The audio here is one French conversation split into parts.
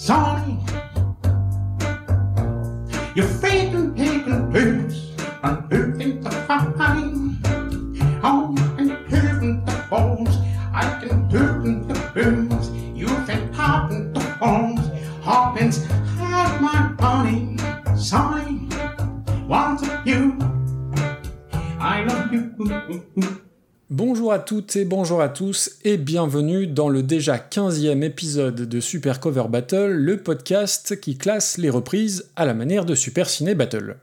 Sonny, you're faking, taking pills, and hurting the fine. Oh, and hurting the bones, I can hurting the bones. You've been hopping the bones, hoppins, have my honey. Sonny, want you, I love you. Bonjour à toutes et bonjour à tous et bienvenue dans le déjà 15e épisode de Super Cover Battle, le podcast qui classe les reprises à la manière de Super Ciné Battle.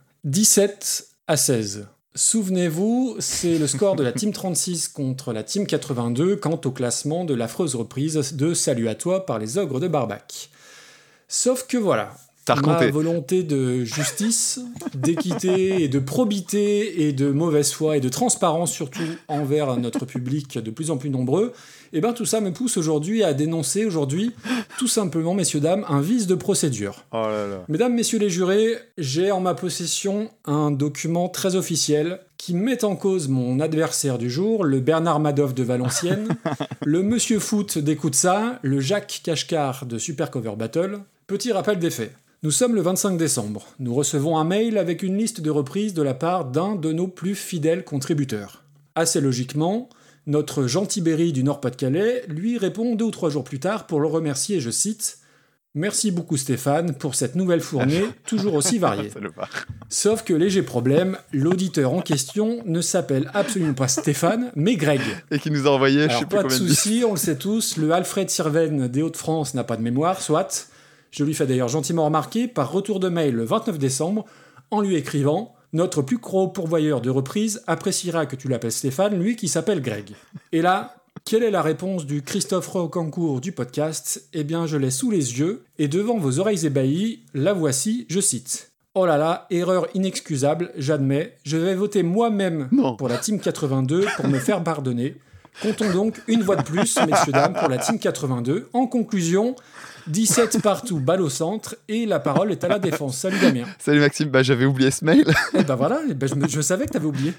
17-16. Souvenez-vous, c'est le score de la Team 36 contre la Team 82 quant au classement de l'affreuse reprise de Salut à toi par les Ogres de Barbac. Sauf que voilà, ma volonté de justice, d'équité et de probité et de mauvaise foi et de transparence surtout envers notre public de plus en plus nombreux, et bien tout ça me pousse aujourd'hui à dénoncer tout simplement, messieurs dames, un vice de procédure. Oh là là. Mesdames, messieurs les jurés, j'ai en ma possession un document très officiel qui met en cause mon adversaire du jour, le Bernard Madoff de Valenciennes, le Monsieur Foot d'Écoute ça, le Jacques Cachecar de Super Cover Battle. Petit rappel des faits. Nous sommes le 25 décembre. Nous recevons un mail avec une liste de reprises de la part d'un de nos plus fidèles contributeurs. Assez logiquement, notre gentil Berry du Nord-Pas-de-Calais lui répond 2 ou 3 jours plus tard pour le remercier, et je cite « Merci beaucoup Stéphane pour cette nouvelle fournée, toujours aussi variée. » Sauf que léger problème, l'auditeur en question ne s'appelle absolument pas Stéphane, mais Greg. Et qui nous a envoyé, je sais plus combien de soucis, on le sait tous, le Alfred Sirven des Hauts-de-France n'a pas de mémoire, soit... Je lui fais d'ailleurs gentiment remarquer par retour de mail le 29 décembre en lui écrivant « Notre plus gros pourvoyeur de reprise appréciera que tu l'appelles Stéphane, lui qui s'appelle Greg. » Et là, quelle est la réponse du Christophe Rocancourt du podcast ? Eh bien, je l'ai sous les yeux, et devant vos oreilles ébahies, la voici, je cite. « Oh là là, erreur inexcusable, j'admets, je vais voter moi-même pour la Team 82 pour me faire pardonner. Comptons donc une voix de plus, messieurs dames, pour la Team 82. En conclusion... 17 partout, balle au centre, et la parole est à la défense. Salut Damien. Salut Maxime, j'avais oublié ce mail. Et voilà, je savais que t'avais oublié.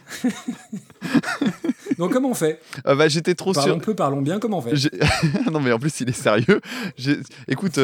Donc comment on fait ? J'étais trop sûr. Parlons bien, comment on fait ? Non mais en plus il est sérieux. Écoute,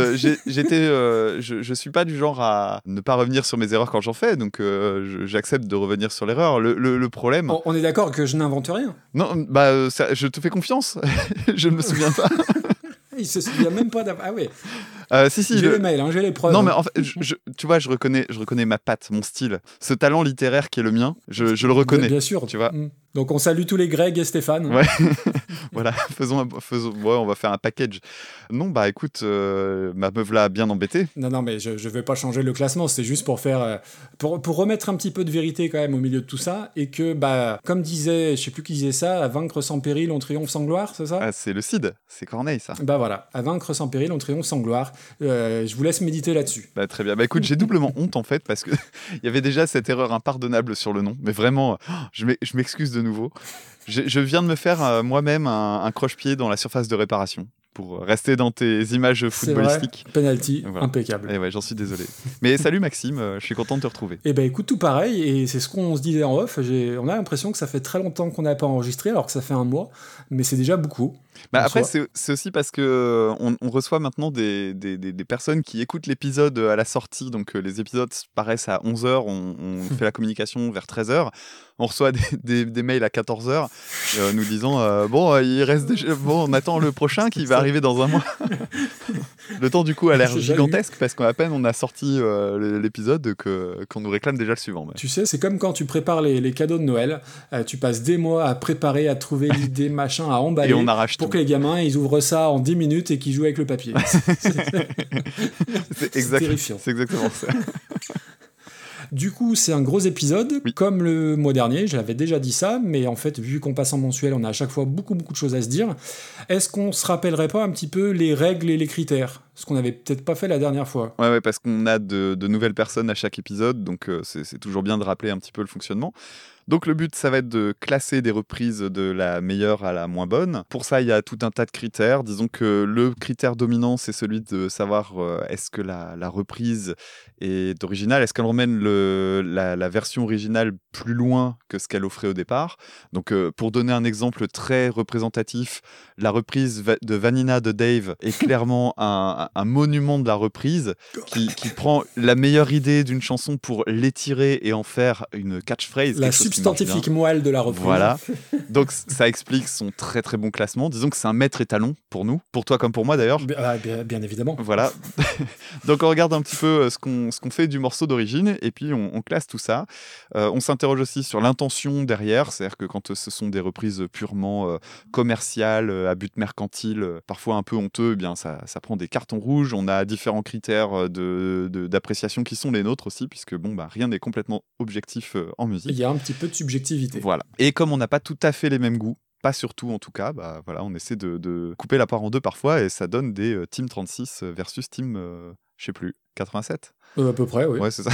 je suis pas du genre à ne pas revenir sur mes erreurs quand j'en fais, donc j'accepte de revenir sur l'erreur. Le problème... On est d'accord que je n'invente rien ? Non, je te fais confiance. Je ne me souviens pas. Il se souvient même pas d'avoir... Ah ouais. Si, j'ai le mail, j'ai les preuves. Non, mais en fait, tu vois, je reconnais ma patte, mon style. Ce talent littéraire qui est le mien, je le reconnais. Bien sûr. Tu vois. Donc on salue tous les Greg et Stéphane. Ouais. Voilà, on va faire un package. Non, écoute, ma meuf l'a bien embêté. Non, mais je vais pas changer le classement, c'est juste pour faire... Pour remettre un petit peu de vérité quand même au milieu de tout ça, et que, comme disait, je sais plus qui disait ça, à vaincre sans péril, on triomphe sans gloire, c'est ça ? Ah, c'est le Cid, c'est Corneille, ça. Voilà, à vaincre sans péril, on triomphe sans gloire. Je vous laisse méditer là-dessus. Très bien. Écoute, j'ai doublement honte en fait, parce que il y avait déjà cette erreur impardonnable sur le nom, mais vraiment, je m'excuse de nouveau. Je viens de me faire moi-même un croche-pied dans la surface de réparation pour rester dans tes images footballistiques. C'est vrai, penalty, voilà. Impeccable. Et ouais, j'en suis désolé. Mais salut Maxime, je suis content de te retrouver. Écoute, tout pareil, et c'est ce qu'on se disait en off, on a l'impression que ça fait très longtemps qu'on n'a pas enregistré, alors que ça fait 1 mois, mais c'est déjà beaucoup. Après, c'est aussi parce que on reçoit maintenant des personnes qui écoutent l'épisode à la sortie, donc les épisodes paraissent à 11h, on fait la communication vers 13h, on reçoit des mails à 14h nous disant il reste on attend le prochain qui va arriver dans 1 mois. Le temps du coup a l'air gigantesque parce qu'à peine on a sorti l'épisode qu'on nous réclame déjà le suivant. Tu sais, c'est comme quand tu prépares les cadeaux de Noël, tu passes des mois à préparer, à trouver l'idée, machin, à emballer. Et on arrache pour que les gamins ils ouvrent ça en 10 minutes et qu'ils jouent avec le papier. C'est terrifiant. C'est exactement ça. Du coup, c'est un gros épisode, oui. Comme le mois dernier, j'avais déjà dit ça, mais en fait, vu qu'on passe en mensuel, on a à chaque fois beaucoup de choses à se dire. Est-ce qu'on se rappellerait pas un petit peu les règles et les critères ? Ce qu'on n'avait peut-être pas fait la dernière fois. Ouais, parce qu'on a de nouvelles personnes à chaque épisode, donc c'est toujours bien de rappeler un petit peu le fonctionnement. Donc le but, ça va être de classer des reprises de la meilleure à la moins bonne. Pour ça, il y a tout un tas de critères. Disons que le critère dominant, c'est celui de savoir est-ce que la reprise est originale, est-ce qu'elle emmène la version originale plus loin que ce qu'elle offrait au départ. Donc pour donner un exemple très représentatif, la reprise de Vanina de Dave est clairement un monument de la reprise qui prend la meilleure idée d'une chanson pour l'étirer et en faire une catchphrase. La substantifique moelle de la reprise. Voilà. Donc ça explique son très très bon classement. Disons que c'est un maître étalon pour nous, pour toi comme pour moi d'ailleurs. Bien évidemment. Voilà. Donc on regarde un petit peu ce qu'on fait du morceau d'origine et puis on classe tout ça. On s'interroge aussi sur l'intention derrière, c'est-à-dire que quand ce sont des reprises purement commerciales, à but mercantile, parfois un peu honteux, eh bien ça prend des cartons rouges. On a différents critères d'appréciation qui sont les nôtres aussi, puisque rien n'est complètement objectif en musique. Il y a un petit peu de subjectivité. Voilà. Et comme on n'a pas tout à fait les mêmes goûts, pas surtout en tout cas, on essaie de couper la part en deux parfois et ça donne des Team 36 versus Team, je sais plus, 87 ? À peu près, oui. Ouais, c'est ça.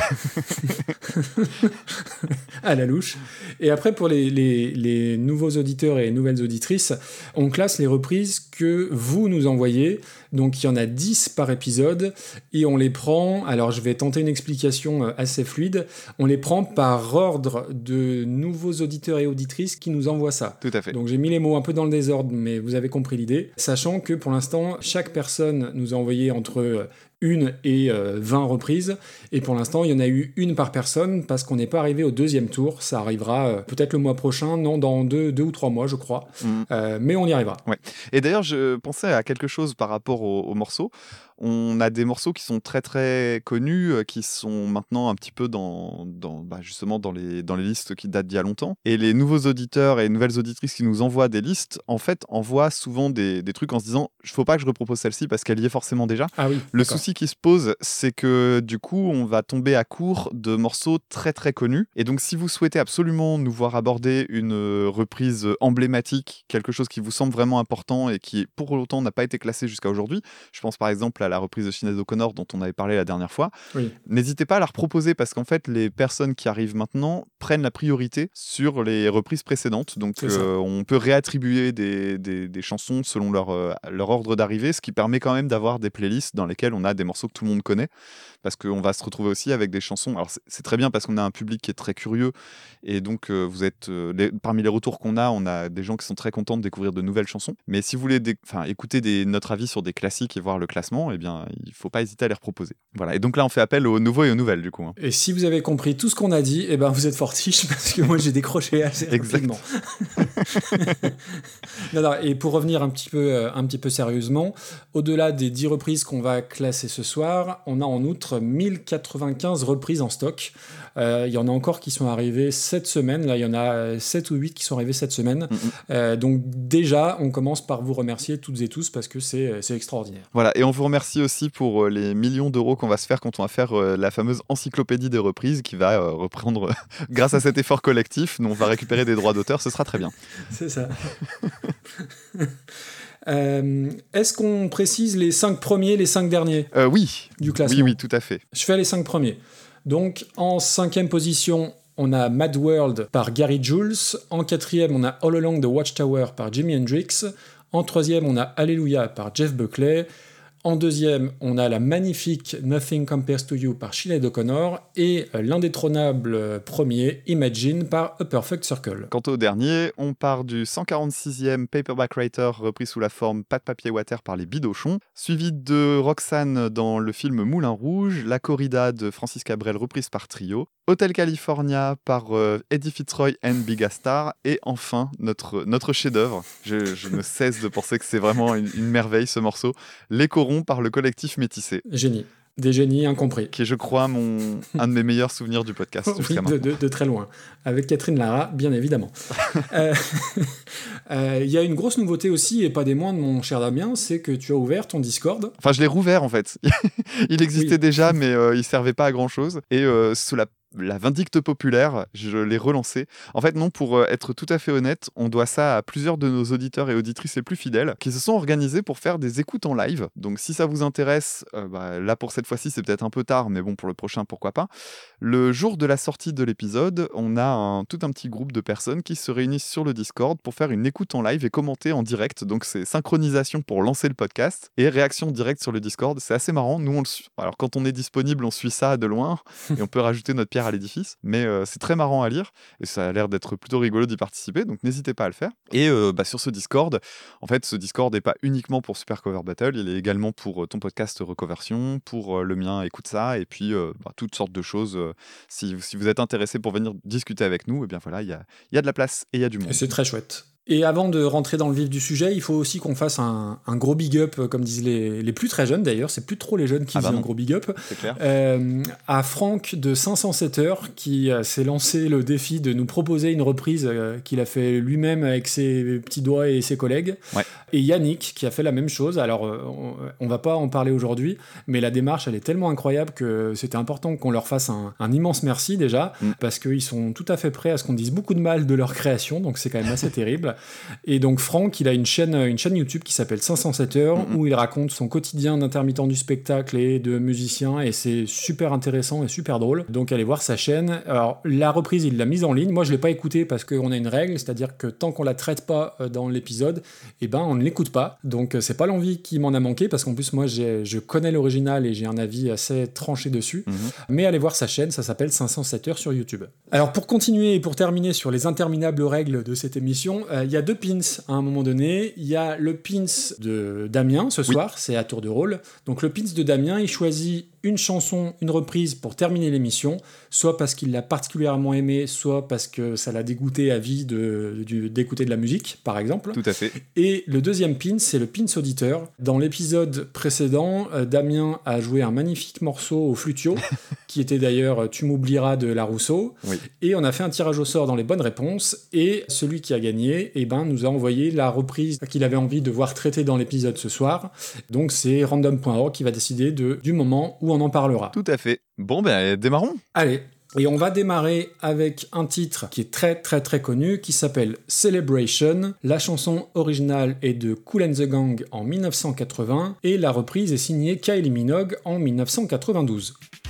À la louche. Et après, pour les nouveaux auditeurs et nouvelles auditrices, on classe les reprises que vous nous envoyez. Donc, il y en a 10 par épisode et on les prend... Alors, je vais tenter une explication assez fluide. On les prend par ordre de nouveaux auditeurs et auditrices qui nous envoient ça. Tout à fait. Donc, j'ai mis les mots un peu dans le désordre, mais vous avez compris l'idée. Sachant que, pour l'instant, chaque personne nous a envoyé entre... 1 et 20 reprises, et pour l'instant il y en a eu une par personne parce qu'on n'est pas arrivé au deuxième tour. Ça arrivera peut-être le mois prochain, non, dans 2 ou 3 mois je crois, mais on y arrivera. Ouais. Et d'ailleurs je pensais à quelque chose par rapport aux morceaux. On a des morceaux qui sont très très connus, qui sont maintenant un petit peu justement dans les listes qui datent d'il y a longtemps. Et les nouveaux auditeurs et nouvelles auditrices qui nous envoient des listes, en fait, envoient souvent des trucs en se disant « il ne faut pas que je repropose celle-ci parce qu'elle y est forcément déjà ». Ah oui, le souci qui se pose, c'est que du coup, on va tomber à court de morceaux très très connus. Et donc, si vous souhaitez absolument nous voir aborder une reprise emblématique, quelque chose qui vous semble vraiment important et qui, pour autant, n'a pas été classé jusqu'à aujourd'hui, je pense par exemple à la reprise de Sinéad O'Connor dont on avait parlé la dernière fois, oui. N'hésitez pas à la reproposer parce qu'en fait, les personnes qui arrivent maintenant prennent la priorité sur les reprises précédentes. Donc, on peut réattribuer des chansons selon leur ordre d'arrivée, ce qui permet quand même d'avoir des playlists dans lesquelles on a des morceaux que tout le monde connaît, parce qu'on va se retrouver aussi avec des chansons. Alors c'est très bien parce qu'on a un public qui est très curieux et donc vous êtes parmi les retours qu'on a, on a des gens qui sont très contents de découvrir de nouvelles chansons. Mais si vous voulez écouter notre avis sur des classiques et voir le classement, eh bien il faut pas hésiter à les reproposer. Voilà. Et donc là on fait appel aux nouveaux et aux nouvelles du coup. Et si vous avez compris tout ce qu'on a dit, eh ben vous êtes fortiche parce que moi j'ai décroché assez rapidement. Non, et pour revenir un petit peu sérieusement, au-delà des 10 reprises qu'on va classer ce soir, on a en outre 1095 reprises en stock. Il y en a encore qui sont arrivées cette semaine. Là, il y en a 7 ou 8 qui sont arrivées cette semaine. Donc déjà, on commence par vous remercier toutes et tous parce que c'est extraordinaire. Voilà, et on vous remercie aussi pour les millions d'euros qu'on va se faire quand on va faire la fameuse encyclopédie des reprises qui va reprendre, grâce à cet effort collectif, nous on va récupérer des droits d'auteur, ce sera très bien. C'est ça. Est-ce qu'on précise les 5 premiers, les 5 derniers oui. Du classement? Oui, tout à fait. Je fais les 5 premiers. Donc, en 5e position, on a Mad World par Gary Jules. En 4e, on a All Along the Watchtower par Jimi Hendrix. En 3e, on a Alléluia par Jeff Buckley. En 2e, on a la magnifique Nothing Compares to You par Sinéad O'Connor et l'indétrônable premier Imagine par A Perfect Circle. Quant au dernier, on part du 146e Paperback Writer repris sous la forme Pas de papier water par les Bidochons, suivi de Roxane dans le film Moulin Rouge, La Corrida de Francis Cabrel reprise par Trio, Hotel California par Eddie Fitzroy and Big Star et enfin notre chef-d'œuvre. Je ne cesse de penser que c'est vraiment une merveille ce morceau. Les Corons par le collectif Métissé. Génie. Des génies incompris. Qui est, je crois, un de mes meilleurs souvenirs du podcast. Oui, de très loin. Avec Catherine Lara, bien évidemment. Il y a une grosse nouveauté aussi, et pas des moindres, mon cher Damien, c'est que tu as ouvert ton Discord. Enfin, je l'ai rouvert, en fait. Il existait déjà, mais il ne servait pas à grand-chose. Et sous la vindicte populaire, je l'ai relancé. En fait, non, pour être tout à fait honnête, on doit ça à plusieurs de nos auditeurs et auditrices les plus fidèles qui se sont organisés pour faire des écoutes en live. Donc, si ça vous intéresse, là, pour cette fois-ci, c'est peut-être un peu tard, mais bon, pour le prochain, pourquoi pas. Le jour de la sortie de l'épisode, on a tout un petit groupe de personnes qui se réunissent sur le Discord pour faire une écoute en live et commenter en direct. Donc, c'est synchronisation pour lancer le podcast et réaction directe sur le Discord. C'est assez marrant. Nous, alors, quand on est disponible, on suit ça de loin et on peut rajouter notre pierre pierre à l'édifice, mais c'est très marrant à lire et ça a l'air d'être plutôt rigolo d'y participer, donc n'hésitez pas à le faire. Et sur ce Discord, en fait, ce Discord n'est pas uniquement pour Super Cover Battle, il est également pour ton podcast Recoversion, pour le mien Écoute ça, et puis toutes sortes de choses. Si vous êtes intéressé pour venir discuter avec nous, et bien voilà, il y a de la place et il y a du monde. Et c'est très chouette. Et avant de rentrer dans le vif du sujet, il faut aussi qu'on fasse un gros big up, comme disent les plus très jeunes d'ailleurs, c'est plus trop les jeunes qui disent un gros big up, c'est clair. à Franck de 507 heures qui s'est lancé le défi de nous proposer une reprise qu'il a fait lui-même avec ses petits doigts et ses collègues. Ouais. Et Yannick qui a fait la même chose. Alors on va pas en parler aujourd'hui, mais la démarche elle est tellement incroyable que c'était important qu'on leur fasse un immense merci déjà, parce qu'ils sont tout à fait prêts à ce qu'on dise beaucoup de mal de leur création, donc c'est quand même assez terrible. Et donc Franck, il a une chaîne YouTube qui s'appelle 507 heures, où il raconte son quotidien d'intermittent du spectacle et de musicien, et c'est super intéressant et super drôle. Donc allez voir sa chaîne. Alors la reprise, il l'a mise en ligne. Moi, je l'ai pas écoutée parce qu'on a une règle, c'est-à-dire que tant qu'on la traite pas dans l'épisode, eh ben on ne l'écoute pas. Donc c'est pas l'envie qui m'en a manqué, parce qu'en plus moi je connais l'original et j'ai un avis assez tranché dessus. Mais allez voir sa chaîne, ça s'appelle 507 heures sur YouTube. Alors pour continuer et pour terminer sur les interminables règles de cette émission, il y a 2 pins à un moment donné. Il y a le pins de Damien ce soir, c'est à tour de rôle. Donc le pins de Damien, il choisit une chanson, une reprise pour terminer l'émission, soit parce qu'il l'a particulièrement aimé, soit parce que ça l'a dégoûté à vie d'écouter de la musique, par exemple. Tout à fait. Et le deuxième pins, c'est le pins auditeur. Dans l'épisode précédent, Damien a joué un magnifique morceau au flutio, qui était d'ailleurs « Tu m'oublieras » de La Rousseau. Oui. Et on a fait un tirage au sort dans les bonnes réponses, et celui qui a gagné nous a envoyé la reprise qu'il avait envie de voir traitée dans l'épisode ce soir. Donc c'est random.org qui va décider du moment où on en parlera. Tout à fait. Bon, démarrons. Allez. Et on va démarrer avec un titre qui est très très très connu, qui s'appelle Celebration. La chanson originale est de Kool and the Gang en 1980, et la reprise est signée Kylie Minogue en 1992.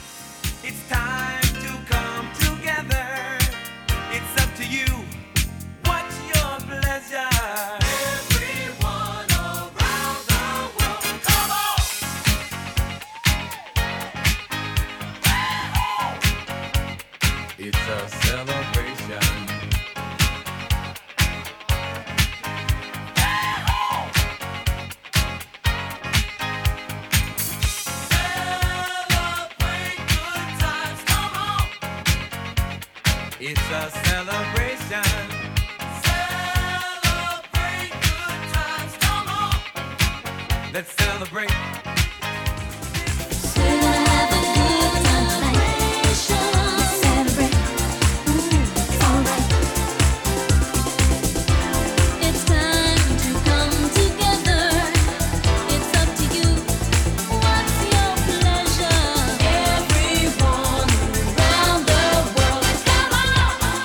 It's a celebration. Celebrate good times, come on. Let's celebrate. We're gonna have a good time tonight. Let's celebrate. It's alright. It's time to come together. It's up to you. What's your pleasure? Everyone around the world, come on.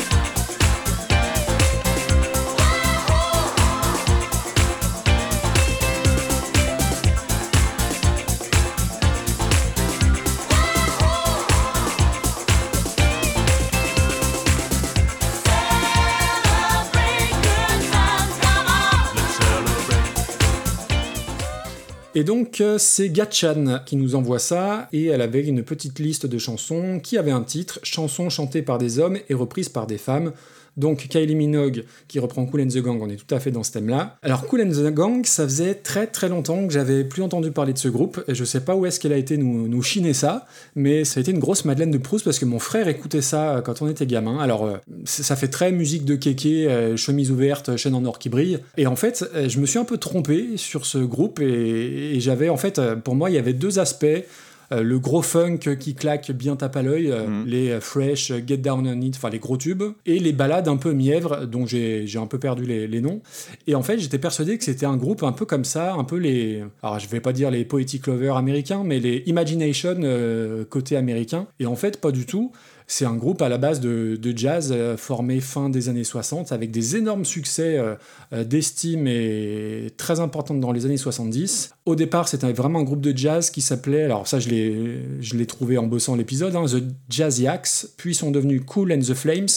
Et donc, c'est Gatchan qui nous envoie ça, et elle avait une petite liste de chansons qui avait un titre, chansons chantées par des hommes et reprises par des femmes. Donc Kylie Minogue qui reprend Kool and the Gang, on est tout à fait dans ce thème-là. Alors Kool and the Gang, ça faisait très très longtemps que j'avais plus entendu parler de ce groupe, et je sais pas où est-ce qu'elle a été nous chiner ça, mais ça a été une grosse Madeleine de Proust parce que mon frère écoutait ça quand on était gamin. Alors ça fait très musique de kéké, chemise ouverte, chaîne en or qui brille, et en fait je me suis un peu trompé sur ce groupe, et j'avais en fait, pour moi il y avait 2 aspects. Le gros funk qui claque bien tape à l'œil, les fresh, get down on it, enfin les gros tubes, et les ballades un peu mièvres, dont j'ai un peu perdu les noms. Et en fait, j'étais persuadé que c'était un groupe un peu comme ça, un peu les... Alors, je vais pas dire les Poetic Lovers américains, mais les Imagination côté américain. Et en fait, pas du tout. C'est un groupe à la base de jazz formé fin des années 60 avec des énormes succès d'estime et très importants dans les années 70. Au départ, c'était vraiment un groupe de jazz qui s'appelait, alors ça je l'ai trouvé en bossant l'épisode, The Jazziacs, puis ils sont devenus Kool and the Flames,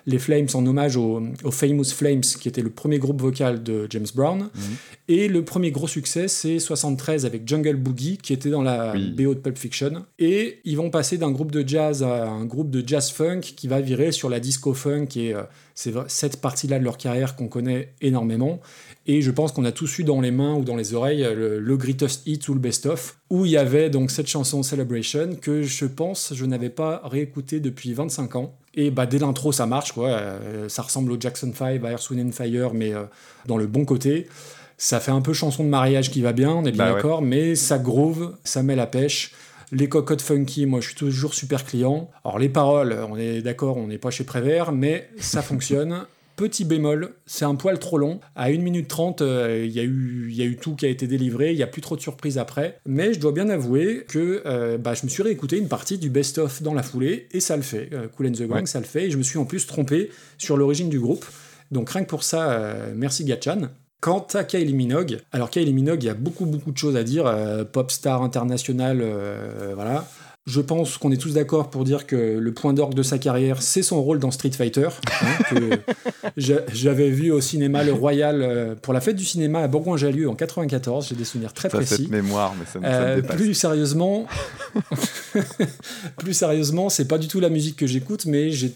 les Flames en hommage aux Famous Flames, qui était le premier groupe vocal de James Brown. Et le premier gros succès, c'est 73 avec Jungle Boogie, qui était dans la Oui. BO de Pulp Fiction. Et ils vont passer d'un groupe de jazz à un groupe de jazz funk qui va virer sur la disco funk, et c'est cette partie-là de leur carrière qu'on connaît énormément. Et je pense qu'on a tous eu dans les mains ou dans les oreilles le Greatest Hits ou le Best Of, où il y avait donc cette chanson Celebration que je n'avais pas réécoutée depuis 25 ans. Et dès l'intro, ça marche, quoi. Ça ressemble au Jackson 5, à Earth, Wind and Fire, mais dans le bon côté. Ça fait un peu chanson de mariage qui va bien, on est bien Bah ouais. d'accord, mais ça groove, ça met la pêche. Les cocottes funky, moi je suis toujours super client. Alors les paroles, on est d'accord, on n'est pas chez Prévert, mais ça fonctionne. Petit bémol, c'est un poil trop long. À 1 minute 30, il y a eu tout qui a été délivré, il n'y a plus trop de surprises après. Mais je dois bien avouer que je me suis réécouté une partie du best-of dans la foulée, et ça le fait. Kool and the Gang, Ouais. ça le fait, et je me suis en plus trompé sur l'origine du groupe. Donc rien que pour ça, merci Gatchan. Quant à Kylie Minogue, alors Kylie Minogue, il y a beaucoup de choses à dire, pop star internationale, voilà. Je pense qu'on est tous d'accord pour dire que le point d'orgue de sa carrière, c'est son rôle dans Street Fighter, que j'avais vu au cinéma Le Royal pour la fête du cinéma à Bourgoin-Jallieu en 94, j'ai des souvenirs très Ça, précis. cette mémoire, mais ça me dépasse. Plus sérieusement, c'est pas du tout la musique que j'écoute, mais j'ai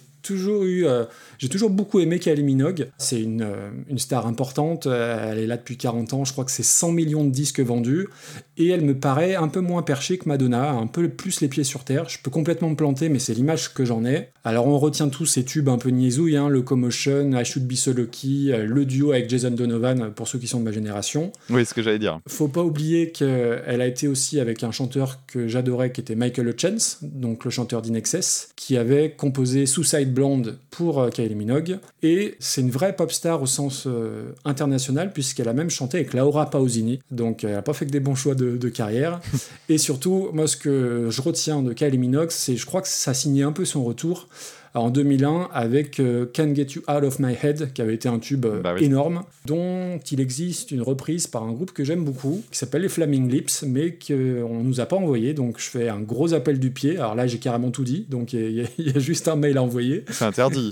toujours beaucoup aimé Kylie Minogue. C'est une star importante, elle est là depuis 40 ans, je crois que c'est 100 millions de disques vendus, et elle me paraît un peu moins perchée que Madonna, un peu plus les pieds sur terre. Je peux complètement me planter, mais c'est l'image que j'en ai. Alors on retient tous ces tubes un peu niaisouilles, Locomotion, I Should Be So Lucky, le duo avec Jason Donovan, pour ceux qui sont de ma génération. Oui, ce que j'allais dire. Faut pas oublier qu'elle a été aussi avec un chanteur que j'adorais, qui était Michael Hutchence, donc le chanteur d'Inexcess, qui avait composé Suicide Blonde pour Kylie Minogue. Et c'est une vraie pop star au sens international, puisqu'elle a même chanté avec Laura Pausini. Donc elle a pas fait que des bons choix de carrière. Et surtout, moi, ce que je retiens de Kylie Minogue, c'est, je crois que ça signait un peu son retour en 2001 avec Can't Get You Out of My Head, qui avait été un tube Bah oui. énorme, dont il existe une reprise par un groupe que j'aime beaucoup, qui s'appelle les Flaming Lips, mais qu'on nous a pas envoyé, donc je fais un gros appel du pied. Alors là, j'ai carrément tout dit, donc il y a juste un mail à envoyer. C'est interdit.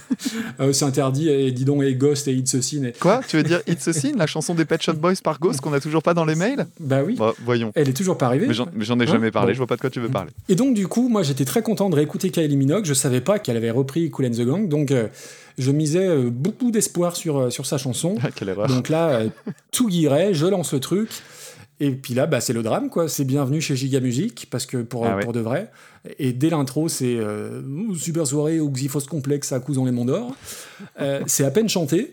C'est interdit, et dis donc, et Ghost et It's a Sin. Quoi? Tu veux dire It's a Sin, la chanson des Pet Shop Boys par Ghost qu'on a toujours pas dans les mails? Bah oui, Bah, voyons. elle est toujours pas arrivée. Mais j'en ai Hein jamais parlé, Bon. je vois pas de quoi tu veux parler. Et donc, du coup, moi, j'étais très content de réécouter Kylie Minogue. Je savais pas qu'elle avait repris Kool and the Gang, donc je misais beaucoup d'espoir sur sa chanson. Quelle erreur. Donc là, tout guirait, je lance le truc. Et puis là, c'est le drame, quoi. C'est bienvenue chez Giga Music, parce que pour de vrai. Et dès l'intro, c'est super soirée ou Xyphos complexe à Cousin les Monts d'Or. C'est à peine chanté.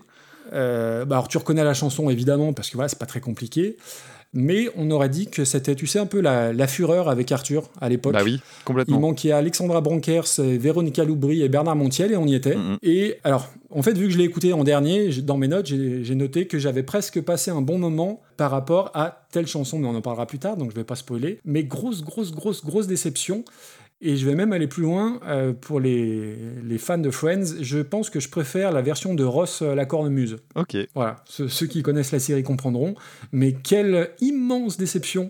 Alors tu reconnais la chanson, évidemment, parce que voilà, c'est pas très compliqué. Mais on aurait dit que c'était, tu sais, un peu la fureur avec Arthur à l'époque. Bah oui, Il complètement. manquait Alexandra Brankers, Véronica Loubry et Bernard Montiel, et on y était. Mhm. Et alors, en fait, vu que je l'ai écouté en dernier, dans mes notes, j'ai noté que j'avais presque passé un bon moment par rapport à telle chanson, mais on en parlera plus tard, donc je vais pas spoiler. Mais grosse déception. Et je vais même aller plus loin, pour les fans de Friends, je pense que je préfère la version de Ross la cornemuse. Ok. Voilà, ceux qui connaissent la série comprendront. Mais quelle immense déception.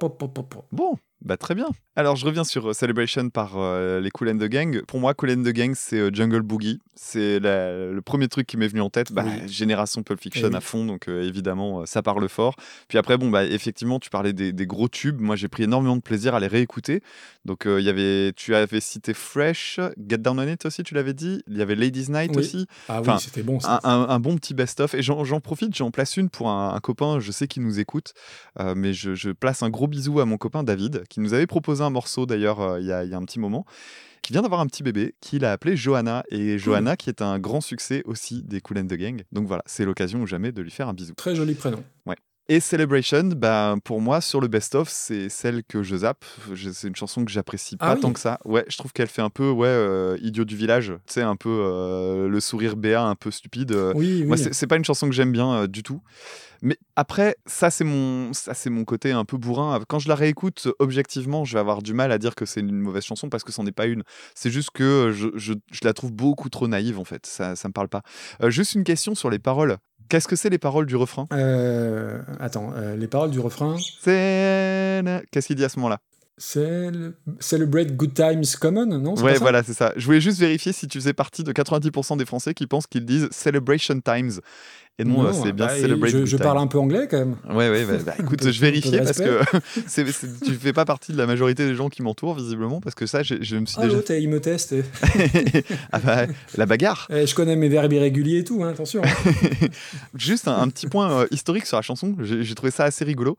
Bon, bah très bien. Alors je reviens sur Celebration par les Kool and the Gang. Pour moi, Kool and the Gang, c'est Jungle Boogie. C'est le premier truc qui m'est venu en tête. Oui. Génération Pulp Fiction Eh oui. à fond, donc évidemment, ça parle fort. Puis après, effectivement, tu parlais des gros tubes. Moi, j'ai pris énormément de plaisir à les réécouter. Donc tu avais cité Fresh, Get Down on It aussi, tu l'avais dit. Il y avait Ladies Night Oui. aussi. Ah Enfin, oui, c'était bon. Ça. Un bon petit best-of. Et j'en profite, j'en place une pour un copain, je sais qu'il nous écoute, mais je place un gros bisou à mon copain David, qui nous avait proposé un morceau d'ailleurs il y a un petit moment, qui vient d'avoir un petit bébé, qu'il a appelé Johanna. Et Johanna, qui est un grand succès aussi des Kool and the Gang. Donc voilà, c'est l'occasion ou jamais de lui faire un bisou. Très joli prénom. Et Celebration, pour moi, sur le best-of, c'est celle que je zappe. C'est une chanson que j'apprécie pas Ah oui. tant que ça. Ouais, je trouve qu'elle fait un peu idiot du village. Tu sais, un peu le sourire béat, un peu stupide. Oui, Moi, oui. c'est pas une chanson que j'aime bien du tout. Mais après, ça c'est mon côté un peu bourrin. Quand je la réécoute, objectivement, je vais avoir du mal à dire que c'est une mauvaise chanson parce que c'en est pas une. C'est juste que je la trouve beaucoup trop naïve, en fait. Ça me parle pas. Juste une question sur les paroles. Qu'est-ce que c'est les paroles du refrain? Attends, les paroles du refrain. Qu'est-ce qu'il dit à ce moment-là? Celebrate Good Times Common, non? C'est Ouais, pas ça voilà, c'est ça. Je voulais juste vérifier si tu faisais partie de 90% des Français qui pensent qu'ils disent Celebration Times. Et non, Non, c'est bien bah, Celebrate Good je Times. parle un peu anglais quand même. Ouais, écoute, peu- je vérifiais peu de parce que tu fais pas partie de la majorité des gens qui m'entourent, visiblement, parce que ça, je me suis Ah, déjà... l'autre, il me teste. Ah bah, la bagarre. Je connais mes verbes irréguliers et tout, hein, attention. Juste un petit point historique sur la chanson, j'ai trouvé ça assez rigolo.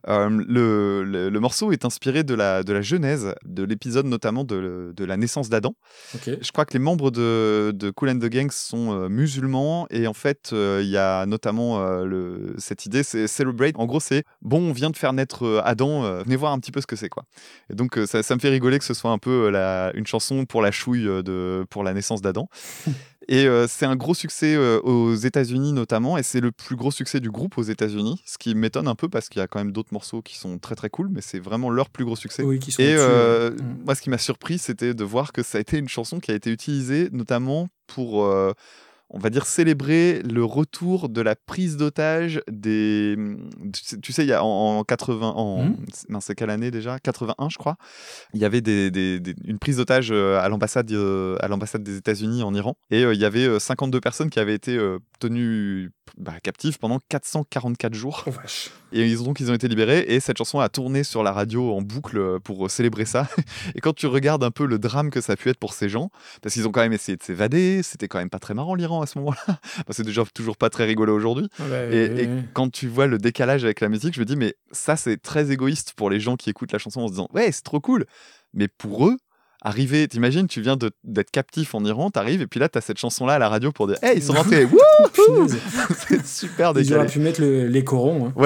Le morceau est inspiré de la genèse, de l'épisode notamment de la naissance d'Adam. Ok. Je crois que les membres de Kool and the Gang sont musulmans et en fait, il y a notamment cette idée, c'est celebrate. En gros, c'est bon, on vient de faire naître Adam, venez voir un petit peu ce que c'est, quoi. Et donc, ça me fait rigoler que ce soit un peu une chanson pour la chouille pour la naissance d'Adam. Et c'est un gros succès aux États-Unis notamment, et c'est le plus gros succès du groupe aux États-Unis, ce qui m'étonne un peu parce qu'il y a quand même d'autres morceaux qui sont très très cool, mais c'est vraiment leur plus gros succès. Oui, qui sont Et au-dessus, ouais. moi, ce qui m'a surpris, c'était de voir que ça a été une chanson qui a été utilisée notamment pour, on va dire, célébrer le retour de la prise d'otage des... Tu sais, il y a en 80... Mince, c'est quelle année déjà 81, je crois. Il y avait une prise d'otage à l'ambassade des États-Unis en Iran. Et il y avait 52 personnes qui avaient été tenues captives pendant 444 jours. Oh vache. Et ils ont été libérés. Et cette chanson a tourné sur la radio en boucle pour célébrer ça. Et quand tu regardes un peu le drame que ça a pu être pour ces gens, parce qu'ils ont quand même essayé de s'évader, c'était quand même pas très marrant l'Iran à ce moment-là. Enfin, c'est déjà toujours pas très rigolo aujourd'hui. Ah bah, Et quand tu vois le décalage avec la musique, je me dis, mais ça, c'est très égoïste pour les gens qui écoutent la chanson en se disant, ouais, c'est trop cool. Mais pour eux, arriver, t'imagines, tu viens d'être captif en Iran, t'arrives, et puis là, t'as cette chanson-là à la radio pour dire, hey, ils sont rentrés, wouhou. C'est super Ils décalé. auraient pu mettre les corons. Hein. Ouais.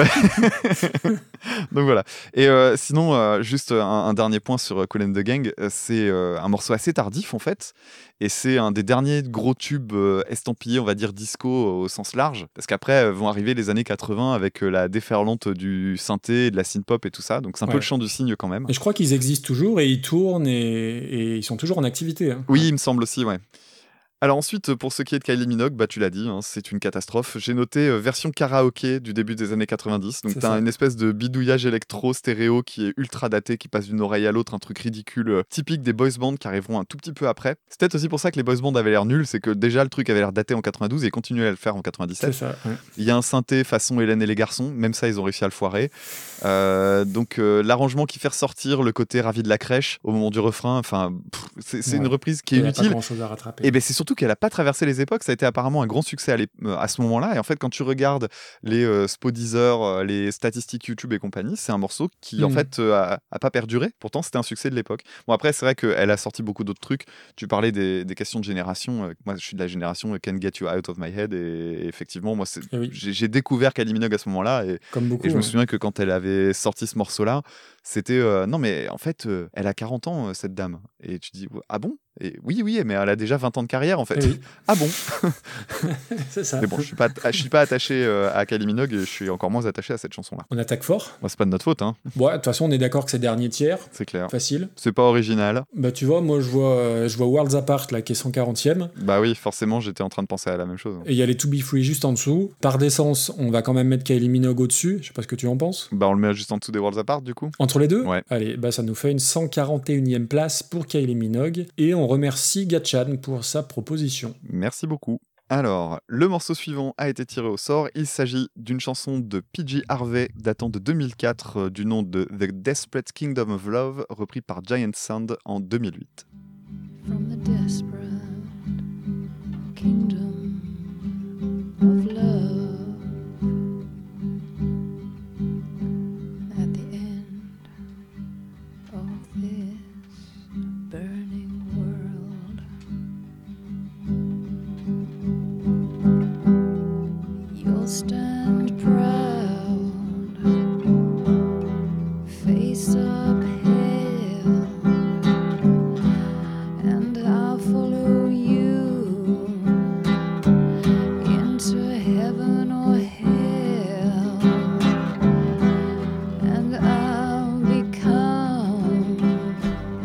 Donc voilà. Et sinon, juste un dernier point sur Kool and the Gang, c'est un morceau assez tardif en fait, et c'est un des derniers gros tubes estampillés, on va dire disco au sens large, parce qu'après vont arriver les années 80 avec la déferlante du synthé, de la synth-pop et tout ça, donc c'est un peu le chant du cygne quand même. Et je crois qu'ils existent toujours et ils tournent et ils sont toujours en activité. Hein. Oui, il me semble aussi, ouais. Alors ensuite, pour ce qui est de Kylie Minogue, tu l'as dit, hein, c'est une catastrophe. J'ai noté version karaoké du début des années 90. Donc C'est t'as ça. une espèce de bidouillage électro stéréo qui est ultra daté, qui passe d'une oreille à l'autre, un truc ridicule, typique des boys bands qui arriveront un tout petit peu après. C'est peut-être aussi pour ça que les boys bands avaient l'air nuls, c'est que déjà le truc avait l'air daté en 92 et continuait à le faire en 97. C'est ça. Ouais. Il y a un synthé façon Hélène et les garçons, même ça ils ont réussi à le foirer. Donc l'arrangement qui fait ressortir le côté ravi de la crèche au moment du refrain, enfin c'est une reprise qui est Il y a pas inutile. grand-chose à rattraper. Et ben c'est surtout qu'elle a pas traversé les époques, ça a été apparemment un grand succès à ce moment-là. Et en fait, quand tu regardes les Spodeezer, les statistiques YouTube et compagnie, c'est un morceau qui en fait a pas perduré. Pourtant, c'était un succès de l'époque. Bon après, c'est vrai qu'elle a sorti beaucoup d'autres trucs. Tu parlais des questions de génération. Moi, je suis de la génération Can't Get You Out of My Head et effectivement, moi, Eh oui. j'ai découvert Kylie Minogue à ce moment-là et Comme beaucoup. je me hein. souviens que quand elle avait sorti ce morceau-là, c'était non mais en fait elle a 40 ans cette dame et tu dis ah bon et oui mais elle a déjà 20 ans de carrière en fait. Eh oui. Ah bon. C'est ça. Mais bon, je suis pas attaché à Kylie Minogue et je suis encore moins attaché à cette chanson-là. On attaque fort. Moi, c'est pas de notre faute, hein, Bon, de toute façon, on est d'accord que c'est dernier tiers. c'est clair. Facile. C'est pas original. Bah, tu vois, moi, je vois Worlds Apart, là, qui est 140e. Bah oui, forcément, j'étais en train de penser à la même chose. Et il y a les To Be Free juste en dessous. Par décence, on va quand même mettre Kylie Minogue au-dessus. Je sais pas ce que tu en penses. Bah on le met juste en dessous des Worlds Apart, du coup. Entre les deux Ouais. Allez, bah ça nous fait une 141e place pour Kylie Minogue. Et on remercie Gatchan pour sa proposition. Merci beaucoup. Alors, le morceau suivant a été tiré au sort. Il s'agit d'une chanson de PG Harvey datant de 2004 du nom de The Desperate Kingdom of Love, repris par Giant Sound en 2008. From the desperate kingdom of love, at the end of this burning world, you'll stand proud, face up hell, and I'll follow you into heaven or hell, and I'll become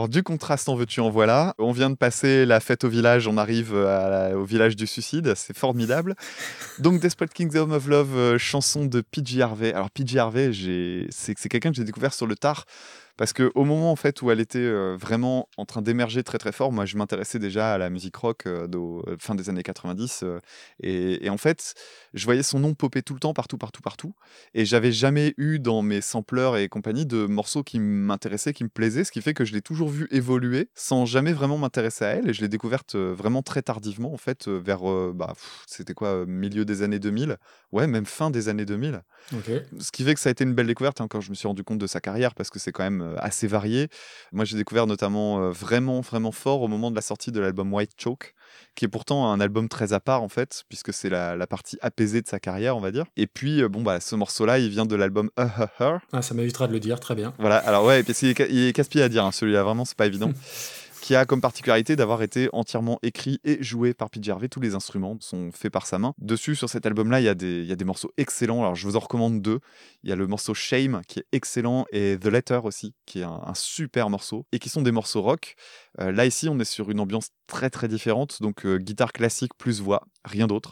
Alors du contraste en veux-tu en voilà. On vient de passer la fête au village, on arrive au village du suicide, c'est formidable. Donc Desperate Kingdom of Love, chanson de PJ Harvey. Alors PJ Harvey, c'est quelqu'un que j'ai découvert sur le tard. Parce qu'au moment en fait, où elle était vraiment en train d'émerger très très fort, moi je m'intéressais déjà à la musique rock fin des années 90. Et en fait, je voyais son nom popper tout le temps, partout. Et j'avais jamais eu dans mes sampleurs et compagnie de morceaux qui m'intéressaient, qui me plaisaient, ce qui fait que je l'ai toujours vue évoluer sans jamais vraiment m'intéresser à elle. Et je l'ai découverte vraiment très tardivement en fait, vers, c'était quoi, milieu des années 2000. Ouais, même fin des années 2000. Ok. Ce qui fait que ça a été une belle découverte, hein, quand je me suis rendu compte de sa carrière, parce que c'est quand même assez varié. Moi, j'ai découvert notamment vraiment, vraiment fort au moment de la sortie de l'album White Chalk, qui est pourtant un album très à part, en fait, puisque c'est la partie apaisée de sa carrière, on va dire. Et puis, ce morceau-là, il vient de l'album Her. Ah, ça m'évitera de le dire, très bien. Voilà, alors ouais, et puis il est casse-pied à dire, hein, celui-là, vraiment, c'est pas évident. Qui a comme particularité d'avoir été entièrement écrit et joué par PJ Harvey. Tous les instruments sont faits par sa main. Dessus, sur cet album-là, il y a des morceaux excellents. Alors, je vous en recommande 2. Il y a le morceau Shame, qui est excellent, et The Letter aussi, qui est un super morceau, et qui sont des morceaux rock. Là, ici, on est sur une ambiance très, très différente. Donc, guitare classique plus voix, rien d'autre.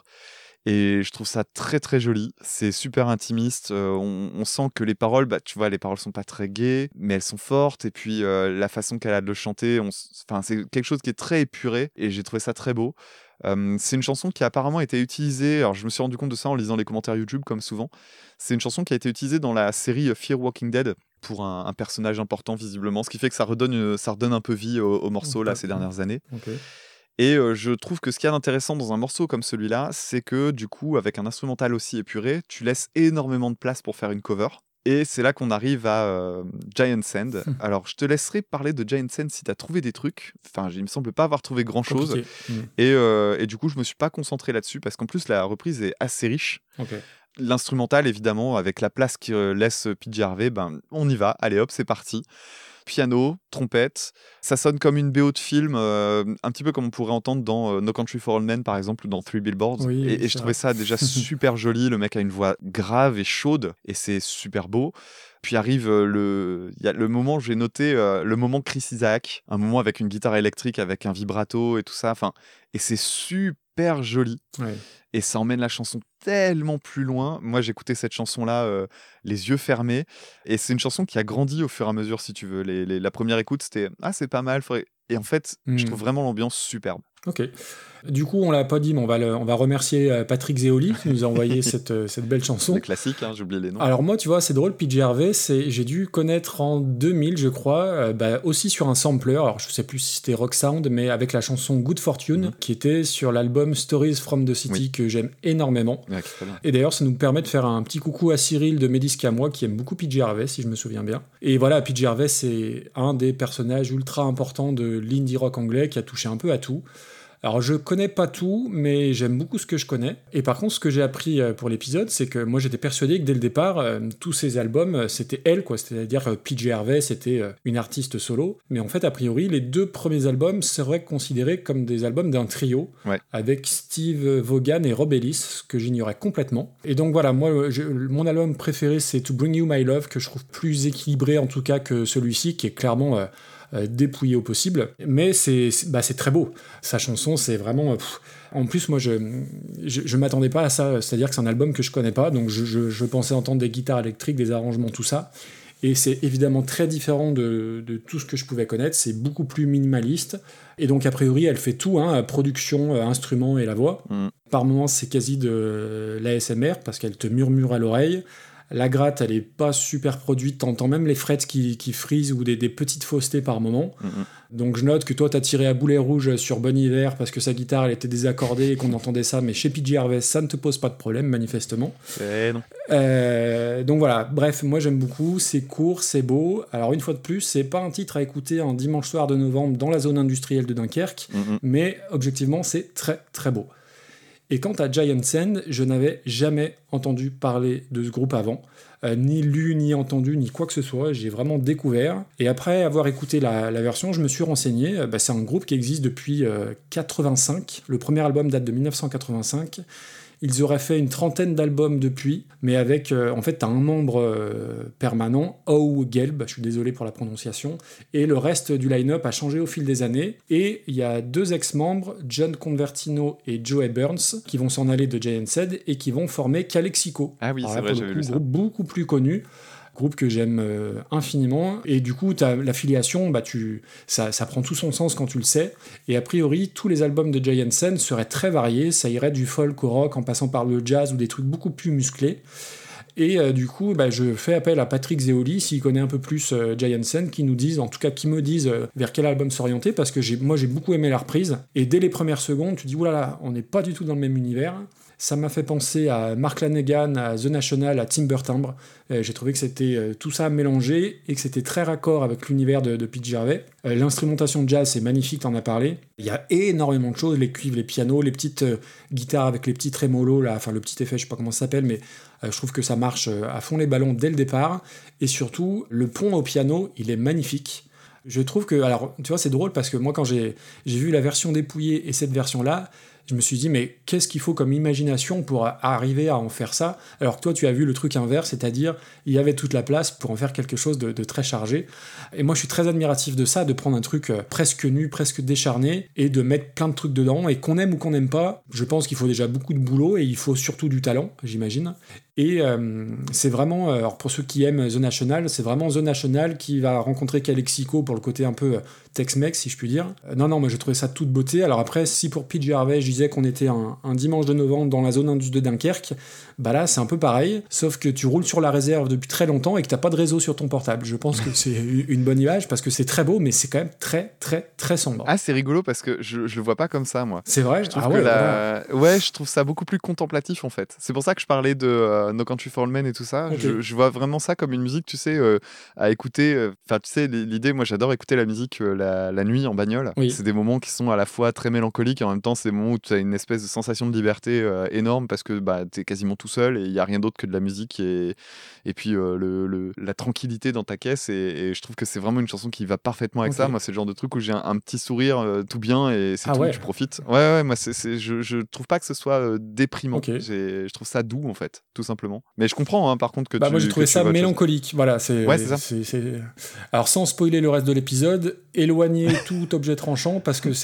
Et je trouve ça très très joli, c'est super intimiste, on sent que les paroles, tu vois, les paroles sont pas très gaies, mais elles sont fortes, et puis la façon qu'elle a de le chanter, c'est quelque chose qui est très épuré, et j'ai trouvé ça très beau. C'est une chanson qui a apparemment été utilisée, alors je me suis rendu compte de ça en lisant les commentaires YouTube comme souvent, c'est une chanson qui a été utilisée dans la série Fear Walking Dead, pour un personnage important visiblement, ce qui fait que ça redonne un peu vie au morceau là ces dernières années. Ok. Et je trouve que ce qu'il y a d'intéressant dans un morceau comme celui-là, c'est que du coup, avec un instrumental aussi épuré, tu laisses énormément de place pour faire une cover. Et c'est là qu'on arrive à Giant Sand. Alors, je te laisserai parler de Giant Sand si tu as trouvé des trucs. Enfin, il me semble pas avoir trouvé grand-chose. Compliqué. Et du coup, je me suis pas concentré là-dessus parce qu'en plus, la reprise est assez riche. Ok. L'instrumental, évidemment, avec la place que laisse PJ Harvey, on y va. Allez hop, c'est parti. Piano, trompette, ça sonne comme une BO de film, un petit peu comme on pourrait entendre dans No Country for Old Men par exemple, ou dans Three Billboards. Oui, et c'est je trouvais vrai. ça déjà super joli, le mec a une voix grave et chaude, et c'est super beau. Puis arrive il y a le moment, j'ai noté le moment Chris Isaak, un moment avec une guitare électrique, avec un vibrato et tout ça, et c'est super joli. Ouais. Et ça emmène la chanson tellement plus loin. Moi, j'écoutais cette chanson-là les yeux fermés. Et c'est une chanson qui a grandi au fur et à mesure, si tu veux. La première écoute, c'était « Ah, c'est pas mal. » Et en fait, je trouve vraiment l'ambiance superbe. Ok. Du coup, on l'a pas dit, mais on va remercier Patrick Zéoli qui nous a envoyé cette belle chanson. C'est classique, hein, j'ai oublié les noms. Alors moi, tu vois, c'est drôle, PJ Harvey, j'ai dû connaître en 2000, je crois, aussi sur un sampler, alors je sais plus si c'était Rock Sound, mais avec la chanson Good Fortune, qui était sur l'album Stories from the City, que j'aime énormément. Ouais, très bien. Et d'ailleurs, ça nous permet de faire un petit coucou à Cyril de Médisque à moi, qui aime beaucoup PJ Harvey, si je me souviens bien. Et voilà, PJ Harvey, c'est un des personnages ultra importants de l'indie rock anglais, qui a touché un peu à tout. Alors je connais pas tout, mais j'aime beaucoup ce que je connais. Et par contre, ce que j'ai appris pour l'épisode, c'est que moi j'étais persuadé que dès le départ, tous ces albums, c'était elle, quoi. C'est-à-dire PJ Harvey, c'était une artiste solo. Mais en fait, a priori, les 2 premiers albums seraient considérés comme des albums d'un trio, avec Steve Vaughan et Rob Ellis, ce que j'ignorais complètement. Et donc voilà, moi, mon album préféré, c'est To Bring You My Love, que je trouve plus équilibré en tout cas que celui-ci, qui est clairement... dépouillé au possible, mais c'est très beau. Sa chanson, c'est vraiment... En plus, moi, je m'attendais pas à ça, c'est-à-dire que c'est un album que je connais pas, donc je pensais entendre des guitares électriques, des arrangements, tout ça, et c'est évidemment très différent de tout ce que je pouvais connaître, c'est beaucoup plus minimaliste, et donc a priori, elle fait tout, hein, production, instruments et la voix. Par moments, c'est quasi de l'ASMR, parce qu'elle te murmure à l'oreille. La gratte, elle est pas super produite, t'entends même les frettes qui frisent ou des petites faussetés par moment. Donc je note que toi, t'as tiré à boulet rouge sur Bon Iver parce que sa guitare, elle était désaccordée et qu'on entendait ça, mais chez PJ Harvey, ça ne te pose pas de problème, manifestement. Non. Donc voilà, bref, moi j'aime beaucoup, c'est court, c'est beau. Alors une fois de plus, c'est pas un titre à écouter un dimanche soir de novembre dans la zone industrielle de Dunkerque, mais objectivement, c'est très très beau. Et quant à Giant Sand, je n'avais jamais entendu parler de ce groupe avant, ni lu, ni entendu, ni quoi que ce soit, j'ai vraiment découvert. Et après avoir écouté la version, je me suis renseigné, c'est un groupe qui existe depuis 85, le premier album date de 1985, Ils auraient fait une trentaine d'albums depuis, mais avec, en fait, t'as un membre permanent, Howe Gelb, je suis désolé pour la prononciation, et le reste du line-up a changé au fil des années. Et il y a 2 ex-membres, John Convertino et Joey Burns, qui vont s'en aller de Giant Head et qui vont former Calexico. Ah oui, Alors c'est là, vrai, pour le j'avais coup, lu ça. groupe beaucoup plus connu. Groupe que j'aime infiniment, et du coup t'as l'affiliation, ça prend tout son sens quand tu le sais, et a priori tous les albums de Giant Sen seraient très variés, ça irait du folk au rock en passant par le jazz ou des trucs beaucoup plus musclés, et du coup je fais appel à Patrick Zeoli s'il connaît un peu plus Giant Sen, qui me disent vers quel album s'orienter, parce que moi j'ai beaucoup aimé la reprise, et dès les premières secondes tu dis oulala, on n'est pas du tout dans le même univers. Ça m'a fait penser à Mark Lanegan, à The National, à Timber Timbre. J'ai trouvé que c'était tout ça mélangé et que c'était très raccord avec l'univers de Pete Gervais. L'instrumentation de jazz, c'est magnifique, t'en as parlé. Il y a énormément de choses, les cuivres, les pianos, les petites guitares avec les petits trémolos, là, enfin le petit effet, je sais pas comment ça s'appelle, mais je trouve que ça marche à fond les ballons dès le départ. Et surtout, le pont au piano, il est magnifique. Je trouve que, alors, tu vois, c'est drôle parce que moi, quand j'ai vu la version dépouillée et cette version-là, je me suis dit, mais qu'est-ce qu'il faut comme imagination pour arriver à en faire ça? Alors que toi, tu as vu le truc inverse, c'est-à-dire, il y avait toute la place pour en faire quelque chose de très chargé. Et moi, je suis très admiratif de ça, de prendre un truc presque nu, presque décharné, et de mettre plein de trucs dedans. Et qu'on aime ou qu'on n'aime pas, je pense qu'il faut déjà beaucoup de boulot, et il faut surtout du talent, j'imagine. Et c'est vraiment, alors pour ceux qui aiment The National, c'est vraiment The National qui va rencontrer Calexico pour le côté un peu Tex-Mex, si je puis dire. Non, moi j'ai trouvé ça de toute beauté. Alors après, si pour Pete Gervais, je disais qu'on était un dimanche de novembre dans la zone indus de Dunkerque, bah là c'est un peu pareil, sauf que tu roules sur la réserve depuis très longtemps et que t'as pas de réseau sur ton portable. Je pense que c'est une bonne image parce que c'est très beau, mais c'est quand même très, très, très sombre. Ah, c'est rigolo parce que je le vois pas comme ça, moi. C'est vrai, Je trouve ah que ouais, voilà. ouais, je trouve ça beaucoup plus contemplatif en fait. C'est pour ça que je parlais de No Country for Old Men et tout ça. Ok. Je vois vraiment ça comme une musique, tu sais, à écouter. Enfin, tu sais, l'idée, moi j'adore écouter la musique la nuit en bagnole. Oui. C'est des moments qui sont à la fois très mélancoliques et en même temps, c'est des moments où tu as une espèce de sensation de liberté énorme parce que tu es quasiment tout seul et il n'y a rien d'autre que de la musique et puis la tranquillité dans ta caisse. Et je trouve que c'est vraiment une chanson qui va parfaitement avec Ok. ça. Moi, c'est le genre de truc où j'ai un petit sourire tout bien et c'est Ah tout, ouais. je profite. Ouais, moi, je trouve pas que ce soit déprimant. Ok. Je trouve ça doux, en fait, tout simplement. Mais je comprends, hein, par contre, que Moi j'ai trouvé que tu ça vois autre chose. mélancolique, voilà. Ouais, c'est ça. Alors sans spoiler le reste de l'épisode, éloignez tout objet tranchant parce que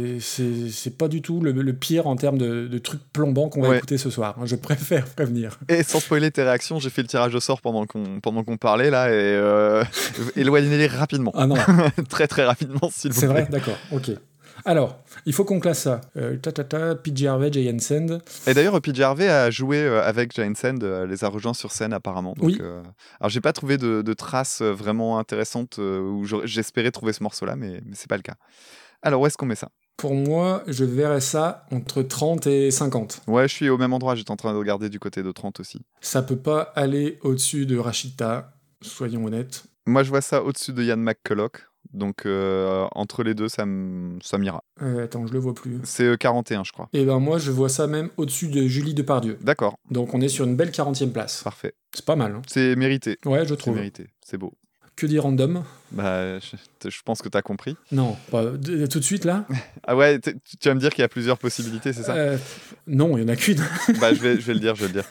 c'est pas du tout le pire en termes de trucs plombants qu'on va Ouais. écouter ce soir. Je préfère prévenir. Et sans spoiler tes réactions, j'ai fait le tirage au sort pendant qu'on parlait, là, et éloignez-les rapidement. Ah non, Très, très rapidement, s'il vous c'est plaît. vrai, d'accord, ok. Alors, il faut qu'on classe ça. Pete Gervais, Giant Sand. Et d'ailleurs, Pete Gervais a joué avec Giant Sand, les a rejoints sur scène apparemment. Donc, Oui. Alors, j'ai pas trouvé de traces vraiment intéressantes où j'espérais trouver ce morceau-là, mais c'est pas le cas. Alors, où est-ce qu'on met ça? Pour moi, je verrais ça entre 30 et 50. Ouais, je suis au même endroit, j'étais en train de regarder du côté de 30 aussi. Ça peut pas aller au-dessus de Rashida, soyons honnêtes. Moi, je vois ça au-dessus de Ian McCulloch. Donc, entre les deux, ça m'ira. Attends, je le vois plus. C'est 41, je crois. Et ben moi, je vois ça même au-dessus de Julie Depardieu. D'accord, Donc on est sur une belle 40e place. parfait. C'est pas mal, hein. C'est mérité. Ouais, je C'est trouve. mérité. C'est beau. Que dire random? Bah, je pense que t'as compris. Non, pas tout de suite là. Ah ouais, tu vas me dire qu'il y a plusieurs possibilités, c'est ça? Non, il y en a qu'une. Bah, je vais le dire.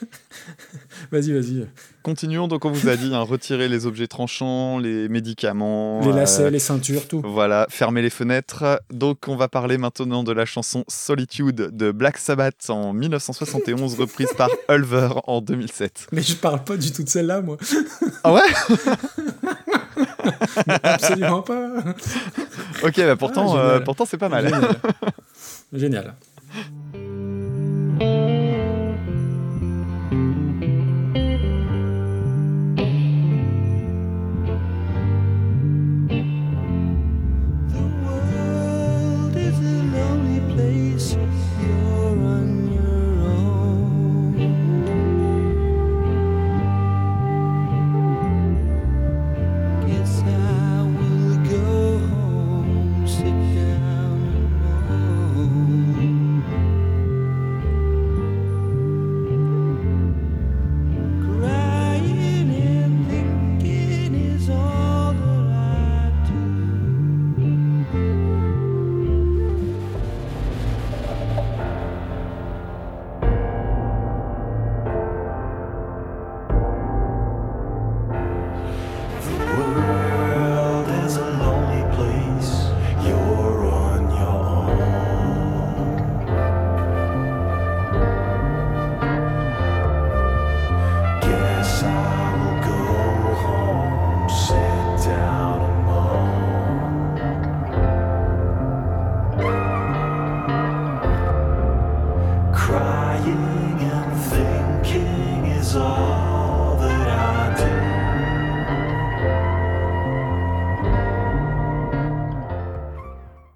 Vas-y. Continuons, donc on vous a dit, hein, retirer les objets tranchants, les médicaments. Les lacets, les ceintures, tout. Voilà, fermer les fenêtres. Donc on va parler maintenant de la chanson Solitude de Black Sabbath en 1971, reprise par Ulver en 2007. Mais je parle pas du tout de celle-là, moi. Ah ouais? Absolument pas. Ok, bah pourtant, génial. pourtant c'est pas mal. Génial. The world is a lonely place. You're on your own. Guess I will go home, sit down and moan.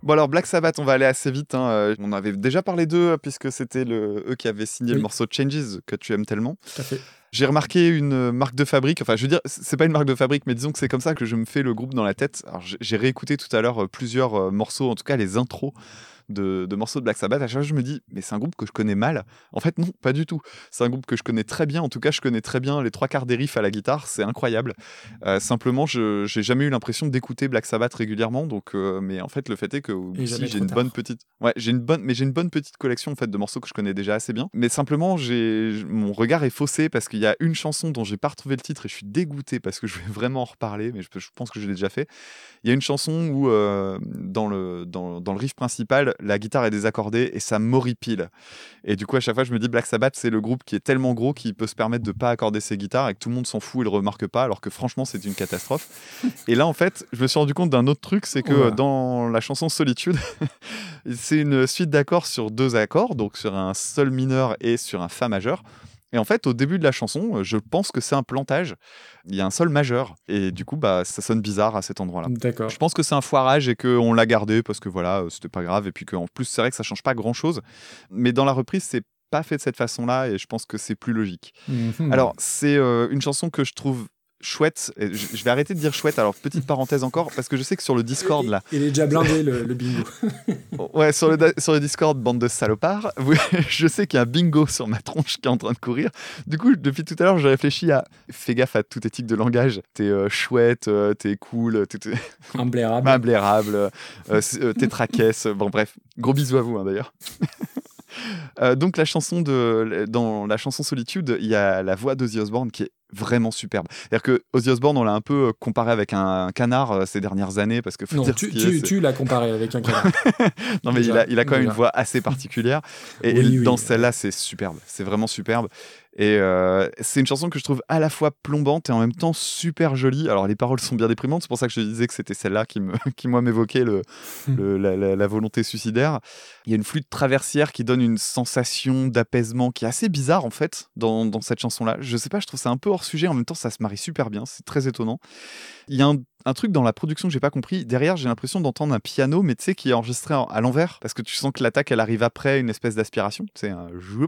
Bon alors Black Sabbath, on va aller assez vite. On avait déjà parlé d'eux puisque c'était eux qui avaient signé le Oui. morceau Changes que tu aimes tellement. Tout à fait. J'ai remarqué une marque de fabrique. Enfin, je veux dire, c'est pas une marque de fabrique, mais disons que c'est comme ça que je me fais le groupe dans la tête. Alors j'ai réécouté tout à l'heure plusieurs morceaux, en tout cas les intros de morceaux de Black Sabbath. À chaque fois, je me dis, mais c'est un groupe que je connais mal. En fait, non, pas du tout. C'est un groupe que je connais très bien. En tout cas, je connais très bien les 3/4 des riffs à la guitare. C'est incroyable. Simplement, j'ai jamais eu l'impression d'écouter Black Sabbath régulièrement. Donc, mais en fait, le fait est que Et jamais si, j'ai trop une tard. bonne petite, ouais, j'ai une bonne petite collection en fait de morceaux que je connais déjà assez bien. Mais simplement, mon regard est faussé parce qu'il y a une chanson dont j'ai pas retrouvé le titre et je suis dégoûté parce que je vais vraiment en reparler. Mais je pense que je l'ai déjà fait. Il y a une chanson où dans le riff principal, la guitare est désaccordée et ça m'horripile. Et du coup, à chaque fois, je me dis Black Sabbath, c'est le groupe qui est tellement gros qu'il peut se permettre de pas accorder ses guitares et que tout le monde s'en fout et le remarque pas, alors que franchement, c'est une catastrophe. Et là, en fait, je me suis rendu compte d'un autre truc, c'est que Oula. dans la chanson Solitude, c'est une suite d'accords sur 2 accords, donc sur un sol mineur et sur un fa majeur. Et en fait, au début de la chanson, je pense que c'est un plantage. Il y a un sol majeur. Et du coup, bah, ça sonne bizarre à cet endroit-là. D'accord. Je pense que c'est un foirage et qu'on l'a gardé parce que voilà, c'était pas grave. Et puis qu'en plus, c'est vrai que ça change pas grand-chose. Mais dans la reprise, c'est pas fait de cette façon-là et je pense que c'est plus logique. Mhm. Alors, c'est une chanson que je trouve chouette. Et je vais arrêter de dire chouette. Alors, petite parenthèse encore, parce que je sais que sur le Discord, là, Il est déjà blindé, le bingo. ouais, sur le Discord, bande de salopards, je sais qu'il y a un bingo sur ma tronche qui est en train de courir. Du coup, depuis tout à l'heure, j'ai réfléchi à fais gaffe à toute éthique de langage. T'es chouette, t'es cool, t'es Imblairable. imblairable, t'es traquesse. Bon, bref, gros bisous à vous hein, d'ailleurs. Donc dans la chanson Solitude, il y a la voix d'Ozzy Osbourne qui est vraiment superbe. C'est-à-dire que Ozzy Osbourne, on l'a un peu comparé avec un canard ces dernières années parce que faut Non, dire ce qui est, c'est- tu l'as comparé avec un canard. Non mais Déjà, il a quand même déjà. une voix assez particulière et Oui, dans oui. celle-là c'est superbe, c'est vraiment superbe et c'est une chanson que je trouve à la fois plombante et en même temps super jolie. Alors les paroles sont bien déprimantes, c'est pour ça que je te disais que c'était celle-là qui moi m'évoquait la volonté suicidaire. Il y a une flûte traversière qui donne une sensation d'apaisement qui est assez bizarre en fait dans cette chanson-là. Je sais pas, je trouve ça un peu hors sujet, en même temps ça se marie super bien, c'est très étonnant. Il y a un truc dans la production que j'ai pas compris. Derrière, j'ai l'impression d'entendre un piano, mais tu sais, qui est enregistré à l'envers, parce que tu sens que l'attaque, elle arrive après une espèce d'aspiration, tu sais, un joup,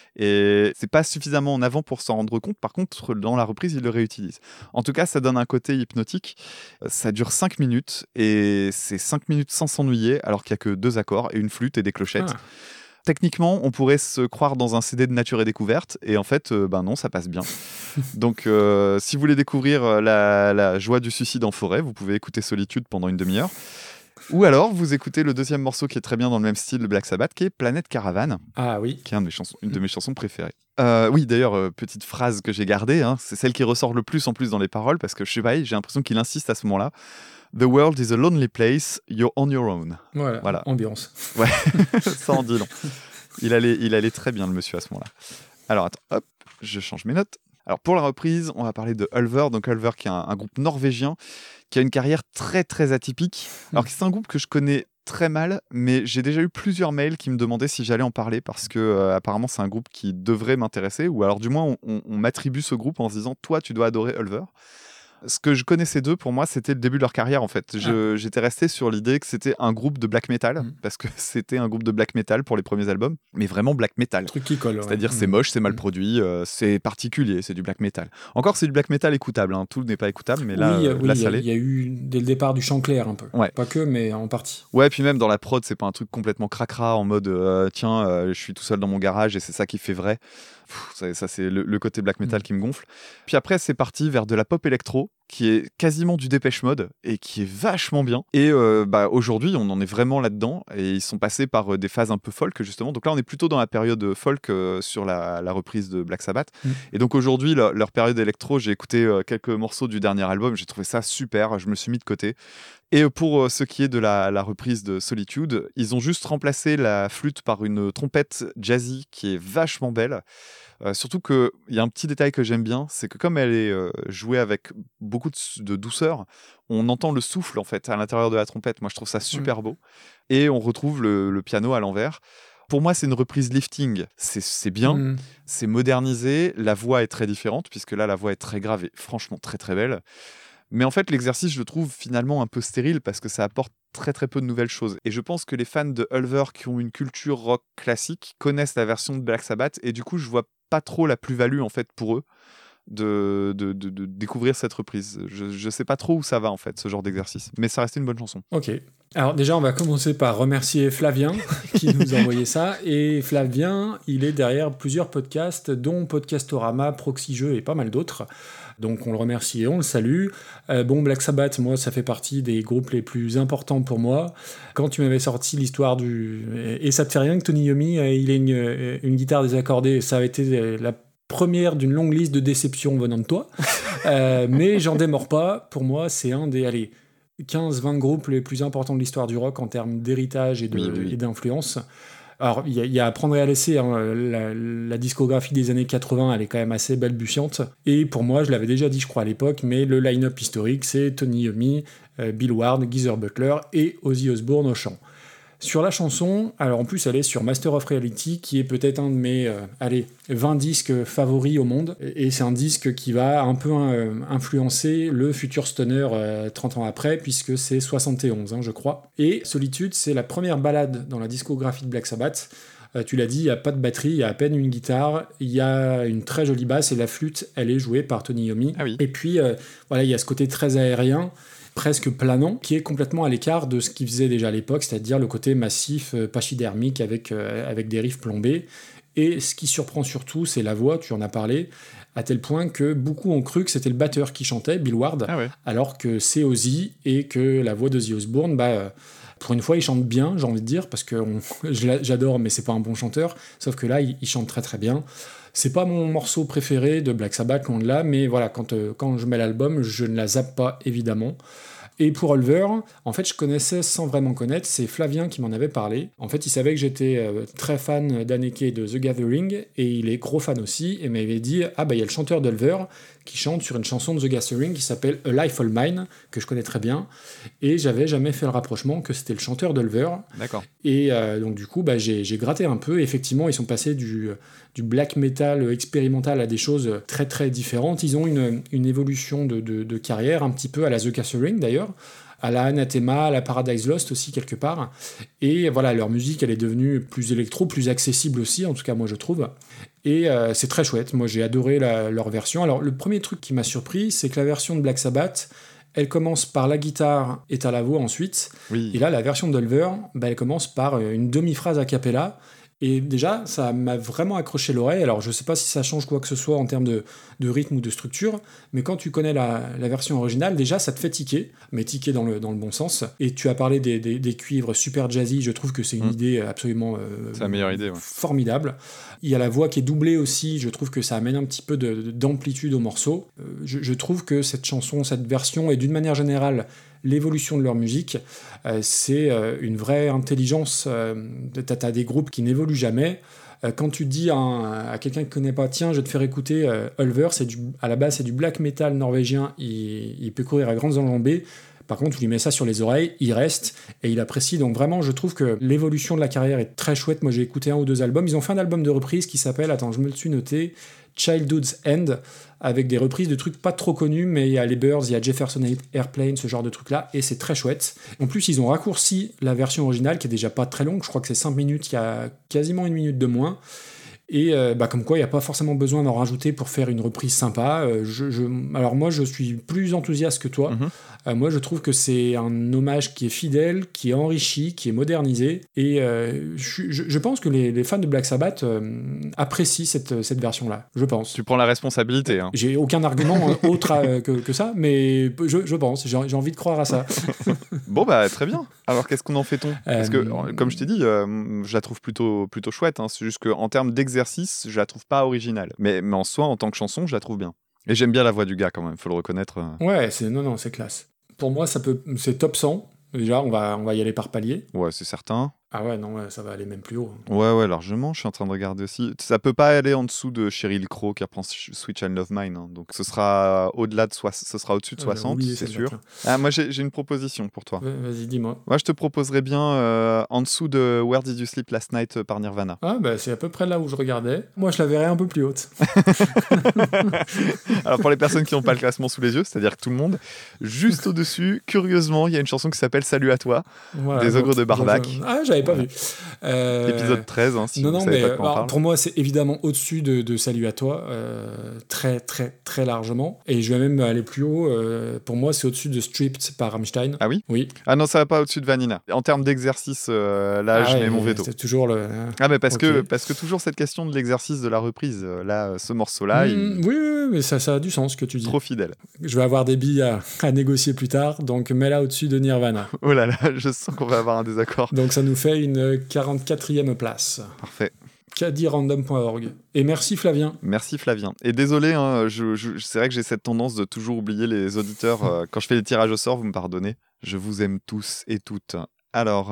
et c'est pas suffisamment en avant pour s'en rendre compte. Par contre, dans la reprise, ils le réutilisent. En tout cas, ça donne un côté hypnotique. Ça dure 5 minutes, et c'est 5 minutes sans s'ennuyer, alors qu'il y a que 2 accords, et une flûte et des clochettes. Ah. Techniquement, on pourrait se croire dans un CD de Nature et Découverte, et en fait, ben non, ça passe bien. Donc, si vous voulez découvrir la joie du suicide en forêt, vous pouvez écouter Solitude pendant une demi-heure. Ou alors, vous écoutez le deuxième morceau qui est très bien dans le même style de Black Sabbath, qui est Planète Caravane, Ah oui. qui est une de mes chansons préférées. Oui, d'ailleurs, petite phrase que j'ai gardée, hein, c'est celle qui ressort le plus en plus dans les paroles, parce que je sais pas, j'ai l'impression qu'il insiste à ce moment-là. The world is a lonely place, you're on your own. Voilà. Ambiance. Ouais, ça en dit long. Il allait très bien, le monsieur, à ce moment-là. Alors, attends, hop, je change mes notes. Alors, pour la reprise, on va parler de Ulver. Donc, Ulver, qui est un groupe norvégien, qui a une carrière très, très atypique. Alors, c'est un groupe que je connais très mal, mais j'ai déjà eu plusieurs mails qui me demandaient si j'allais en parler, parce que apparemment, c'est un groupe qui devrait m'intéresser, ou alors, du moins, on m'attribue ce groupe en se disant, toi, tu dois adorer Ulver. Ce que je connaissais d'eux, pour moi, c'était le début de leur carrière, en fait. J'étais resté sur l'idée que c'était un groupe de black metal, parce que c'était un groupe de black metal pour les premiers albums, mais vraiment black metal. Truc qui colle. ouais. C'est-à-dire, c'est moche, c'est mal produit, c'est particulier, c'est du black metal. Encore, c'est du black metal écoutable, hein. Tout n'est pas écoutable, mais là, Oui, là il ça l'est. y a eu dès le départ du chant clair un peu. Ouais. Pas que, mais en partie. Ouais, puis même dans la prod, c'est pas un truc complètement cracra en mode tiens, je suis tout seul dans mon garage et c'est ça qui fait vrai. Ça c'est le côté black metal qui me gonfle. Puis après, c'est parti vers de la pop électro qui est quasiment du Dépêche Mode et qui est vachement bien. Et aujourd'hui, on en est vraiment là-dedans et ils sont passés par des phases un peu folk justement. Donc là, on est plutôt dans la période folk sur la reprise de Black Sabbath. Et donc aujourd'hui, leur période électro, j'ai écouté quelques morceaux du dernier album, j'ai trouvé ça super, je me suis mis de côté. Et pour ce qui est de la reprise de Solitude, ils ont juste remplacé la flûte par une trompette jazzy qui est vachement belle. Surtout qu'il y a un petit détail que j'aime bien, c'est que comme elle est jouée avec beaucoup de douceur, on entend le souffle en fait à l'intérieur de la trompette. Moi, je trouve ça super beau. Et on retrouve le piano à l'envers. Pour moi, c'est une reprise lifting. C'est bien, c'est modernisé. La voix est très différente, puisque là, la voix est très grave et franchement très très belle. Mais en fait, l'exercice, je le trouve finalement un peu stérile parce que ça apporte très très peu de nouvelles choses. Et je pense que les fans de Ulver qui ont une culture rock classique connaissent la version de Black Sabbath et du coup, je vois pas trop la plus-value en fait pour eux de découvrir cette reprise. Je sais pas trop où ça va en fait, ce genre d'exercice. Mais ça restait une bonne chanson. Ok. Alors déjà, on va commencer par remercier Flavien qui nous a envoyé ça. Et Flavien, il est derrière plusieurs podcasts, dont Podcastorama, Proxy Jeux et pas mal d'autres. Donc on le remercie et on le salue. Bon, Black Sabbath, moi, ça fait partie des groupes les plus importants pour moi. Quand tu m'avais sorti l'histoire du... Et ça te fait rien que Tony Iommi, il ait une guitare désaccordée, ça a été la première d'une longue liste de déceptions venant de toi. Mais j'en démords pas. Pour moi, c'est un des... Allez, 15-20 groupes les plus importants de l'histoire du rock en termes d'héritage et d'influence. Alors, il y a à prendre et à laisser. Hein. La discographie des années 80, elle est quand même assez balbutiante. Et pour moi, je l'avais déjà dit, je crois, à l'époque, mais le line-up historique, c'est Tony Iommi, Bill Ward, Geezer Butler et Ozzy Osbourne au chant. Sur la chanson, alors en plus elle est sur Master of Reality, qui est peut-être un de mes 20 disques favoris au monde, et c'est un disque qui va un peu influencer le futur stoner 30 ans après, puisque c'est 71, je crois. Et Solitude, c'est la première ballade dans la discographie de Black Sabbath. Tu l'as dit, il n'y a pas de batterie, il y a à peine une guitare, il y a une très jolie basse, et la flûte, elle est jouée par Tony Iommi. Ah oui. Et puis, voilà, il y a ce côté très aérien, presque planant, qui est complètement à l'écart de ce qu'il faisait déjà à l'époque, c'est-à-dire le côté massif, pachydermique, avec des riffs plombés. Et ce qui surprend surtout, c'est la voix, tu en as parlé, à tel point que beaucoup ont cru que c'était le batteur qui chantait, Bill Ward, alors que c'est Ozzy, et que la voix d'Ozzy Osbourne, pour une fois, il chante bien, j'ai envie de dire, parce que j'adore, mais c'est pas un bon chanteur, sauf que là, il chante très très bien. C'est pas mon morceau préféré de Black Sabbath, loin de là, mais voilà, quand je mets l'album, je ne la zappe pas, évidemment. Et pour Ulver, en fait, je connaissais sans vraiment connaître, c'est Flavien qui m'en avait parlé. En fait, il savait que j'étais très fan d'Anneke et de The Gathering, et il est gros fan aussi, et m'avait dit « Ah bah il y a le chanteur d'Ulver qui chante sur une chanson de The Gathering qui s'appelle A Life All Mine, que je connais très bien, et j'avais jamais fait le rapprochement que c'était le chanteur d'Ulver. » D'accord. Et donc du coup, j'ai gratté un peu, et effectivement, ils sont passés du black metal expérimental à des choses très très différentes. Ils ont une évolution de carrière, un petit peu à la The Gathering d'ailleurs, à la Anathema, à la Paradise Lost aussi quelque part. Et voilà, leur musique, elle est devenue plus électro, plus accessible aussi, en tout cas moi je trouve. Et c'est très chouette, moi j'ai adoré leur version. Alors le premier truc qui m'a surpris, c'est que la version de Black Sabbath, elle commence par la guitare et t'as la voix ensuite. Oui. Et là, la version d'Ulver, elle commence par une demi-phrase a cappella. Et déjà, ça m'a vraiment accroché l'oreille. Alors, je sais pas si ça change quoi que ce soit en termes de rythme ou de structure, mais quand tu connais la version originale, déjà, ça te fait tiquer, mais tiquer dans le bon sens. Et tu as parlé des cuivres super jazzy, je trouve que c'est une idée absolument C'est la meilleure idée, ouais. formidable. Il y a la voix qui est doublée aussi, je trouve que ça amène un petit peu d'amplitude au morceau. Je trouve que cette chanson, cette version, et d'une manière générale, l'évolution de leur musique, c'est une vraie intelligence. T'as des groupes qui n'évoluent jamais. Quand tu dis à quelqu'un qui ne connaît pas, tiens, je vais te faire écouter Ulver, à la base c'est du black metal norvégien, il peut courir à grandes enjambées. Par contre, tu lui mets ça sur les oreilles, il reste et il apprécie. Donc vraiment, je trouve que l'évolution de la carrière est très chouette. Moi, j'ai écouté 1 ou 2 albums. Ils ont fait un album de reprise qui s'appelle, attends, je me le suis noté, Childhood's End, avec des reprises de trucs pas trop connus, mais il y a les Birds, il y a Jefferson Airplane, ce genre de trucs-là, et c'est très chouette. En plus, ils ont raccourci la version originale, qui est déjà pas très longue, je crois que c'est 5 minutes, il y a quasiment 1 minute de moins. Et comme quoi, il n'y a pas forcément besoin d'en rajouter pour faire une reprise sympa. Alors moi, je suis plus enthousiaste que toi. Moi, je trouve que c'est un hommage qui est fidèle, qui est enrichi, qui est modernisé. Et je pense que les fans de Black Sabbath apprécient cette version-là, je pense. Tu prends la responsabilité. Hein. J'ai aucun argument autre que ça, mais je pense, j'ai envie de croire à ça. Bon, bah très bien. Alors, qu'est-ce qu'on en fait-on Parce que, comme je t'ai dit, je la trouve plutôt chouette. Hein. C'est juste qu'en termes d'exercice, je la trouve pas originale. Mais en soi, en tant que chanson, je la trouve bien. Et j'aime bien la voix du gars quand même, faut le reconnaître. Ouais, c'est classe. Pour moi, c'est top 100. Déjà, on va y aller par palier. Ouais, c'est certain. Ah ouais, non, ouais, ça va aller même plus haut. Ouais, largement. Je suis en train de regarder aussi. Ça peut pas aller en dessous de Sheryl Crow qui apprend Sweet Child of Mine. Hein. Donc ce sera au-delà de ce sera au-dessus de 60, oublié c'est celle-là, sûr. Ah, moi j'ai une proposition pour toi. Vas-y, dis-moi. Moi je te proposerais bien en dessous de Where Did You Sleep Last Night par Nirvana. Ah, bah c'est à peu près là où je regardais. Moi, je la verrais un peu plus haute. Alors pour les personnes qui n'ont pas le classement sous les yeux, c'est-à-dire que tout le monde, juste au-dessus, curieusement, il y a une chanson qui s'appelle Salut à toi, Voilà, des ogres de Barbac. Ah, j'avais pas Voilà. vu. Épisode 13, hein, si non, vous non, savez mais pas de quoi on parle. pour moi, c'est évidemment au-dessus de Salut à toi, très, très, très largement. Et je vais même aller plus haut. Pour moi, c'est au-dessus de Stripped par Rammstein. Ah oui? Oui. Ah non, ça va pas au-dessus de Vanilla. En termes d'exercice, là, je ouais, mets mon veto. C'est toujours le. Ah mais parce Ok. que toujours cette question de l'exercice de la reprise, là, ce morceau-là, Oui, mais ça a du sens ce que tu est dis. trop fidèle. Je vais avoir des billes à négocier plus tard, donc mets-la au-dessus de Nirvana. Oh là là, je sens qu'on va avoir un désaccord. Donc ça nous fait une 44e place. Parfait. Cadirandom.org. Et merci Flavien. Merci Flavien. Et désolé, hein, c'est vrai que j'ai cette tendance de toujours oublier les auditeurs. Quand je fais les tirages au sort, vous me pardonnez. Je vous aime tous et toutes. Alors,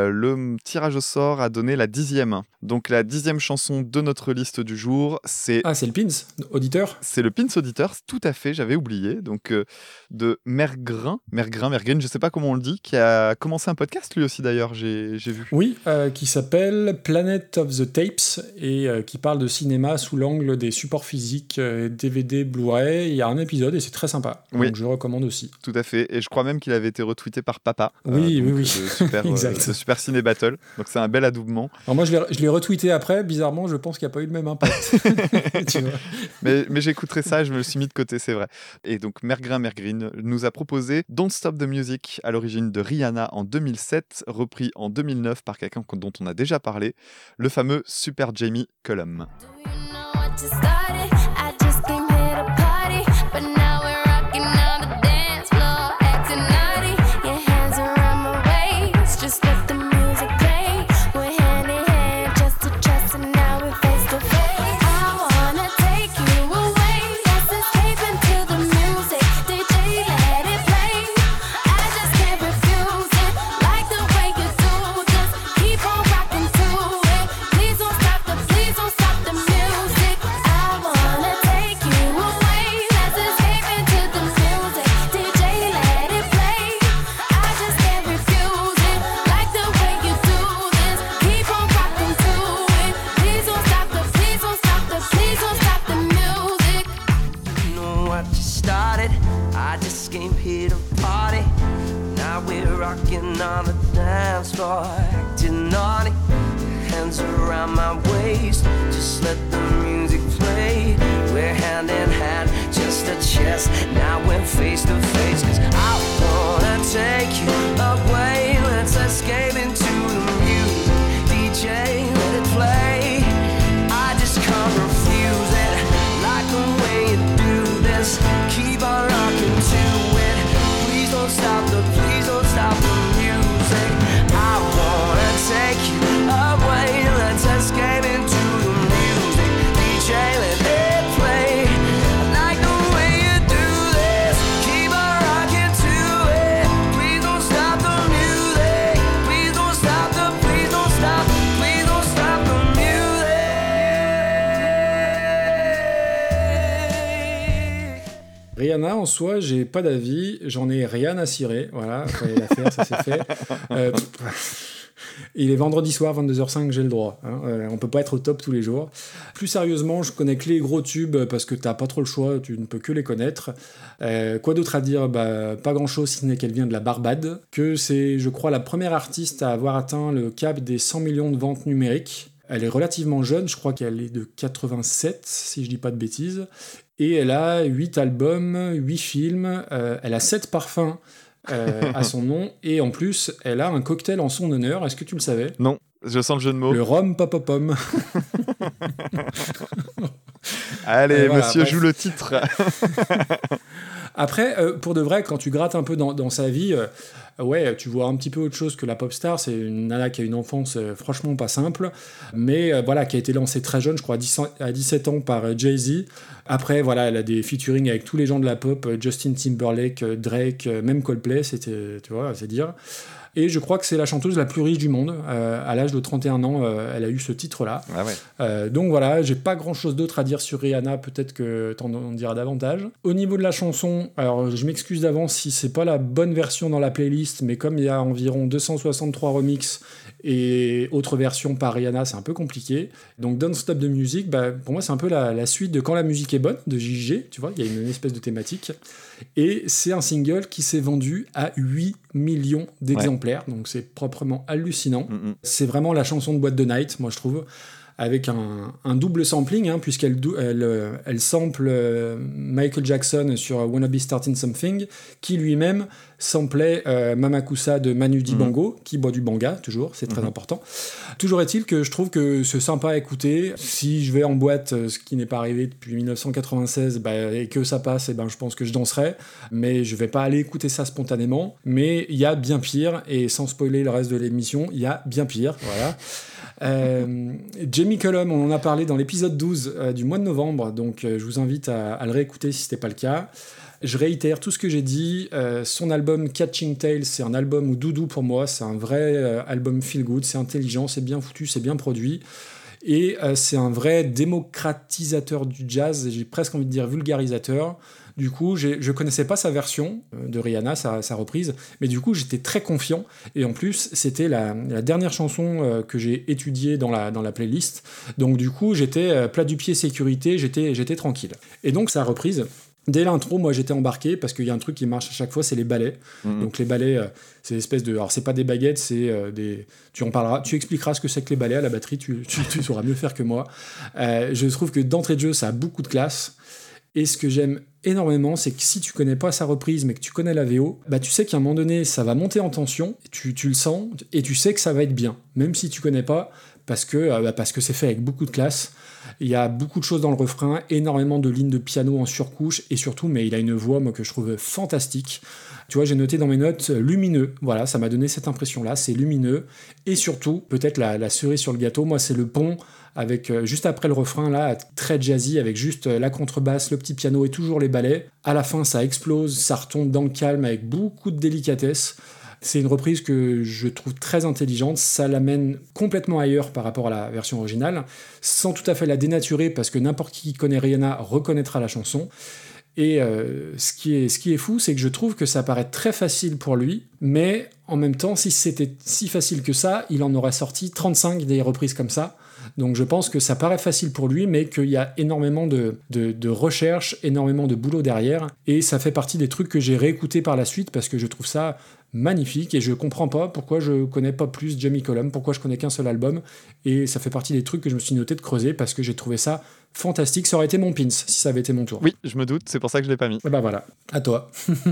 le tirage au sort a donné la 10e. Donc, la 10e chanson de notre liste du jour, c'est Ah, c'est le Pins, auditeur. c'est le Pins Auditeur, tout à fait, j'avais oublié. Donc, de Mergrin, je sais pas comment on le dit, qui a commencé un podcast lui aussi d'ailleurs, j'ai vu. Oui, qui s'appelle Planet of the Tapes et qui parle de cinéma sous l'angle des supports physiques, DVD, Blu-ray. Il y a un épisode et c'est très sympa. Oui. Donc je recommande aussi. Tout à fait. Et je crois même qu'il avait été retweeté par Papa. Oui, donc, oui. Exact. de Super Ciné Battle. Donc, c'est un bel adoubement. Alors moi, je l'ai retweeté après. Bizarrement, je pense qu'il n'y a pas eu le même impact. Tu vois. Mais j'écouterai ça et je me le suis mis de côté, c'est vrai. Et donc, Mergreen nous a proposé Don't Stop the Music, à l'origine de Rihanna en 2007, repris en 2009 par quelqu'un dont on a déjà parlé, le fameux Super Jamie Cullum. Do you know what just started? I just came here to party, but now we're rocking on the dance floor, acting naughty. Your hands around my waist, just let the music play. We're hand in hand, chest to chest, and now we're face to face. I wanna take you away, let's escape into the music. DJ, let it play. I just can't refuse it, like the way you do. Just keep on rocking to it. Please don't stop the music. I wanna take you away. Let's escape into the music. DJ, let it play. I just can't refuse it. Like the way you do this. Keep on rocking to it. Please don't stop the music. You know what just started? I just came here to party. Now we're rocking on the dance floor, acting naughty. Hands around my waist, just let the music play. We're hand in hand, chest to chest. Now we're face to face. 'Cause I wanna take you away. Let's escape into the music. DJ, let it play. I just can't refuse it. Like the way you do this. Keep on rocking to it. Please don't stop the music. I wanna take you away. Let's escape into the music. DJ, let it play. I like the way you do this. Keep on rocking to it. Please don't stop the music. Please don't stop the music. Rihanna, en soi, j'ai pas d'avis, j'en ai rien à cirer, voilà, fallait la faire, ça c'est fait. Il est vendredi soir, 22h05, j'ai le droit. Hein. On peut pas être au top tous les jours. Plus sérieusement, je connais que les gros tubes parce que t'as pas trop le choix, tu ne peux que les connaître. Quoi d'autre à dire? Pas grand-chose, si ce n'est qu'elle vient de la Barbade, que c'est, je crois, la première artiste à avoir atteint le cap des 100 millions de ventes numériques. Elle est relativement jeune, je crois qu'elle est de 87, si je dis pas de bêtises. Et elle a 8 albums, 8 films, elle a 7 parfums à son nom, et en plus, elle a un cocktail en son honneur. Est-ce que tu le savais? Non, je sens le jeu de mots. Le rhum popopom. Allez, voilà, monsieur bref. joue le titre. Après, pour de vrai, quand tu grattes un peu dans sa vie, ouais, tu vois un petit peu autre chose que la pop star. C'est une nana qui a une enfance franchement pas simple, mais voilà, qui a été lancée très jeune, je crois à 17 ans par Jay-Z. Après, voilà, elle a des featuring avec tous les gens de la pop, Justin Timberlake, Drake, même Coldplay, c'était, tu vois, c'est dire. Et je crois que c'est la chanteuse la plus riche du monde. À l'âge de 31 ans, elle a eu ce titre-là. Ah ouais. Donc voilà, j'ai pas grand-chose d'autre à dire sur Rihanna, peut-être que t'en en diras davantage. Au niveau de la chanson, alors je m'excuse d'avance si c'est pas la bonne version dans la playlist, mais comme il y a environ 263 remixes et autres versions par Rihanna, c'est un peu compliqué. Donc Don't Stop the Music, pour moi c'est un peu la suite de Quand la musique est bonne, de JG, tu vois, il y a une espèce de thématique. Et c'est un single qui s'est vendu à 8 millions d'exemplaires, donc c'est proprement hallucinant. C'est vraiment la chanson de boîte de night, moi je trouve, avec un double sampling, hein, puisqu'elle elle sample Michael Jackson sur Wanna Be Starting Something, qui lui-même samplait Mamakusa de Manu Dibango, qui boit du banga, toujours, c'est très important. Toujours est-il que je trouve que c'est sympa à écouter. Si je vais en boîte, ce qui n'est pas arrivé depuis 1996, et que ça passe, je pense que je danserai, mais je vais pas aller écouter ça spontanément. Mais il y a bien pire, et sans spoiler le reste de l'émission, il y a bien pire, voilà. Jamie Cullum, on en a parlé dans l'épisode 12 du mois de novembre, donc je vous invite à le réécouter si ce n'était pas le cas. Je réitère tout ce que j'ai dit. Son album Catching Tales, c'est un album où doudou pour moi, c'est un vrai album feel good, c'est intelligent, c'est bien foutu, c'est bien produit. Et c'est un vrai démocratisateur du jazz, j'ai presque envie de dire vulgarisateur. Du coup, je connaissais pas sa version de Rihanna, sa reprise, mais du coup, j'étais très confiant. Et en plus, c'était la dernière chanson que j'ai étudiée dans la playlist. Donc du coup, j'étais plat du pied sécurité, j'étais tranquille. Et donc, sa reprise... Dès l'intro, moi j'étais embarqué parce qu'il y a un truc qui marche à chaque fois, c'est les ballets. Donc les ballets, c'est l'espèce de... Alors c'est pas des baguettes, c'est des... Tu en parleras, tu expliqueras ce que c'est que les ballets à la batterie, tu sauras mieux faire que moi. Je trouve que d'entrée de jeu, ça a beaucoup de classe. Et ce que j'aime énormément, c'est que si tu connais pas sa reprise, mais que tu connais la VO, tu sais qu'à un moment donné, ça va monter en tension, tu le sens, et tu sais que ça va être bien, même si tu connais pas, parce que c'est fait avec beaucoup de classe. Il y a beaucoup de choses dans le refrain, énormément de lignes de piano en surcouche, et surtout, mais il a une voix, moi, que je trouve fantastique. Tu vois, j'ai noté dans mes notes lumineux. Voilà, ça m'a donné cette impression-là, c'est lumineux. Et surtout, peut-être la cerise sur le gâteau, moi, c'est le pont avec juste après le refrain, là, très jazzy, avec juste la contrebasse, le petit piano et toujours les ballets. À la fin, ça explose, ça retombe dans le calme avec beaucoup de délicatesse. C'est une reprise que je trouve très intelligente, ça l'amène complètement ailleurs par rapport à la version originale, sans tout à fait la dénaturer, parce que n'importe qui connaît Rihanna reconnaîtra la chanson. Et ce qui est fou, c'est que je trouve que ça paraît très facile pour lui, mais en même temps, si c'était si facile que ça, il en aurait sorti 35 des reprises comme ça. Donc je pense que ça paraît facile pour lui, mais qu'il y a énormément de recherche, énormément de boulot derrière, et ça fait partie des trucs que j'ai réécoutés par la suite, parce que je trouve ça magnifique, et je comprends pas pourquoi je connais pas plus Jamie Cullum, pourquoi je connais qu'un seul album, et ça fait partie des trucs que je me suis noté de creuser, parce que j'ai trouvé ça fantastique. Ça aurait été mon pins, si ça avait été mon tour. Oui, je me doute, c'est pour ça que je l'ai pas mis. Et voilà, à toi.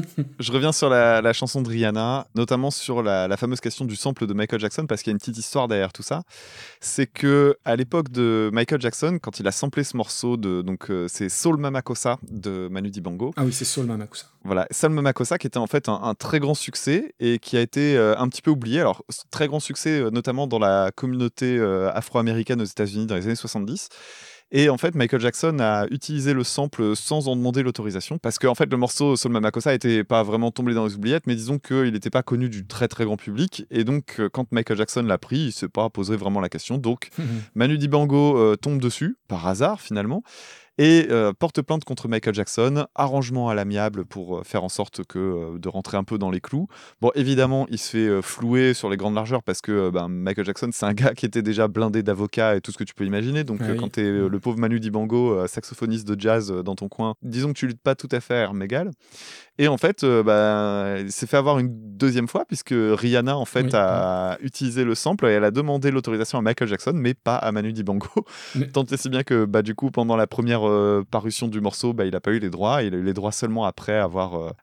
Je reviens sur la chanson de Rihanna, notamment sur la fameuse question du sample de Michael Jackson, parce qu'il y a une petite histoire derrière tout ça. C'est que à l'époque de Michael Jackson, quand il a samplé ce morceau c'est Soul Mama Kossa de Manu Dibango. Ah oui, c'est Soul Mama Kossa. Voilà, Soul Mama Kossa qui était en fait un très grand succès et qui a été un petit peu oublié. Alors, très grand succès notamment dans la communauté afro-américaine aux États-Unis dans les années 70. Et en fait, Michael Jackson a utilisé le sample sans en demander l'autorisation, parce que en fait, le morceau Soul Mama Kossa n'était pas vraiment tombé dans les oubliettes, mais disons qu'il n'était pas connu du très très grand public. Et donc, quand Michael Jackson l'a pris, il ne s'est pas posé vraiment la question. Donc, Manu Dibango tombe dessus, par hasard finalement, et porte plainte contre Michael Jackson, arrangement à l'amiable pour faire en sorte de rentrer un peu dans les clous. Bon, évidemment, il se fait flouer sur les grandes largeurs parce que Michael Jackson, c'est un gars qui était déjà blindé d'avocats et tout ce que tu peux imaginer. Donc, quand t'es le pauvre Manu Dibango, saxophoniste de jazz dans ton coin, disons que tu luttes pas tout à fait à armes égales. Et en fait, il s'est fait avoir une deuxième fois puisque Rihanna en fait a utilisé le sample et elle a demandé l'autorisation à Michael Jackson, mais pas à Manu Dibango. Tant et si bien que du coup, pendant la première parution du morceau, il n'a pas eu les droits. Il a eu les droits seulement après avoir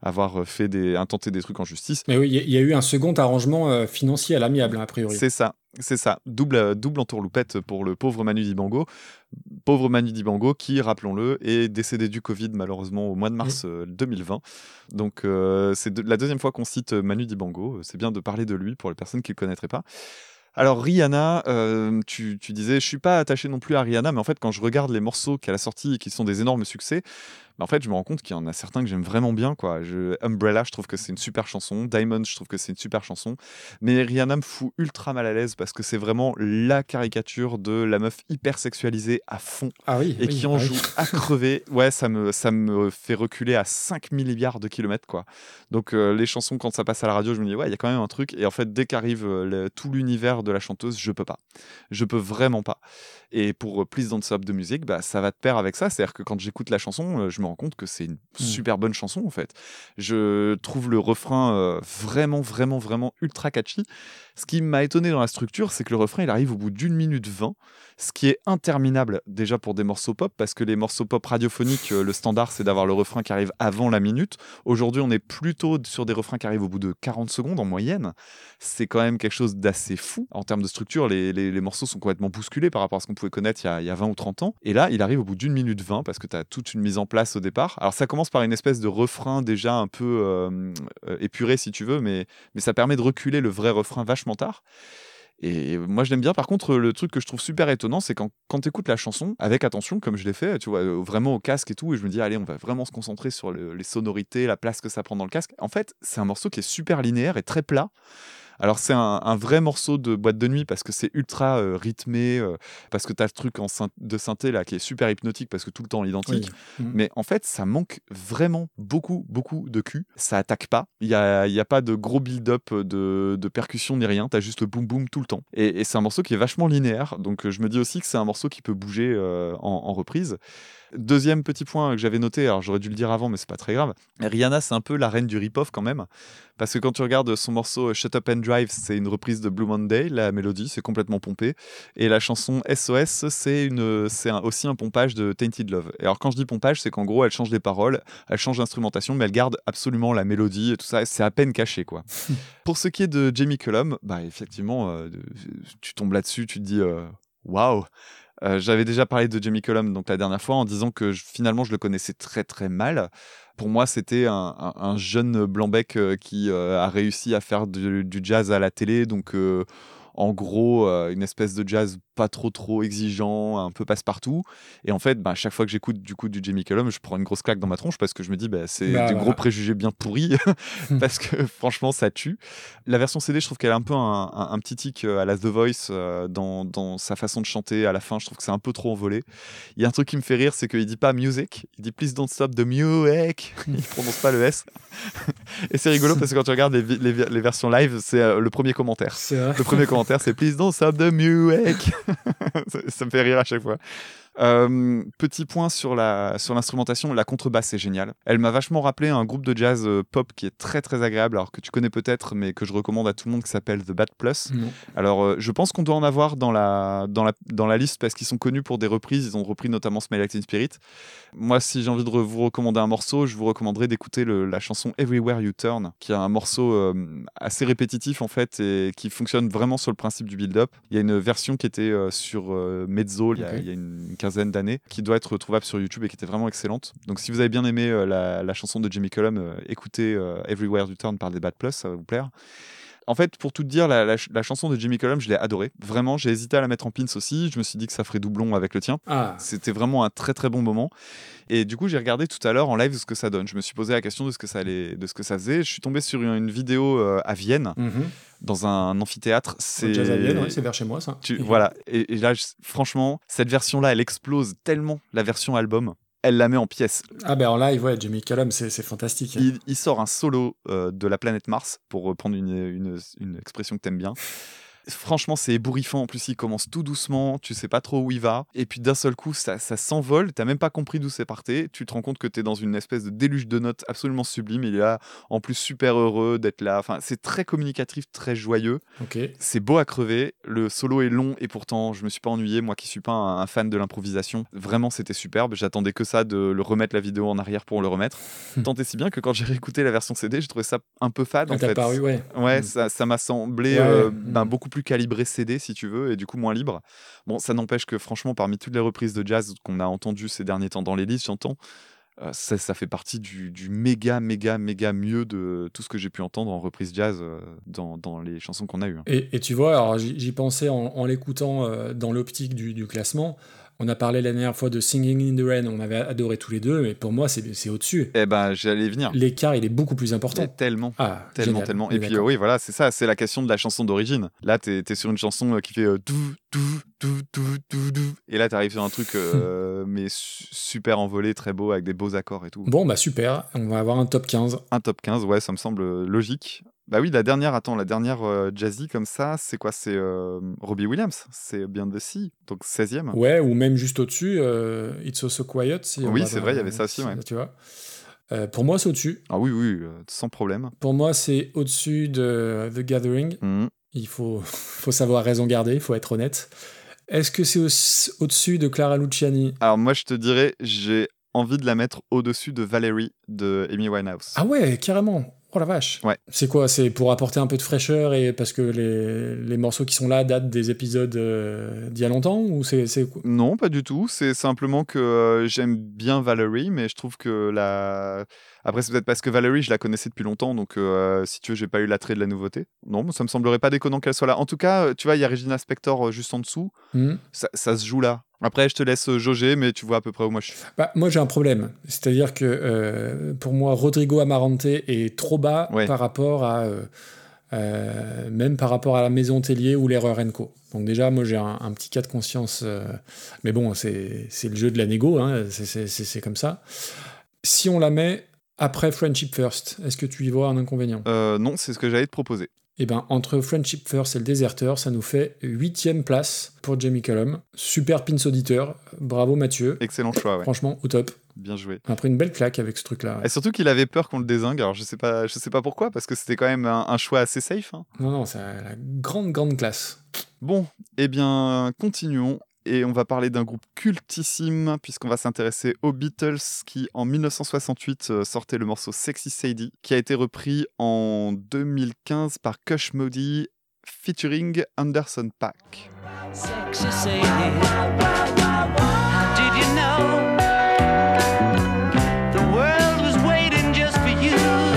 intenté des trucs en justice. Mais oui, il y a eu un second arrangement financier à l'amiable, a priori. C'est ça. Double entourloupette pour le pauvre Manu Dibango. Pauvre Manu Dibango qui, rappelons-le, est décédé du Covid malheureusement au mois de mars 2020. Donc c'est la deuxième fois qu'on cite Manu Dibango. C'est bien de parler de lui pour les personnes qui ne le connaîtraient pas. Alors Rihanna, tu disais, je suis pas attaché non plus à Rihanna, mais en fait quand je regarde les morceaux qu'elle a sortis et qui sont des énormes succès, en fait, je me rends compte qu'il y en a certains que j'aime vraiment bien, quoi. Umbrella, je trouve que c'est une super chanson. Diamond, je trouve que c'est une super chanson. Mais Rihanna me fout ultra mal à l'aise parce que c'est vraiment la caricature de la meuf hyper sexualisée à fond Ah oui, et oui, qui en ah oui. joue à crever. Ouais, ça me fait reculer à 5 milliards de kilomètres, quoi. Donc, les chansons, quand ça passe à la radio, je me dis, ouais, il y a quand même un truc. Et en fait, dès qu'arrive tout l'univers de la chanteuse, je peux pas. Je peux vraiment pas. Et pour Please Don't Stop de musique, bah, ça va de pair avec ça. C'est-à-dire que quand j'écoute la chanson, je me rends compte que c'est une super bonne chanson, en fait. Je trouve le refrain vraiment, vraiment, vraiment ultra catchy. Ce qui m'a étonné dans la structure, c'est que le refrain, il arrive au bout d'1 minute 20, ce qui est interminable déjà pour des morceaux pop, parce que les morceaux pop radiophoniques, le standard, c'est d'avoir le refrain qui arrive avant la minute. Aujourd'hui, on est plutôt sur des refrains qui arrivent au bout de 40 secondes en moyenne. C'est quand même quelque chose d'assez fou. En termes de structure, les morceaux sont complètement bousculés par rapport à ce qu'on pouvait connaître il y a 20 ou 30 ans. Et là, il arrive au bout d'1 minute 20, parce que tu as toute une mise en place au départ. Alors, ça commence par une espèce de refrain déjà un peu épuré, si tu veux, mais ça permet de reculer le vrai refrain vachement tard. Et moi, je l'aime bien. Par contre, le truc que je trouve super étonnant, c'est quand tu écoutes la chanson avec attention, comme je l'ai fait, tu vois, vraiment au casque et tout, et je me dis, allez, on va vraiment se concentrer sur les sonorités, la place que ça prend dans le casque. En fait, c'est un morceau qui est super linéaire et très plat. Alors, c'est un vrai morceau de boîte de nuit parce que c'est ultra rythmé, parce que tu as le truc de synthé là qui est super hypnotique parce que tout le temps l'identique. Oui. Mais en fait, ça manque vraiment beaucoup, beaucoup de cul. Ça attaque pas. Il y a pas de gros build-up de percussion ni rien. Tu as juste le boum-boum tout le temps. Et c'est un morceau qui est vachement linéaire. Donc, je me dis aussi que c'est un morceau qui peut bouger en reprise. Deuxième petit point que j'avais noté, alors j'aurais dû le dire avant, mais c'est pas très grave. Rihanna, c'est un peu la reine du rip-off quand même. Parce que quand tu regardes son morceau Shut Up and Drive, c'est une reprise de Blue Monday, la mélodie, c'est complètement pompé. Et la chanson SOS, c'est aussi un pompage de Tainted Love. Et alors quand je dis pompage, c'est qu'en gros, elle change les paroles, elle change l'instrumentation, mais elle garde absolument la mélodie et tout ça. C'est à peine caché, quoi. Pour ce qui est de Jamie Cullum, bah effectivement, tu tombes là-dessus, tu te dis waouh. J'avais déjà parlé de Jamie Cullum donc la dernière fois en disant que finalement je le connaissais très très mal. Pour moi, c'était un jeune blanc-bec qui a réussi à faire du jazz à la télé. Donc, en gros, une espèce de jazz pas trop exigeant, un peu passe-partout. Et en fait, chaque fois que j'écoute du Jamie Cullum, je prends une grosse claque dans ma tronche parce que je me dis, c'est des gros préjugés bien pourris parce que franchement, ça tue. La version CD, je trouve qu'elle a un peu un petit tic à la The Voice dans sa façon de chanter à la fin. Je trouve que c'est un peu trop envolé. Il y a un truc qui me fait rire, c'est qu'il dit pas music, il dit please don't stop the music. Il prononce pas le S. Et c'est rigolo parce que quand tu regardes les versions live, c'est le premier commentaire. C'est vrai. Le premier commentaire, c'est please don't stop the music. Ça me fait rire à chaque fois. Petit point sur l'instrumentation, la contrebasse est géniale. Elle m'a vachement rappelé un groupe de jazz pop qui est très très agréable, alors que tu connais peut-être, mais que je recommande à tout le monde, qui s'appelle The Bad Plus. Non. Alors je pense qu'on doit en avoir dans la liste parce qu'ils sont connus pour des reprises. Ils ont repris notamment Smell Like Teen Spirit. Moi, si j'ai envie de vous recommander un morceau, je vous recommanderais d'écouter la chanson Everywhere You Turn, qui est un morceau assez répétitif en fait et qui fonctionne vraiment sur le principe du build-up. Il y a une version qui était sur Mezzo il y a une quinzaine d'années, qui doit être trouvable sur YouTube et qui était vraiment excellente. Donc si vous avez bien aimé la chanson de Jamie Cullum, écoutez Everywhere You Turn par The Bad Plus, ça va vous plaire. En fait, pour tout te dire, la chanson de Jamie Cullum, je l'ai adorée. Vraiment, j'ai hésité à la mettre en pins aussi. Je me suis dit que ça ferait doublon avec le tien. Ah. C'était vraiment un très très bon moment. Et du coup, j'ai regardé tout à l'heure en live ce que ça donne. Je me suis posé la question de ce que ça faisait. Je suis tombé sur une vidéo à Vienne, dans un amphithéâtre. Au Jazz à Vienne, c'est vers chez moi, ça. Voilà. Et là, franchement, cette version-là, elle explose tellement la version album. Elle la met en pièces. Ah ben en live, ouais, Jamie Cullum, c'est fantastique. Il sort un solo de la planète Mars, pour reprendre une expression que t'aimes bien. Franchement, c'est ébouriffant. En plus, il commence tout doucement, tu sais pas trop où il va. Et puis d'un seul coup, ça s'envole. T'as même pas compris d'où c'est parti. Tu te rends compte que t'es dans une espèce de déluge de notes absolument sublime. Il est là, en plus, super heureux d'être là. Enfin, c'est très communicatif, très joyeux. Okay. C'est beau à crever. Le solo est long et pourtant, je me suis pas ennuyé. Moi qui suis pas un fan de l'improvisation, vraiment, c'était superbe. J'attendais que ça, de le remettre la vidéo en arrière pour le remettre. Tant et si bien que quand j'ai réécouté la version CD, j'ai trouvé ça un peu fade. En fait. Paru, ouais. Ouais, ça m'a semblé beaucoup plus calibré CD si tu veux et du coup moins libre. Bon, ça n'empêche que franchement parmi toutes les reprises de jazz qu'on a entendues ces derniers temps dans les listes, j'entends ça fait partie du méga mieux de tout ce que j'ai pu entendre en reprise jazz dans les chansons qu'on a eues. Et tu vois, alors j'y pensais en l'écoutant dans l'optique du classement. On a parlé la dernière fois de Singing in the Rain, on avait adoré tous les deux, mais pour moi, c'est au-dessus. Eh ben, j'allais venir. L'écart, il est beaucoup plus Mais important. tellement. Ah, Tellement, génial. tellement. On est Et puis, d'accord. oui, voilà, c'est ça, c'est la question de la chanson d'origine. Là, t'es sur une chanson qui fait dou, dou, dou, dou, dou, dou. Et là, t'arrives sur un truc, mais super envolé, très beau, avec des beaux accords et tout. Bon, bah super, on va avoir un top 15. Un top 15, ouais, ça me semble logique. Bah oui, la dernière jazzy comme ça, c'est quoi? C'est Robbie Williams, c'est Beyond the Sea, donc 16e. Ouais, ou même juste au-dessus, It's So So Quiet. Si on Oui, va c'est vrai, il y avait ça aussi, ouais. Tu vois. Pour moi, c'est au-dessus. Ah oui, oui, sans problème. Pour moi, c'est au-dessus de The Gathering. Mhm. Il faut savoir raison garder, il faut être honnête. Est-ce que c'est au-dessus de Clara Luciani? Alors moi, je te dirais, j'ai envie de la mettre au-dessus de Valerie de Amy Winehouse. Ah ouais, carrément. Oh la vache. Ouais. C'est quoi? C'est pour apporter un peu de fraîcheur et parce que les morceaux qui sont là datent des épisodes d'il y a longtemps ou c'est quoi? Non, pas du tout. C'est simplement que j'aime bien Valerie, mais je trouve que Après, c'est peut-être parce que Valerie, je la connaissais depuis longtemps, donc si tu veux, j'ai pas eu l'attrait de la nouveauté. Non, mais ça me semblerait pas déconnant qu'elle soit là. En tout cas, tu vois, il y a Regina Spektor juste en dessous. Hmm. Ça se joue là. Après, je te laisse jauger, mais tu vois à peu près où moi je suis. Bah, moi j'ai un problème, c'est-à-dire que pour moi Rodrigo Amarante est trop bas Ouais. par rapport à même par rapport à la Maison Tellier ou l'Erreur Co. Donc déjà moi j'ai un petit cas de conscience, mais bon c'est le jeu de la négo, hein, c'est comme ça. Si on la met après Friendship First, est-ce que tu y vois un inconvénient? Non, c'est ce que j'allais te proposer. Eh ben, entre Friendship First et le Déserteur, ça nous fait 8e place pour Jamie Cullum. Super pins auditeur, bravo Mathieu. Excellent choix, ouais. Franchement, au top. Bien joué. On a pris une belle claque avec ce truc-là. Et surtout qu'il avait peur qu'on le dézingue. Alors je sais pas pourquoi, parce que c'était quand même un choix assez safe. Hein. Non, c'est la grande classe. Bon, eh bien, continuons. Et on va parler d'un groupe cultissime, puisqu'on va s'intéresser aux Beatles, qui en 1968 sortait le morceau Sexy Sadie, qui a été repris en 2015 par Kush Moody, featuring Anderson .Paak. Sexy Sadie, how did you know the world was waiting just for you?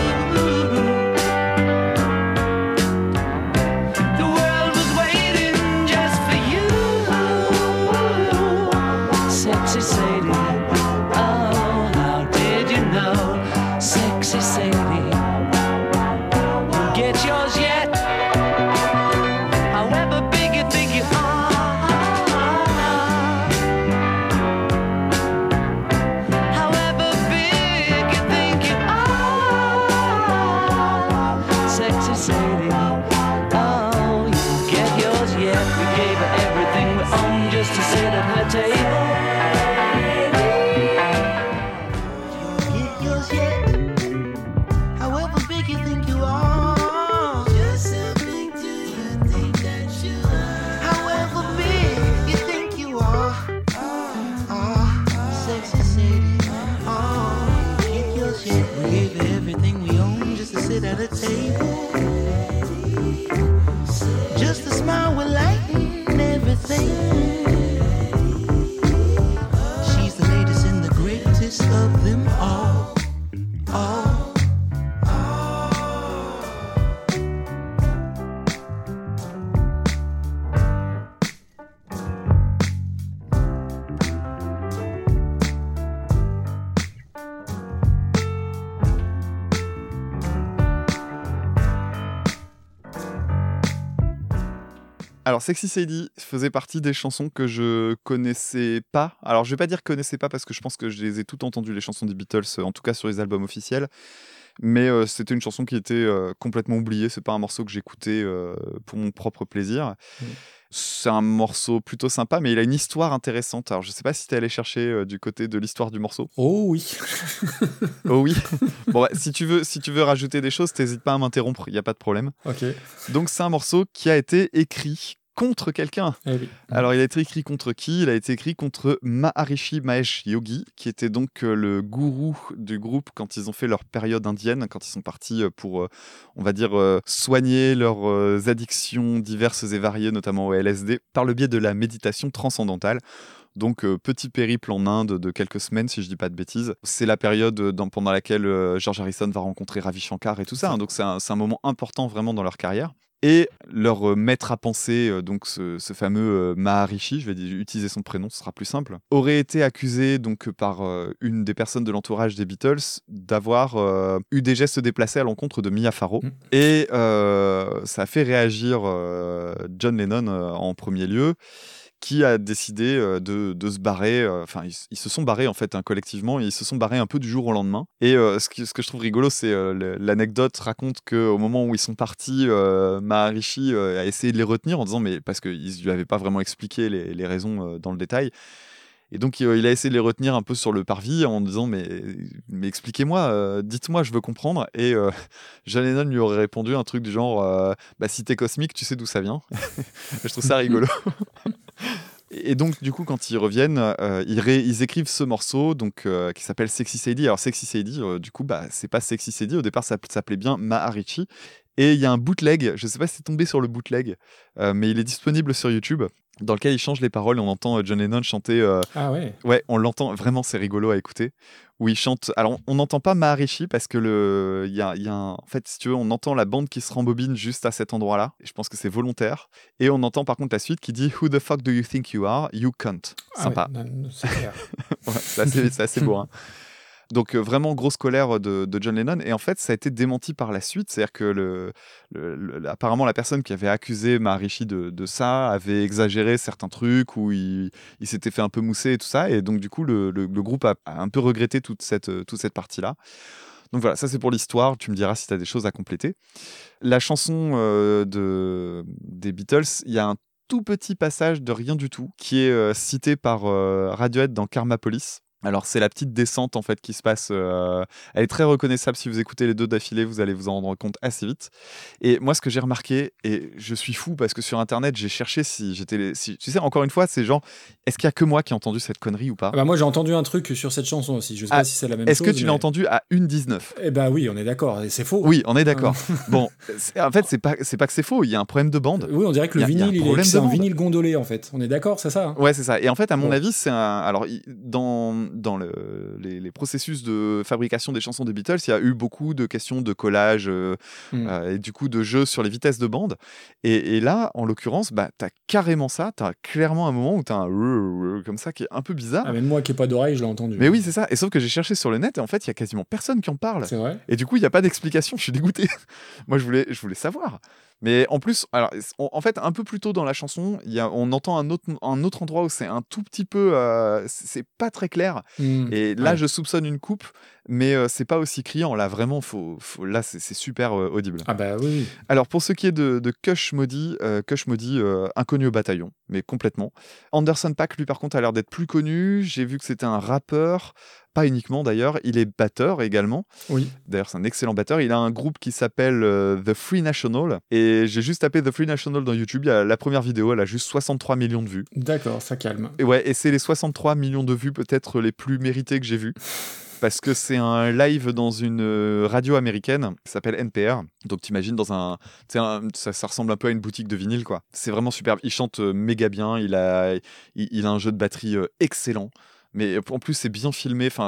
The world was waiting just for you. Sexy Sadie, oh, how did you know? Sexy Sadie, you'll get yours yet. However big you think you are, however big you think you are, Sexy Sadie, oh, you get yours yet. We gave her everything we own just to sit at her table. You get yours yet, however big you think you are. Just how big do you think that you are? However big you think you are. Sexy Sadie, oh, you get yours yet. We gave her everything we own just to sit at a table. Just a smile will lighten everything. She's the latest and the greatest of them all. All. Alors, Sexy Sadie faisait partie des chansons que je connaissais pas. Alors, je vais pas dire connaissais pas parce que je pense que je les ai toutes entendues, les chansons des Beatles, en tout cas sur les albums officiels. Mais c'était une chanson qui était complètement oubliée. C'est pas un morceau que j'écoutais pour mon propre plaisir. C'est un morceau plutôt sympa, mais il a une histoire intéressante. Alors, je sais pas si t'es allé chercher du côté de l'histoire du morceau. Oh oui. Oh oui. Bon, si tu veux rajouter des choses, t'hésites pas à m'interrompre. Il y a pas de problème. Ok. Donc, c'est un morceau qui a été écrit contre quelqu'un. Eh oui. Alors, il a été écrit contre qui? Il a été écrit contre Maharishi Mahesh Yogi, qui était donc le gourou du groupe quand ils ont fait leur période indienne, quand ils sont partis pour, on va dire, soigner leurs addictions diverses et variées, notamment au LSD, par le biais de la méditation transcendantale. Donc, petit périple en Inde de quelques semaines, si je dis pas de bêtises. C'est la période pendant laquelle George Harrison va rencontrer Ravi Shankar et tout ça. Hein, donc, c'est un moment important vraiment dans leur carrière. Et leur maître à penser, donc ce fameux Maharishi, je vais utiliser son prénom, ce sera plus simple, aurait été accusé donc par une des personnes de l'entourage des Beatles d'avoir eu des gestes déplacés à l'encontre de Mia Farrow. Et ça a fait réagir John Lennon en premier lieu, qui a décidé de se barrer. Enfin, ils se sont barrés en fait collectivement, et ils se sont barrés un peu du jour au lendemain. Et ce que je trouve rigolo, c'est l'anecdote raconte qu'au moment où ils sont partis, Maharishi a essayé de les retenir en disant, mais parce qu'ils lui avaient pas vraiment expliqué les raisons dans le détail. Et donc, il a essayé de les retenir un peu sur le parvis en disant, mais expliquez-moi, dites-moi, je veux comprendre. Et John Lennon lui aurait répondu un truc du genre, bah, si t'es cosmique, tu sais d'où ça vient. Je trouve ça rigolo. Et donc, du coup, quand ils reviennent, ils écrivent ce morceau donc, qui s'appelle Sexy Sadie. Alors, Sexy Sadie, du coup, bah, c'est pas Sexy Sadie. Au départ, ça s'appelait bien Maharishi. Et il y a un bootleg, je sais pas si c'est tombé sur le bootleg, mais il est disponible sur YouTube, dans lequel il change les paroles et on entend John Lennon chanter. Ah ouais. Ouais, on l'entend, vraiment, c'est rigolo à écouter. Où il chante. Alors, on n'entend pas Maharishi parce que en fait, si tu veux, on entend la bande qui se rembobine juste à cet endroit-là. Et je pense que c'est volontaire. Et on entend par contre la suite qui dit Who the fuck do you think you are? You cunt. Sympa. Ah ouais, c'est clair. Ouais, c'est assez beau. Hein. Donc vraiment grosse colère de John Lennon, et en fait ça a été démenti par la suite, c'est-à-dire que apparemment la personne qui avait accusé Maharishi de ça avait exagéré certains trucs, ou il s'était fait un peu mousser et tout ça, et donc du coup le groupe a un peu regretté toute cette partie-là. Donc voilà, ça c'est pour l'histoire, tu me diras si tu as des choses à compléter. La chanson des Beatles, il y a un tout petit passage de rien du tout qui est cité par Radiohead dans Karma Police. Alors c'est la petite descente en fait qui se passe, elle est très reconnaissable si vous écoutez les deux d'affilée, vous allez vous en rendre compte assez vite. Et moi ce que j'ai remarqué, et je suis fou parce que sur internet j'ai cherché si tu sais, encore une fois c'est genre, est-ce qu'il y a que moi qui ai entendu cette connerie ou pas? Ah bah moi j'ai entendu un truc sur cette chanson aussi, je sais pas si c'est la même chose. Est-ce que tu l'as entendu à 1,19? Eh bah oui, on est d'accord, et c'est faux. Oui, on est d'accord. Bon, en fait c'est pas que c'est faux, il y a un problème de bande. Oui, on dirait que le vinyle, c'est un vinyle gondolé en fait, on est d'accord, c'est ça hein? Ouais, c'est ça. Et en fait à mon avis c'est alors dans les processus de fabrication des chansons des Beatles, il y a eu beaucoup de questions de collage et du coup de jeu sur les vitesses de bande. Et là, en l'occurrence, bah, t'as carrément ça. T'as clairement un moment où t'as un comme ça qui est un peu bizarre. Ah, même moi qui n'ai pas d'oreille, je l'ai entendu. Mais oui, c'est ça. Et sauf que j'ai cherché sur le net et en fait, il y a quasiment personne qui en parle. C'est vrai. Et du coup, il n'y a pas d'explication. Je suis dégoûté. Moi, je voulais savoir. Mais en plus, alors, en fait, un peu plus tôt dans la chanson, on entend un autre endroit où c'est un tout petit peu, c'est pas très clair. Et là, je soupçonne une coupe, mais c'est pas aussi criant. Là, vraiment, là, c'est super audible. Ah bah oui. Alors, pour ce qui est de Kush Maudit, inconnu au bataillon, mais complètement. Anderson .Paak, lui, par contre, a l'air d'être plus connu. J'ai vu que c'était un rappeur. Pas uniquement d'ailleurs, il est batteur également. Oui. D'ailleurs, c'est un excellent batteur. Il a un groupe qui s'appelle The Free National. Et j'ai juste tapé The Free National dans YouTube. La première vidéo, elle a juste 63 millions de vues. D'accord, ça calme. Et ouais, et c'est les 63 millions de vues peut-être les plus méritées que j'ai vues. Parce que c'est un live dans une radio américaine qui s'appelle NPR. Donc t'imagines ça ressemble un peu à une boutique de vinyle, quoi. C'est vraiment superbe. Il chante méga bien. Il a un jeu de batterie excellent. Mais en plus, c'est bien filmé, enfin,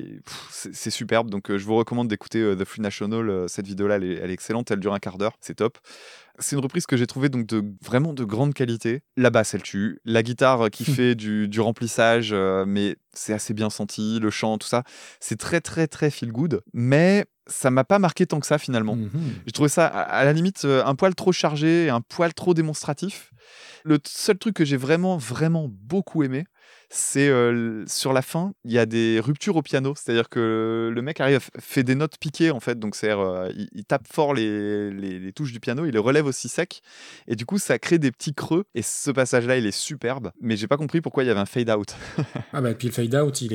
c'est superbe. Donc, je vous recommande d'écouter The Free National. Cette vidéo-là, elle est excellente. Elle dure un quart d'heure. C'est top. C'est une reprise que j'ai trouvée donc vraiment de grande qualité. La basse, elle tue. La guitare qui fait du remplissage, mais c'est assez bien senti. Le chant, tout ça. C'est très, très, très feel good. Mais ça m'a pas marqué tant que ça, finalement. J'ai trouvé ça, à la limite, un poil trop chargé, un poil trop démonstratif. Le seul truc que j'ai vraiment, vraiment beaucoup aimé, c'est sur la fin, il y a des ruptures au piano, c'est-à-dire que le mec fait des notes piquées en fait, donc c'est-à-dire il tape fort les touches du piano, il les relève aussi sec, et du coup ça crée des petits creux, et ce passage-là il est superbe, mais j'ai pas compris pourquoi il y avait un fade-out. Ah bah puis le fade-out il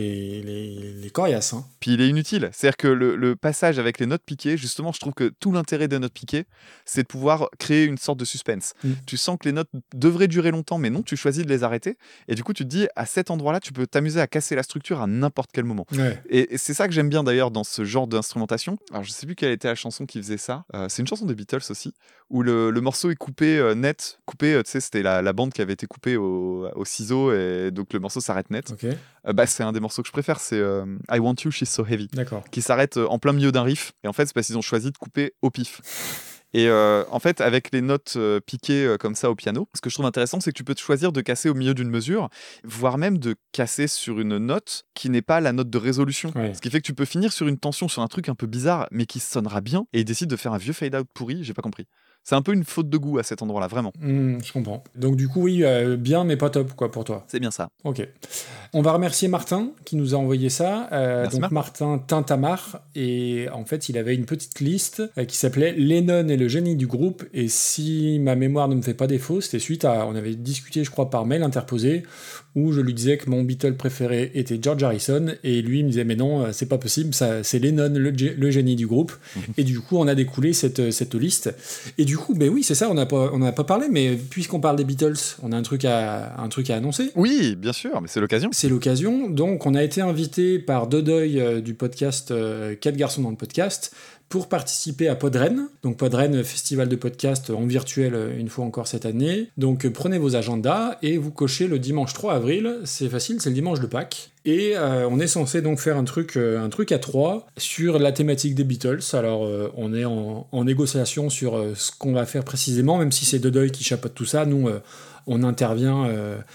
est coriace. Hein. Puis il est inutile, c'est-à-dire que le passage avec les notes piquées, justement je trouve que tout l'intérêt des notes piquées, c'est de pouvoir créer une sorte de suspense. Tu sens que les notes devraient durer longtemps, mais non, tu choisis de les arrêter, et du coup tu te dis à cet endroit-là, tu peux t'amuser à casser la structure à n'importe quel moment. Ouais. Et c'est ça que j'aime bien d'ailleurs dans ce genre d'instrumentation. Alors je sais plus quelle était la chanson qui faisait ça. C'est une chanson des Beatles aussi, où le morceau est coupé net. Coupé, tu sais, c'était la bande qui avait été coupée au ciseau, et donc le morceau s'arrête net. Okay. C'est un des morceaux que je préfère, c'est I Want You, She's So Heavy. D'accord. Qui s'arrête en plein milieu d'un riff. Et en fait, c'est parce qu'ils ont choisi de couper au pif. Et en fait, avec les notes piquées comme ça au piano, ce que je trouve intéressant, c'est que tu peux te choisir de casser au milieu d'une mesure, voire même de casser sur une note qui n'est pas la note de résolution. Ouais. Ce qui fait que tu peux finir sur une tension, sur un truc un peu bizarre, mais qui sonnera bien. Et il décide de faire un vieux fade-out pourri, j'ai pas compris. C'est un peu une faute de goût à cet endroit-là, vraiment. Je comprends. Donc du coup, oui, bien, mais pas top, quoi, pour toi. C'est bien ça. Ok. On va remercier Martin qui nous a envoyé ça. Merci, Donc Martin Tintamar. Et en fait, il avait une petite liste qui s'appelait Lennon et le génie du groupe. Et si ma mémoire ne me fait pas défaut, c'était suite à... On avait discuté, je crois, par mail interposé, où je lui disais que mon Beatle préféré était George Harrison. Et lui, il me disait, mais non, c'est pas possible, ça, c'est Lennon, le génie du groupe. Et du coup, on a découlé cette liste. Et du coup, ben oui, c'est ça, on n'a pas parlé, mais puisqu'on parle des Beatles, on a un truc à annoncer. Oui, bien sûr, mais c'est l'occasion. C'est l'occasion. Donc, on a été invité par Dodoy du podcast 4 garçons dans le podcast pour participer à Podren. Donc, Podren, festival de podcast en virtuel une fois encore cette année. Donc, prenez vos agendas et vous cochez le dimanche 3 avril. C'est facile, c'est le dimanche de Pâques. Et on est censé donc faire un truc à 3 sur la thématique des Beatles. Alors, on est en négociation sur ce qu'on va faire précisément, même si c'est Dodoy qui chapeaute tout ça. Nous, on intervient,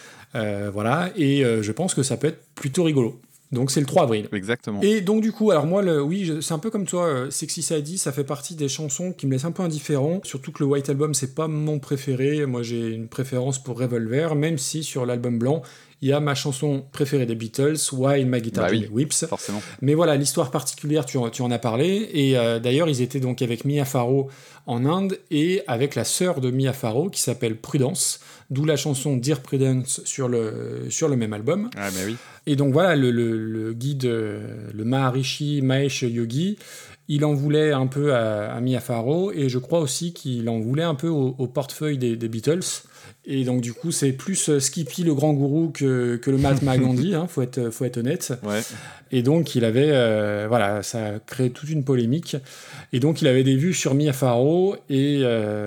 voilà. Et je pense que ça peut être plutôt rigolo. Donc c'est le 3 avril. Exactement. Et donc du coup, alors moi, c'est un peu comme toi, Sexy Sadie, ça fait partie des chansons qui me laissent un peu indifférent, surtout que le White Album, c'est pas mon préféré. Moi, j'ai une préférence pour Revolver, même si sur l'album blanc, il y a ma chanson préférée des Beatles, Why in My Guitar Bah oui, Gently Weeps. Forcément. Mais voilà, l'histoire particulière, tu en as parlé. Et d'ailleurs, ils étaient donc avec Mia Farrow en Inde et avec la sœur de Mia Farrow qui s'appelle Prudence, d'où la chanson Dear Prudence sur le même album. Ah, mais oui. Et donc voilà, le guide, le Maharishi Mahesh Yogi, il en voulait un peu à Mia Farrow et je crois aussi qu'il en voulait un peu au portefeuille des Beatles. Et donc du coup, c'est plus Skippy le grand gourou que le Mahatma Gandhi, hein, faut être honnête. Ouais. Et donc il avait, voilà, ça a créé toute une polémique. Et donc il avait des vues sur Mia Farrow et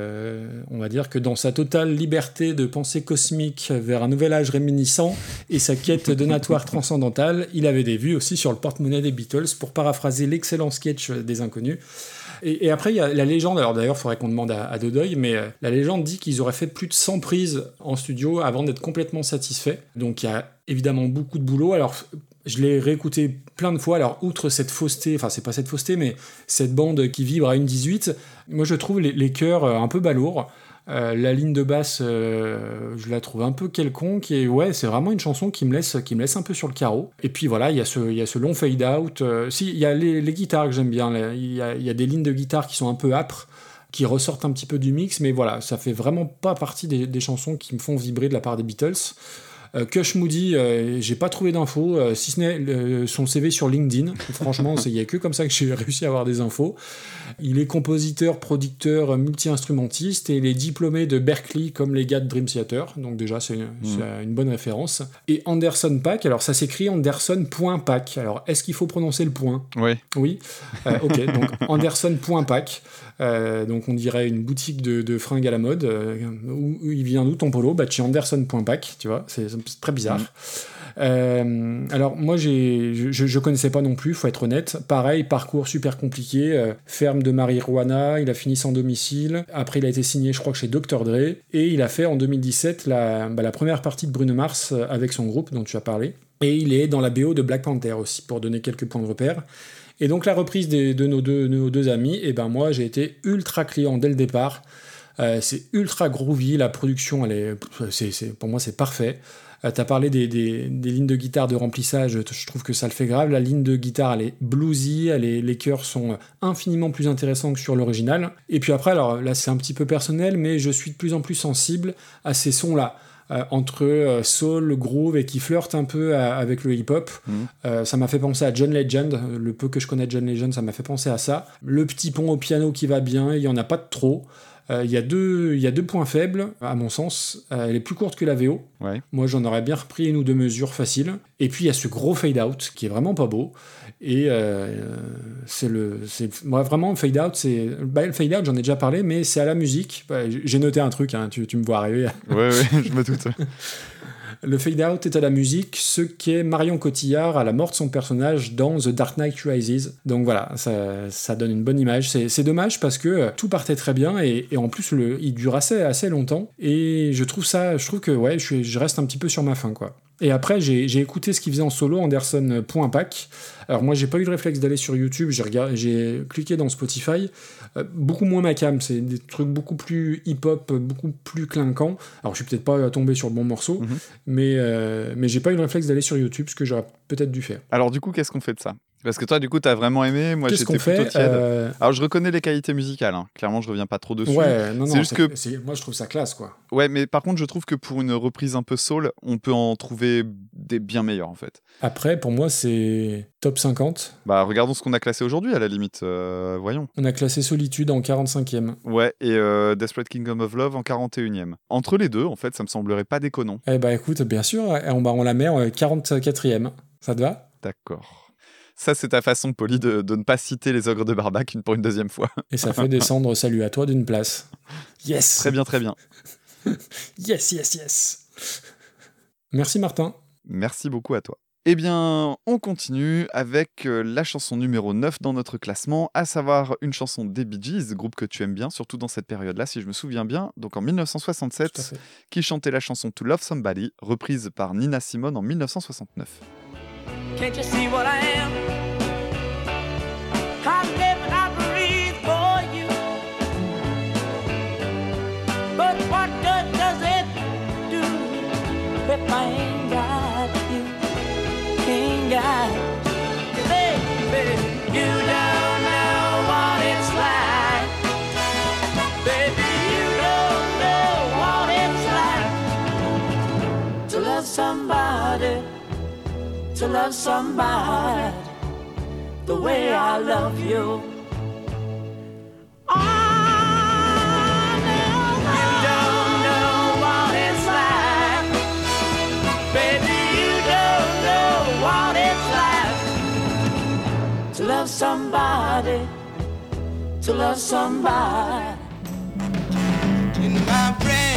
on va dire que dans sa totale liberté de pensée cosmique vers un nouvel âge réminiscent et sa quête donatoire transcendantale, il avait des vues aussi sur le porte-monnaie des Beatles, pour paraphraser l'excellent sketch des Inconnus. Et après, il y a la légende, alors d'ailleurs, il faudrait qu'on demande à Dodoy, mais la légende dit qu'ils auraient fait plus de 100 prises en studio avant d'être complètement satisfaits. Donc il y a évidemment beaucoup de boulot. Alors, je l'ai réécouté plein de fois. Alors, outre cette fausseté, enfin, c'est pas cette fausseté, mais cette bande qui vibre à 1,18, moi je trouve les chœurs un peu balourds. La ligne de basse, je la trouve un peu quelconque, et ouais, c'est vraiment une chanson qui me laisse un peu sur le carreau. Et puis voilà, il y a ce long fade out. Si, il y a les guitares que j'aime bien. Il y a des lignes de guitare qui sont un peu âpres, qui ressortent un petit peu du mix, mais voilà, ça fait vraiment pas partie des chansons qui me font vibrer de la part des Beatles. Kush Moody, j'ai pas trouvé d'infos, si ce n'est son CV sur LinkedIn. Franchement, il y a que comme ça que j'ai réussi à avoir des infos. Il est compositeur, producteur, multi-instrumentiste et il est diplômé de Berklee comme les gars de Dream Theater. Donc déjà, c'est une bonne référence. Et Anderson .Paak, alors ça s'écrit Anderson.Paak. Alors, est-ce qu'il faut prononcer le point ? Ouais. Oui. Ok, donc Anderson.Paak. Donc on dirait une boutique de fringues à la mode. Où il vient d'où ton polo ? Bah, chez Anderson.Paak, tu vois, c'est très bizarre. Alors moi je connaissais pas non plus, faut être honnête. Pareil, parcours super compliqué, ferme de marijuana, il a fini sans domicile. Après il a été signé, je crois que chez Dr Dre, et il a fait en 2017 la première partie de Bruno Mars avec son groupe dont tu as parlé. Et il est dans la BO de Black Panther aussi, pour donner quelques points de repère. Et donc la reprise de nos deux amis, et ben moi j'ai été ultra client dès le départ. C'est ultra groovy, la production pour moi c'est parfait. T'as parlé des lignes de guitare de remplissage, je trouve que ça le fait grave. La ligne de guitare, elle est bluesy, les chœurs sont infiniment plus intéressants que sur l'original. Et puis après, alors là c'est un petit peu personnel, mais je suis de plus en plus sensible à ces sons-là. Entre soul, groove et qui flirtent un peu avec le hip-hop. Ça m'a fait penser à John Legend. Le peu que je connais de John Legend, ça m'a fait penser à ça. Le petit pont au piano qui va bien, il n'y en a pas de trop. Il y a deux points faibles, à mon sens. Elle est plus courte que la VO. Ouais. Moi, j'en aurais bien repris une ou deux mesures faciles. Et puis, il y a ce gros fade-out qui est vraiment pas beau. Et moi, vraiment, le fade-out, le fade-out, j'en ai déjà parlé, mais c'est à la musique. J'ai noté un truc, hein, tu me vois arriver. Ouais, je me doute. Le fade-out est à la musique, ce qu'est Marion Cotillard à la mort de son personnage dans The Dark Knight Rises. Donc voilà, ça donne une bonne image. C'est dommage parce que tout partait très bien et en plus il dure assez longtemps. Et je trouve que ouais, je reste un petit peu sur ma faim, quoi. Et après, j'ai écouté ce qu'il faisait en solo, Anderson.pack. Alors moi, j'ai pas eu le réflexe d'aller sur YouTube, j'ai cliqué dans Spotify. Beaucoup moins ma cam, c'est des trucs beaucoup plus hip-hop, beaucoup plus clinquants. Alors je suis peut-être pas tombé sur le bon morceau, mais j'ai pas eu le réflexe d'aller sur YouTube, ce que j'aurais peut-être dû faire. Alors du coup, qu'est-ce qu'on fait de ça ? Parce que toi, du coup, t'as vraiment aimé. Moi, Qu'est-ce j'étais qu'on fait plutôt tiède. Alors, je reconnais les qualités musicales. Hein. Clairement, je reviens pas trop dessus. Ouais, non, C'est juste que... moi, je trouve ça classe, quoi. Ouais, mais par contre, je trouve que pour une reprise un peu soul, on peut en trouver des bien meilleurs, en fait. Après, pour moi, c'est top 50. Bah, regardons ce qu'on a classé aujourd'hui, à la limite. Voyons. On a classé Solitude en 45e. Ouais, et Desperate Kingdom of Love en 41e. Entre les deux, en fait, ça me semblerait pas déconnant. Eh bah, écoute, bien sûr, on la met en 44e. Ça te va ? D'accord. Ça, c'est ta façon polie de ne pas citer les ogres de Barbac pour une deuxième fois. Et ça fait descendre Salut à toi d'une place. Yes. Très bien, très bien. Yes. Merci Martin. Merci beaucoup à toi. Eh bien, on continue avec la chanson numéro 9 dans notre classement, à savoir une chanson des Bee Gees, groupe que tu aimes bien, surtout dans cette période-là, si je me souviens bien, donc en 1967, qui chantait la chanson To Love Somebody, reprise par Nina Simone en 1969. Can't you see what I am? I live and I breathe for you. But what good does it do if I ain't got you? Ain't got you. Baby, you don't know what it's like. Baby, you don't know what it's like to love somebody. To love somebody the way I love you. Oh, no, you don't know what it's like. Baby, you don't know what it's like to love somebody, to love somebody. In my brain,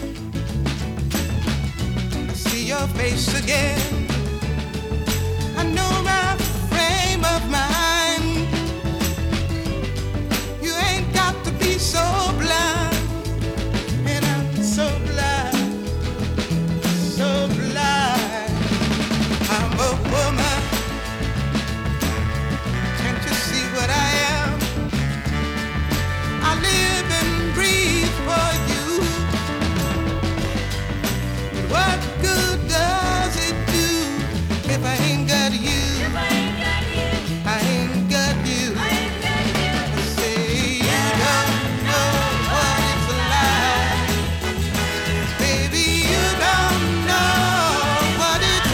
I see your face again. I know my frame of mind. You ain't got to be so blind. And I'm so blind, so blind. I'm a woman. Can't you see what I am? I live and breathe for you. But what good does it do if I ain't got you? I ain't got you. I say you don't know what it's like. Baby, you don't know what it's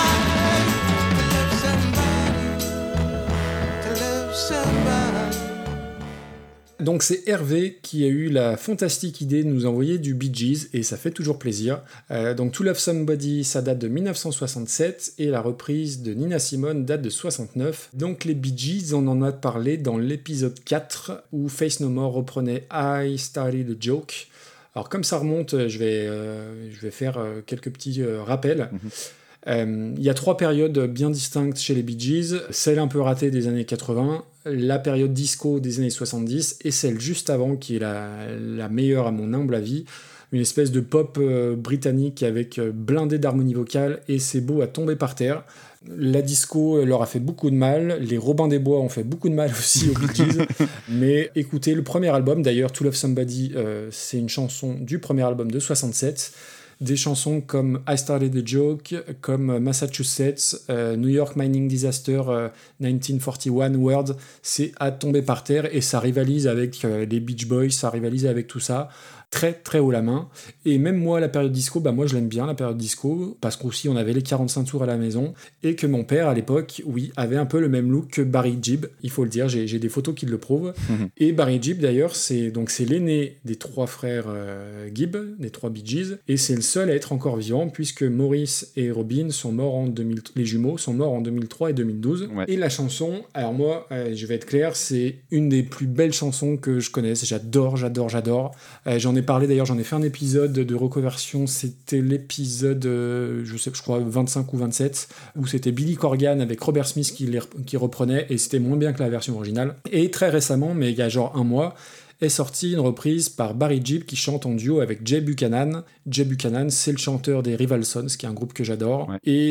like to love somebody. Donc c'est Hervé qui a eu la fantastique idée de nous envoyer du Bee Gees et ça fait toujours plaisir. Donc To Love Somebody, ça date de 1967 et la reprise de Nina Simone date de 69. Donc les Bee Gees, on en a parlé dans l'épisode 4 où Faith No More reprenait I Started a Joke. Alors comme ça remonte, je vais faire quelques petits rappels. Il y a 3 périodes bien distinctes chez les Bee Gees, celle un peu ratée des années 80, la période disco des années 70 et celle juste avant qui est la meilleure à mon humble avis, une espèce de pop britannique avec blindé d'harmonie vocale et c'est beau à tomber par terre. La disco leur a fait beaucoup de mal, les Robins des Bois ont fait beaucoup de mal aussi aux Bee Gees, mais écoutez, le premier album d'ailleurs, To Love Somebody, c'est une chanson du premier album de 67. Des chansons comme I Started a Joke, comme Massachusetts, New York Mining Disaster 1941 World, c'est à tomber par terre et ça rivalise avec les Beach Boys, ça rivalise avec tout ça. Très très haut la main. Et même moi, la période disco, moi je l'aime bien, la période disco, parce qu'aussi on avait les 45 tours à la maison, et que mon père à l'époque, oui, avait un peu le même look que Barry Gibb, il faut le dire, j'ai des photos qui le prouvent. Et Barry Gibb d'ailleurs, c'est l'aîné des 3 frères Gibb, des 3 Bee Gees, et c'est le seul à être encore vivant, puisque Maurice et Robin sont morts en 2000, les jumeaux sont morts en 2003 et 2012. Ouais. Et la chanson, alors moi, je vais être clair, c'est une des plus belles chansons que je connaisse, j'adore. J'en ai parlé, d'ailleurs, j'en ai fait un épisode de reconversion, c'était l'épisode, je crois 25 ou 27, où c'était Billy Corgan avec Robert Smith qui reprenait, et c'était moins bien que la version originale. Et très récemment, mais il y a genre un mois, est sortie une reprise par Barry Gibb qui chante en duo avec Jay Buchanan. Jay Buchanan, c'est le chanteur des Rival Sons, qui est un groupe que j'adore. Ouais. Et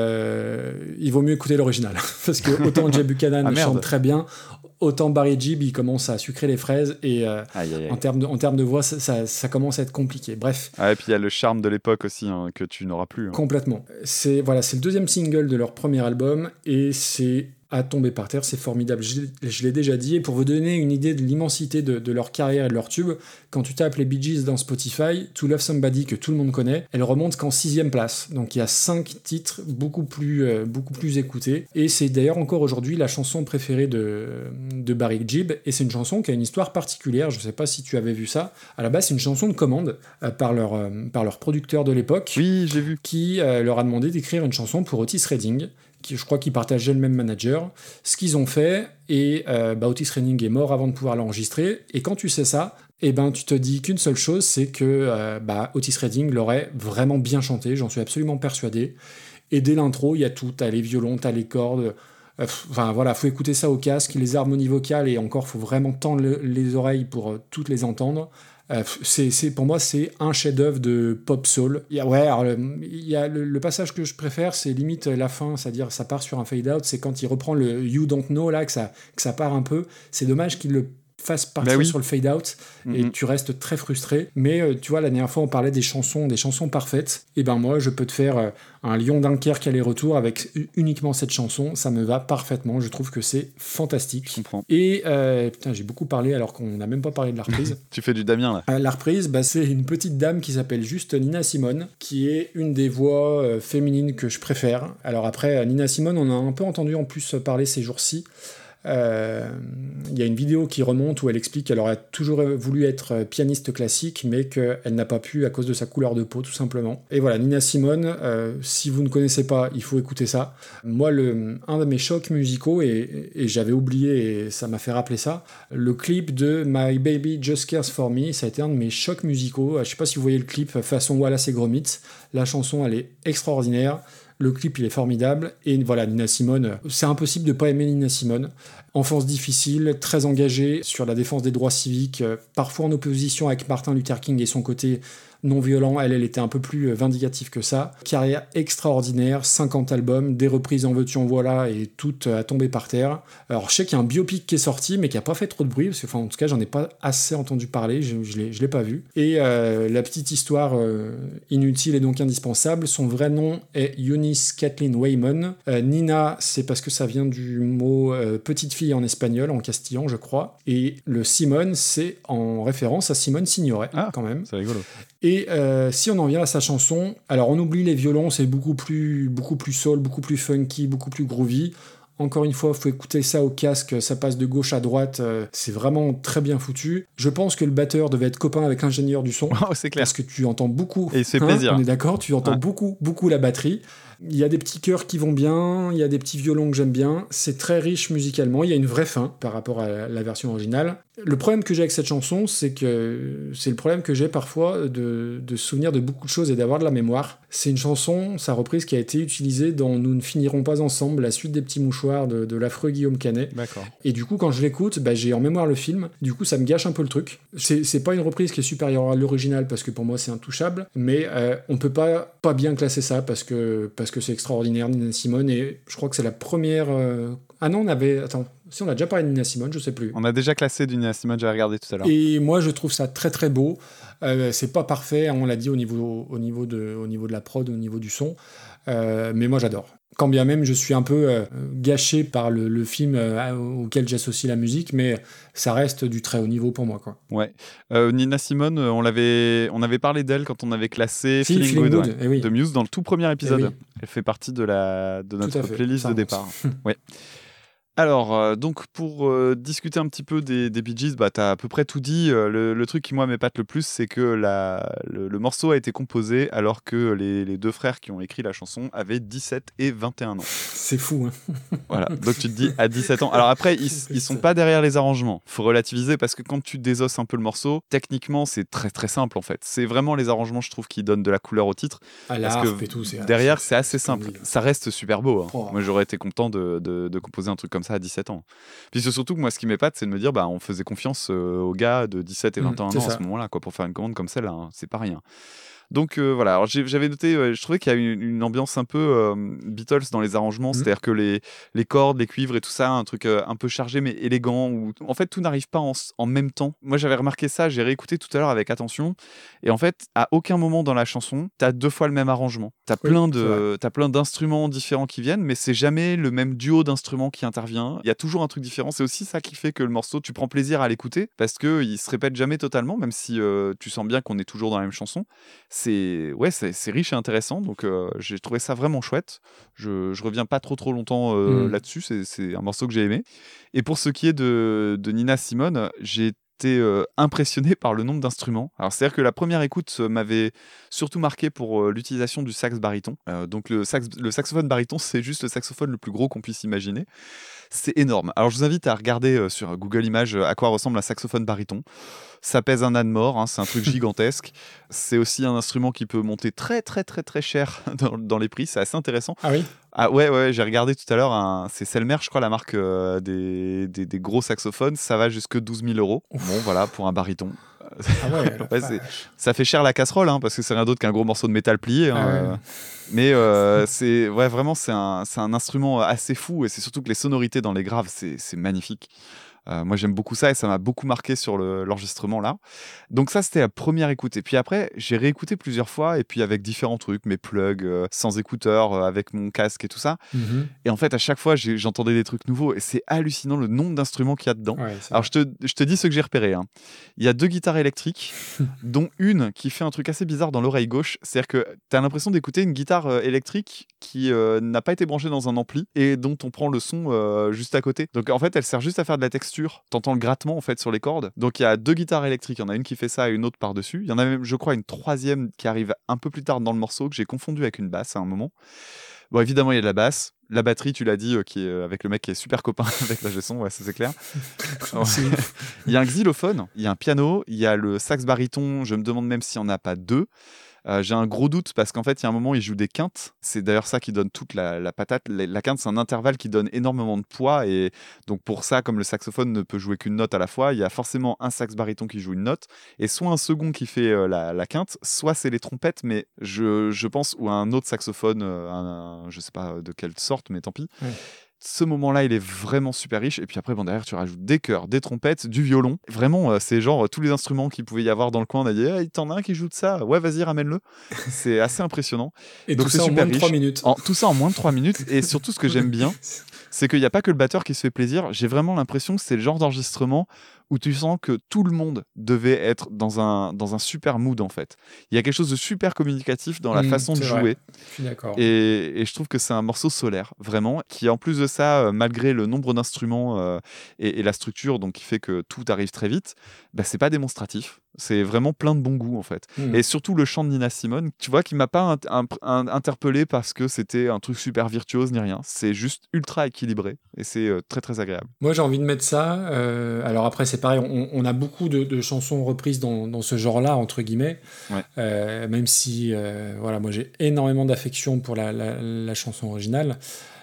il vaut mieux écouter l'original, parce que autant Jay Buchanan chante très bien, autant Barry Gibb, il commence à sucrer les fraises, et en termes de voix, ça commence à être compliqué. Bref. Ah, et puis il y a le charme de l'époque aussi, hein, que tu n'auras plus. Hein. Complètement. C'est le deuxième single de leur premier album, et c'est à tomber par terre, c'est formidable. Je l'ai déjà dit, et pour vous donner une idée de l'immensité de leur carrière et de leur tube, quand tu tapes les Bee Gees dans Spotify, To Love Somebody, que tout le monde connaît, elle remonte qu'en 6e place. Donc il y a 5 titres beaucoup plus écoutés, et c'est d'ailleurs encore aujourd'hui la chanson préférée de Barry Gibb, et c'est une chanson qui a une histoire particulière, je sais pas si tu avais vu ça. À la base, c'est une chanson de commande par leur producteur de l'époque. Oui, j'ai vu. Qui leur a demandé d'écrire une chanson pour Otis Redding, qui, je crois qu'ils partageaient le même manager. Ce qu'ils ont fait, et Otis Redding est mort avant de pouvoir l'enregistrer, et quand tu sais ça, tu te dis qu'une seule chose, c'est que Otis Redding l'aurait vraiment bien chanté, j'en suis absolument persuadé. Et dès l'intro, il y a tout, t'as les violons, t'as les cordes, faut écouter ça au casque, les harmonies vocales, et encore, faut vraiment tendre les oreilles pour toutes les entendre. Pour moi, c'est un chef-d'œuvre de pop soul. Il y a le passage que je préfère, c'est limite la fin, c'est-à-dire ça part sur un fade-out, c'est quand il reprend le You Don't Know, là, que ça part un peu. C'est dommage qu'il le fasse partir sur le fade-out, et tu restes très frustré. Mais tu vois, la dernière fois, on parlait des chansons parfaites. Et moi, je peux te faire un Lyon-Dunkerque aller-retour avec uniquement cette chanson. Ça me va parfaitement. Je trouve que c'est fantastique. Je comprends. Et j'ai beaucoup parlé alors qu'on n'a même pas parlé de la reprise. Tu fais du Damien, là. La reprise, c'est une petite dame qui s'appelle juste Nina Simone, qui est une des voix féminines que je préfère. Alors après, Nina Simone, on a un peu entendu en plus parler ces jours-ci. Il y a une vidéo qui remonte où elle explique qu'elle aurait toujours voulu être pianiste classique, mais qu'elle n'a pas pu à cause de sa couleur de peau, tout simplement. Et voilà, Nina Simone, si vous ne connaissez pas, il faut écouter ça. Moi, un de mes chocs musicaux, et j'avais oublié, et ça m'a fait rappeler ça, le clip de My Baby Just Cares For Me, ça a été un de mes chocs musicaux. Je sais pas si vous voyez le clip façon Wallace et Gromit. La chanson, elle est extraordinaire. Le clip, il est formidable. Et voilà, Nina Simone, c'est impossible de ne pas aimer Nina Simone. Enfance difficile, très engagée sur la défense des droits civiques, parfois en opposition avec Martin Luther King et son côté non violent. Elle était un peu plus vindicative que ça. Carrière extraordinaire, 50 albums, des reprises en veux-tu en voilà, et toutes à tomber par terre. Alors je sais qu'il y a un biopic qui est sorti, mais qui n'a pas fait trop de bruit, parce que, en tout cas, j'en ai pas assez entendu parler, je l'ai pas vu. Et la petite histoire inutile et donc indispensable, son vrai nom est Eunice Kathleen Waymon. Nina, c'est parce que ça vient du mot petite fille en espagnol, en castillan, je crois. Et le Simone, c'est en référence à Simone Signoret, quand même. C'est rigolo. Et si on en vient à sa chanson, alors on oublie les violons, c'est beaucoup plus soul, beaucoup plus funky, beaucoup plus groovy. Encore une fois, il faut écouter ça au casque, ça passe de gauche à droite, c'est vraiment très bien foutu. Je pense que le batteur devait être copain avec l'ingénieur du son. Oh, c'est clair. Parce que tu entends beaucoup. Et c'est plaisir. On est d'accord, tu entends beaucoup la batterie. Il y a des petits chœurs qui vont bien, il y a des petits violons que j'aime bien. C'est très riche musicalement, il y a une vraie fin par rapport à la version originale. Le problème que j'ai avec cette chanson, c'est que c'est le problème que j'ai parfois de se souvenir de beaucoup de choses et d'avoir de la mémoire. C'est une chanson, sa reprise, qui a été utilisée dans Nous ne finirons pas ensemble, la suite des petits mouchoirs de l'affreux Guillaume Canet. D'accord. Et du coup, quand je l'écoute, j'ai en mémoire le film. Du coup, ça me gâche un peu le truc. C'est pas une reprise qui est supérieure à l'original, parce que pour moi, c'est intouchable. Mais on peut pas bien classer ça, parce que c'est extraordinaire, Nina Simone. Et je crois que c'est la première... Ah non, si on a déjà parlé de Nina Simone, je sais plus. On a déjà classé du Nina Simone, j'avais regardé tout à l'heure. Et moi, je trouve ça très très beau. C'est pas parfait, on l'a dit au niveau de la prod, au niveau du son. Mais moi, j'adore. Quand bien même, je suis un peu gâché par le film auquel j'associe la musique, mais ça reste du très haut niveau pour moi, quoi. Ouais. Nina Simone, on avait parlé d'elle quand on avait classé Feeling Good, oui. de Muse dans le tout premier épisode. Oui. Elle fait partie de notre playlist de départ. Ouais. Alors, donc pour discuter un petit peu des Bee Gees, bah, t'as à peu près tout dit. Le truc qui, moi, m'épate le plus, c'est que le morceau a été composé alors que les deux frères qui ont écrit la chanson avaient 17 et 21 ans. C'est fou, hein. Voilà, donc tu te dis à 17 ans. Alors après, ils sont pas derrière les arrangements. Faut relativiser parce que quand tu désosses un peu le morceau, techniquement, c'est très très simple en fait. C'est vraiment les arrangements, je trouve, qui donnent de la couleur au titre. À Parce l'harpe que et tout, derrière, c'est assez simple. oui. Ça reste super beau. Hein. Oh. Moi, j'aurais été content de composer un truc comme ça à 17 ans. Puis c'est surtout que moi, ce qui m'épate, c'est de me dire, bah, on faisait confiance aux gars de 17 et 21 c'est ans à ça. ce moment-là, quoi, pour faire une commande comme celle-là. Hein. C'est pas rien. Donc voilà, alors j'avais noté, je trouvais qu'il y a une ambiance un peu Beatles dans les arrangements, c'est-à-dire que les cordes, les cuivres et tout ça, un truc un peu chargé mais élégant, où en fait tout n'arrive pas en même temps. Moi j'avais remarqué ça, j'ai réécouté tout à l'heure avec attention, et en fait à aucun moment dans la chanson, t'as deux fois le même arrangement. T'as plein d'instruments différents qui viennent, mais c'est jamais le même duo d'instruments qui intervient. Il y a toujours un truc différent, c'est aussi ça qui fait que le morceau, tu prends plaisir à l'écouter, parce qu'il se répète jamais totalement, même si tu sens bien qu'on est toujours dans la même chanson. C'est riche et intéressant, donc j'ai trouvé ça vraiment chouette. Je reviens pas trop longtemps là-dessus, c'est un morceau que j'ai aimé. Et pour ce qui est de Nina Simone, j'ai été impressionné par le nombre d'instruments. Alors c'est-à-dire que la première écoute m'avait surtout marqué pour l'utilisation du sax baryton. Donc le saxophone baryton, c'est juste le saxophone le plus gros qu'on puisse imaginer. C'est énorme. Alors je vous invite à regarder sur Google Images à quoi ressemble un saxophone baryton. Ça pèse un âne mort, hein, c'est un truc gigantesque. C'est aussi un instrument qui peut monter très cher dans les prix, c'est assez intéressant. Ah oui. Ah ouais, j'ai regardé tout à l'heure, c'est Selmer, je crois, la marque des gros saxophones, ça va jusque 12 000 €. Bon, voilà, pour un baryton. Ah ouais, alors, Ça fait cher la casserole, hein, parce que c'est rien d'autre qu'un gros morceau de métal plié. Hein, Ah ouais. Mais vraiment, c'est un instrument assez fou, et c'est surtout que les sonorités dans les graves, c'est magnifique. Moi j'aime beaucoup ça et ça m'a beaucoup marqué sur l'enregistrement là. Donc ça c'était la première écoute, et puis après j'ai réécouté plusieurs fois, et puis avec différents trucs, mes plugs, sans écouteurs, avec mon casque et tout ça. Et en fait à chaque fois j'entendais des trucs nouveaux, et c'est hallucinant le nombre d'instruments qu'il y a dedans. Ouais, Alors je te dis ce que j'ai repéré, hein. Il y a 2 guitares électriques dont une qui fait un truc assez bizarre dans l'oreille gauche, c'est-à-dire que t'as l'impression d'écouter une guitare électrique qui n'a pas été branchée dans un ampli et dont on prend le son juste à côté. Donc en fait elle sert juste à faire de la texture. T'entends le grattement en fait sur les cordes. Donc il y a 2 guitares électriques, il y en a une qui fait ça et une autre par-dessus. Il y en a même, je crois, une troisième qui arrive un peu plus tard dans le morceau, que j'ai confondu avec une basse à un moment. Bon, évidemment, il y a de la basse. La batterie, tu l'as dit, qui est avec le mec qui est super copain avec la son, ouais, ça c'est clair. Ouais. Il y a un xylophone, il y a un piano, il y a le sax baryton. Je me demande même s'il n'y en a pas 2. J'ai un gros doute parce qu'en fait, il y a un moment, il joue des quintes. C'est d'ailleurs ça qui donne toute la patate. La quinte, c'est un intervalle qui donne énormément de poids. Et donc, pour ça, comme le saxophone ne peut jouer qu'une note à la fois, il y a forcément un sax baryton qui joue une note et soit un second qui fait la quinte, soit c'est les trompettes, mais je pense, ou un autre saxophone, je sais pas de quelle sorte, mais tant pis. Ouais. Ce moment-là, il est vraiment super riche. Et puis après, bon, derrière, tu rajoutes des chœurs, des trompettes, du violon. Vraiment, c'est genre tous les instruments qu'il pouvait y avoir dans le coin. On a dit, hey, t'en as un qui joue de ça. Ouais, vas-y, ramène-le. C'est assez impressionnant. Et donc, tout c'est ça super en moins de 3 minutes. Tout ça en moins de 3 minutes. Et surtout, ce que j'aime bien, c'est qu'il n'y a pas que le batteur qui se fait plaisir. J'ai vraiment l'impression que c'est le genre d'enregistrement où tu sens que tout le monde devait être dans un super mood, en fait. Il y a quelque chose de super communicatif dans la façon de jouer. Vrai. Je suis d'accord. Et je trouve que c'est un morceau solaire, vraiment, qui en plus de ça, malgré le nombre d'instruments et la structure, donc qui fait que tout arrive très vite, bah, c'est pas démonstratif. C'est vraiment plein de bon goût, en fait. Et surtout le chant de Nina Simone, tu vois, qui m'a pas interpellé parce que c'était un truc super virtuose ni rien. C'est juste ultra équilibré et c'est très très agréable. Moi, j'ai envie de mettre ça. Alors après, c'est pareil, on a beaucoup de chansons reprises dans ce genre-là, entre guillemets. Ouais. Même si, voilà, moi j'ai énormément d'affection pour la chanson originale.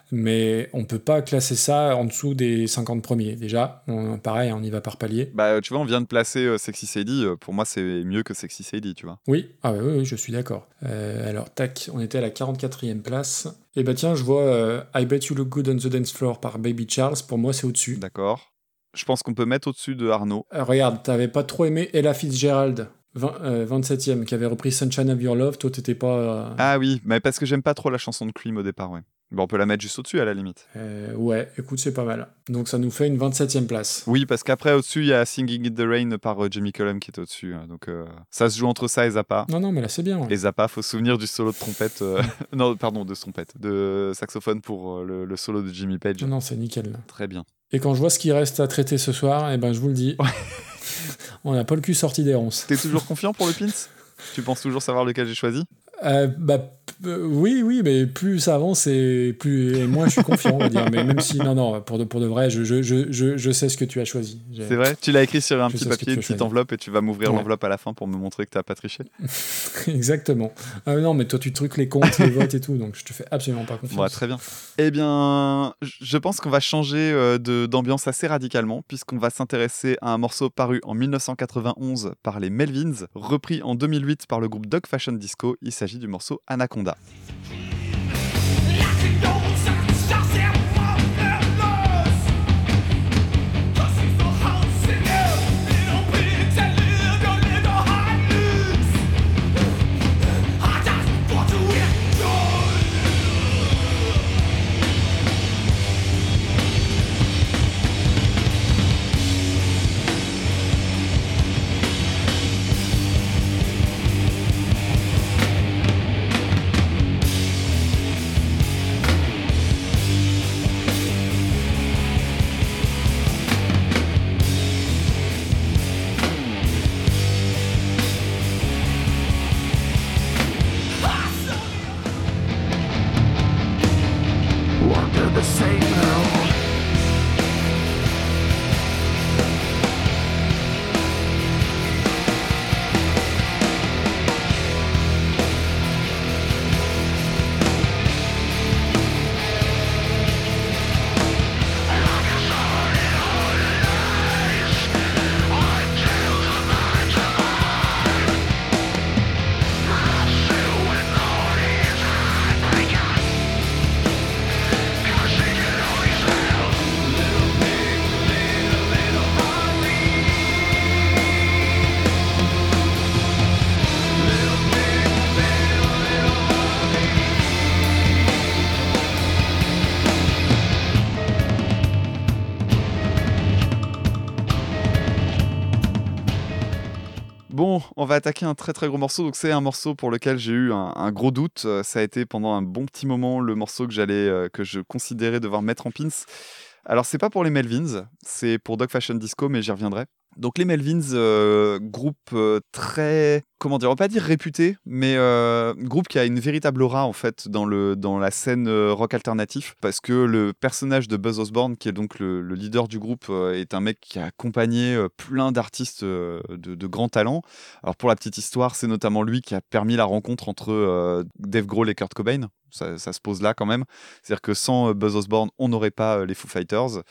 Mais on peut pas classer ça en dessous des 50 premiers. Déjà, pareil, on y va par palier. Bah, tu vois, on vient de placer Sexy Sadie. Pour moi, c'est mieux que Sexy Sadie, tu vois. Oui, oui, je suis d'accord. Alors, tac, on était à la 44e place. Et bah tiens, je vois I Bet You Look Good on the Dance Floor par Baby Charles. Pour moi, c'est au-dessus. D'accord. Je pense qu'on peut mettre au-dessus de Arnaud. Regarde, t'avais pas trop aimé Ella Fitzgerald, 27e, qui avait repris Sunshine of Your Love. Toi, t'étais pas... Ah oui, mais parce que j'aime pas trop la chanson de Cream au départ, ouais. Bon, on peut la mettre juste au-dessus à la limite. Ouais, écoute, c'est pas mal. Donc ça nous fait une 27e place. Oui, parce qu'après, au-dessus, il y a Singing in the Rain par Jamie Cullum qui est au-dessus. Donc ça se joue entre ça et Zappa. Non, mais là c'est bien. Ouais. Et Zappa, faut se souvenir du solo de trompette. Non, pardon, de trompette. De saxophone pour le solo de Jimmy Page. Non, c'est nickel. Là. Très bien. Et quand je vois ce qui reste à traiter ce soir, eh ben je vous le dis, on n'a pas le cul sorti des ronces. T'es toujours confiant pour le pins? Tu penses toujours savoir lequel j'ai choisi? Oui, mais plus ça avance et moins je suis confiant, on va dire. Mais même si, non, pour de vrai, je sais ce que tu as choisi. C'est vrai? Tu l'as écrit sur un petit sais ce que papier, tu une as petite choisi. enveloppe, et tu vas m'ouvrir Ouais. l'enveloppe à la fin pour me montrer que t'as pas triché. Exactement. Non, mais toi, tu truques les comptes, les votes et tout, donc je te fais absolument pas confiance. Ouais, très bien. Eh bien, je pense qu'on va changer d'ambiance assez radicalement, puisqu'on va s'intéresser à un morceau paru en 1991 par les Melvins, repris en 2008 par le groupe Dog Fashion Disco. Il s'agit du morceau Anaconda. Bon, on va attaquer un très très gros morceau. Donc c'est un morceau pour lequel j'ai eu un gros doute. Ça a été pendant un bon petit moment le morceau que je considérais devoir mettre en pins. Alors c'est pas pour les Melvins, c'est pour Dog Fashion Disco, mais j'y reviendrai. Donc les Melvins, groupe très, comment dire, on va pas dire réputé, mais groupe qui a une véritable aura en fait dans la scène rock alternatif, parce que le personnage de Buzz Osborne, qui est donc le leader du groupe, est un mec qui a accompagné plein d'artistes de grands talents. Alors pour la petite histoire, c'est notamment lui qui a permis la rencontre entre Dave Grohl et Kurt Cobain. Ça se pose là quand même. C'est-à-dire que sans Buzz Osborne, on n'aurait pas les Foo Fighters.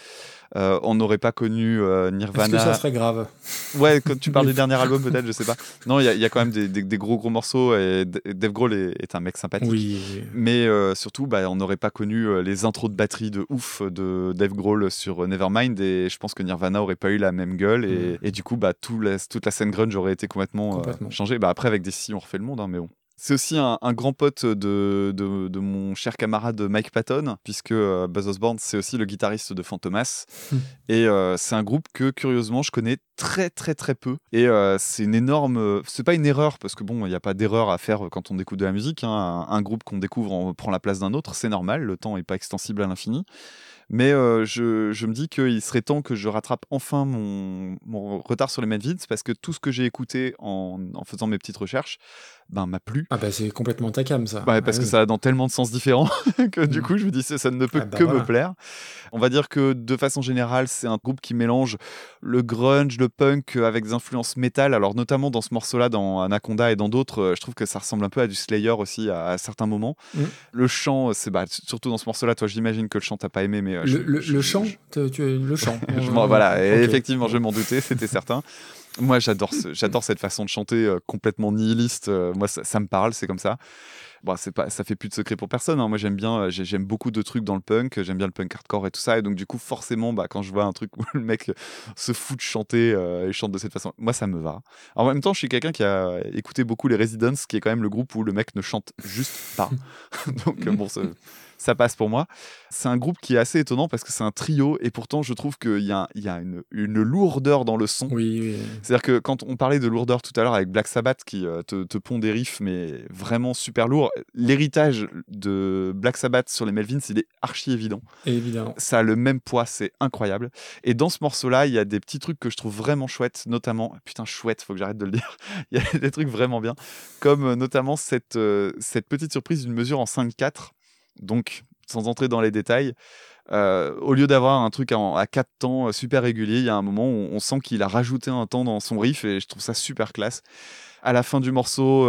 On n'aurait pas connu Nirvana. Est-ce que ça serait grave? Ouais, quand tu parles du dernier album, peut-être, je sais pas. Non, il y a quand même des gros morceaux et Dave Grohl est un mec sympathique. Oui. Mais surtout, on n'aurait pas connu les intros de batterie de ouf de Dave Grohl sur Nevermind, et je pense que Nirvana aurait pas eu la même gueule, et du coup, toute la scène grunge aurait été complètement changée. Après, avec des si on refait le monde, hein, mais bon. C'est aussi un grand pote de mon cher camarade Mike Patton, puisque Buzz Osborne, c'est aussi le guitariste de Fantomas. Et c'est un groupe que, curieusement, je connais très, très, très peu. Et c'est une énorme... C'est pas une erreur, parce que bon, il n'y a pas d'erreur à faire quand on écoute de la musique. Hein. Un groupe qu'on découvre prend la place d'un autre, c'est normal. Le temps n'est pas extensible à l'infini. Mais je me dis qu'il serait temps que je rattrape enfin mon retard sur les Melvins, parce que tout ce que j'ai écouté en faisant mes petites recherches m'a plu. Ah c'est complètement ta cam, ça. Parce que ça a dans tellement de sens différents que du coup je me dis ça ne peut que me plaire. On va dire que de façon générale, c'est un groupe qui mélange le grunge, le punk avec des influences métal. Alors notamment dans ce morceau-là, dans Anaconda et dans d'autres, je trouve que ça ressemble un peu à du Slayer aussi à certains moments. Le chant, c'est surtout dans ce morceau-là, toi j'imagine que le chant t'as pas aimé, mais le chant, le chant. Voilà, okay. Effectivement, je m'en doutais, c'était certain. Moi, j'adore cette façon de chanter complètement nihiliste. Moi, ça me parle, c'est comme ça. Bon, ça fait plus de secret pour personne, hein. Moi, j'aime beaucoup de trucs dans le punk, j'aime bien le punk hardcore et tout ça. Et donc, du coup, forcément, quand je vois un truc où le mec se fout de chanter et chante de cette façon, moi, ça me va. En même temps, je suis quelqu'un qui a écouté beaucoup les Residents, qui est quand même le groupe où le mec ne chante juste pas. Donc, bon, ça passe pour moi. C'est un groupe qui est assez étonnant parce que c'est un trio et pourtant je trouve qu'il y a une lourdeur dans le son. Oui. C'est-à-dire que quand on parlait de lourdeur tout à l'heure avec Black Sabbath qui te pond des riffs mais vraiment super lourds, l'héritage de Black Sabbath sur les Melvins, il est archi évident. Évidemment. Ça a le même poids, c'est incroyable. Et dans ce morceau-là, il y a des petits trucs que je trouve vraiment chouettes, notamment, putain chouette, faut que j'arrête de le dire, il y a des trucs vraiment bien, comme notamment cette petite surprise d'une mesure en 5/4. Donc, sans entrer dans les détails, au lieu d'avoir un truc à 4 temps super régulier, il y a un moment où on sent qu'il a rajouté un temps dans son riff et je trouve ça super classe. À la fin du morceau,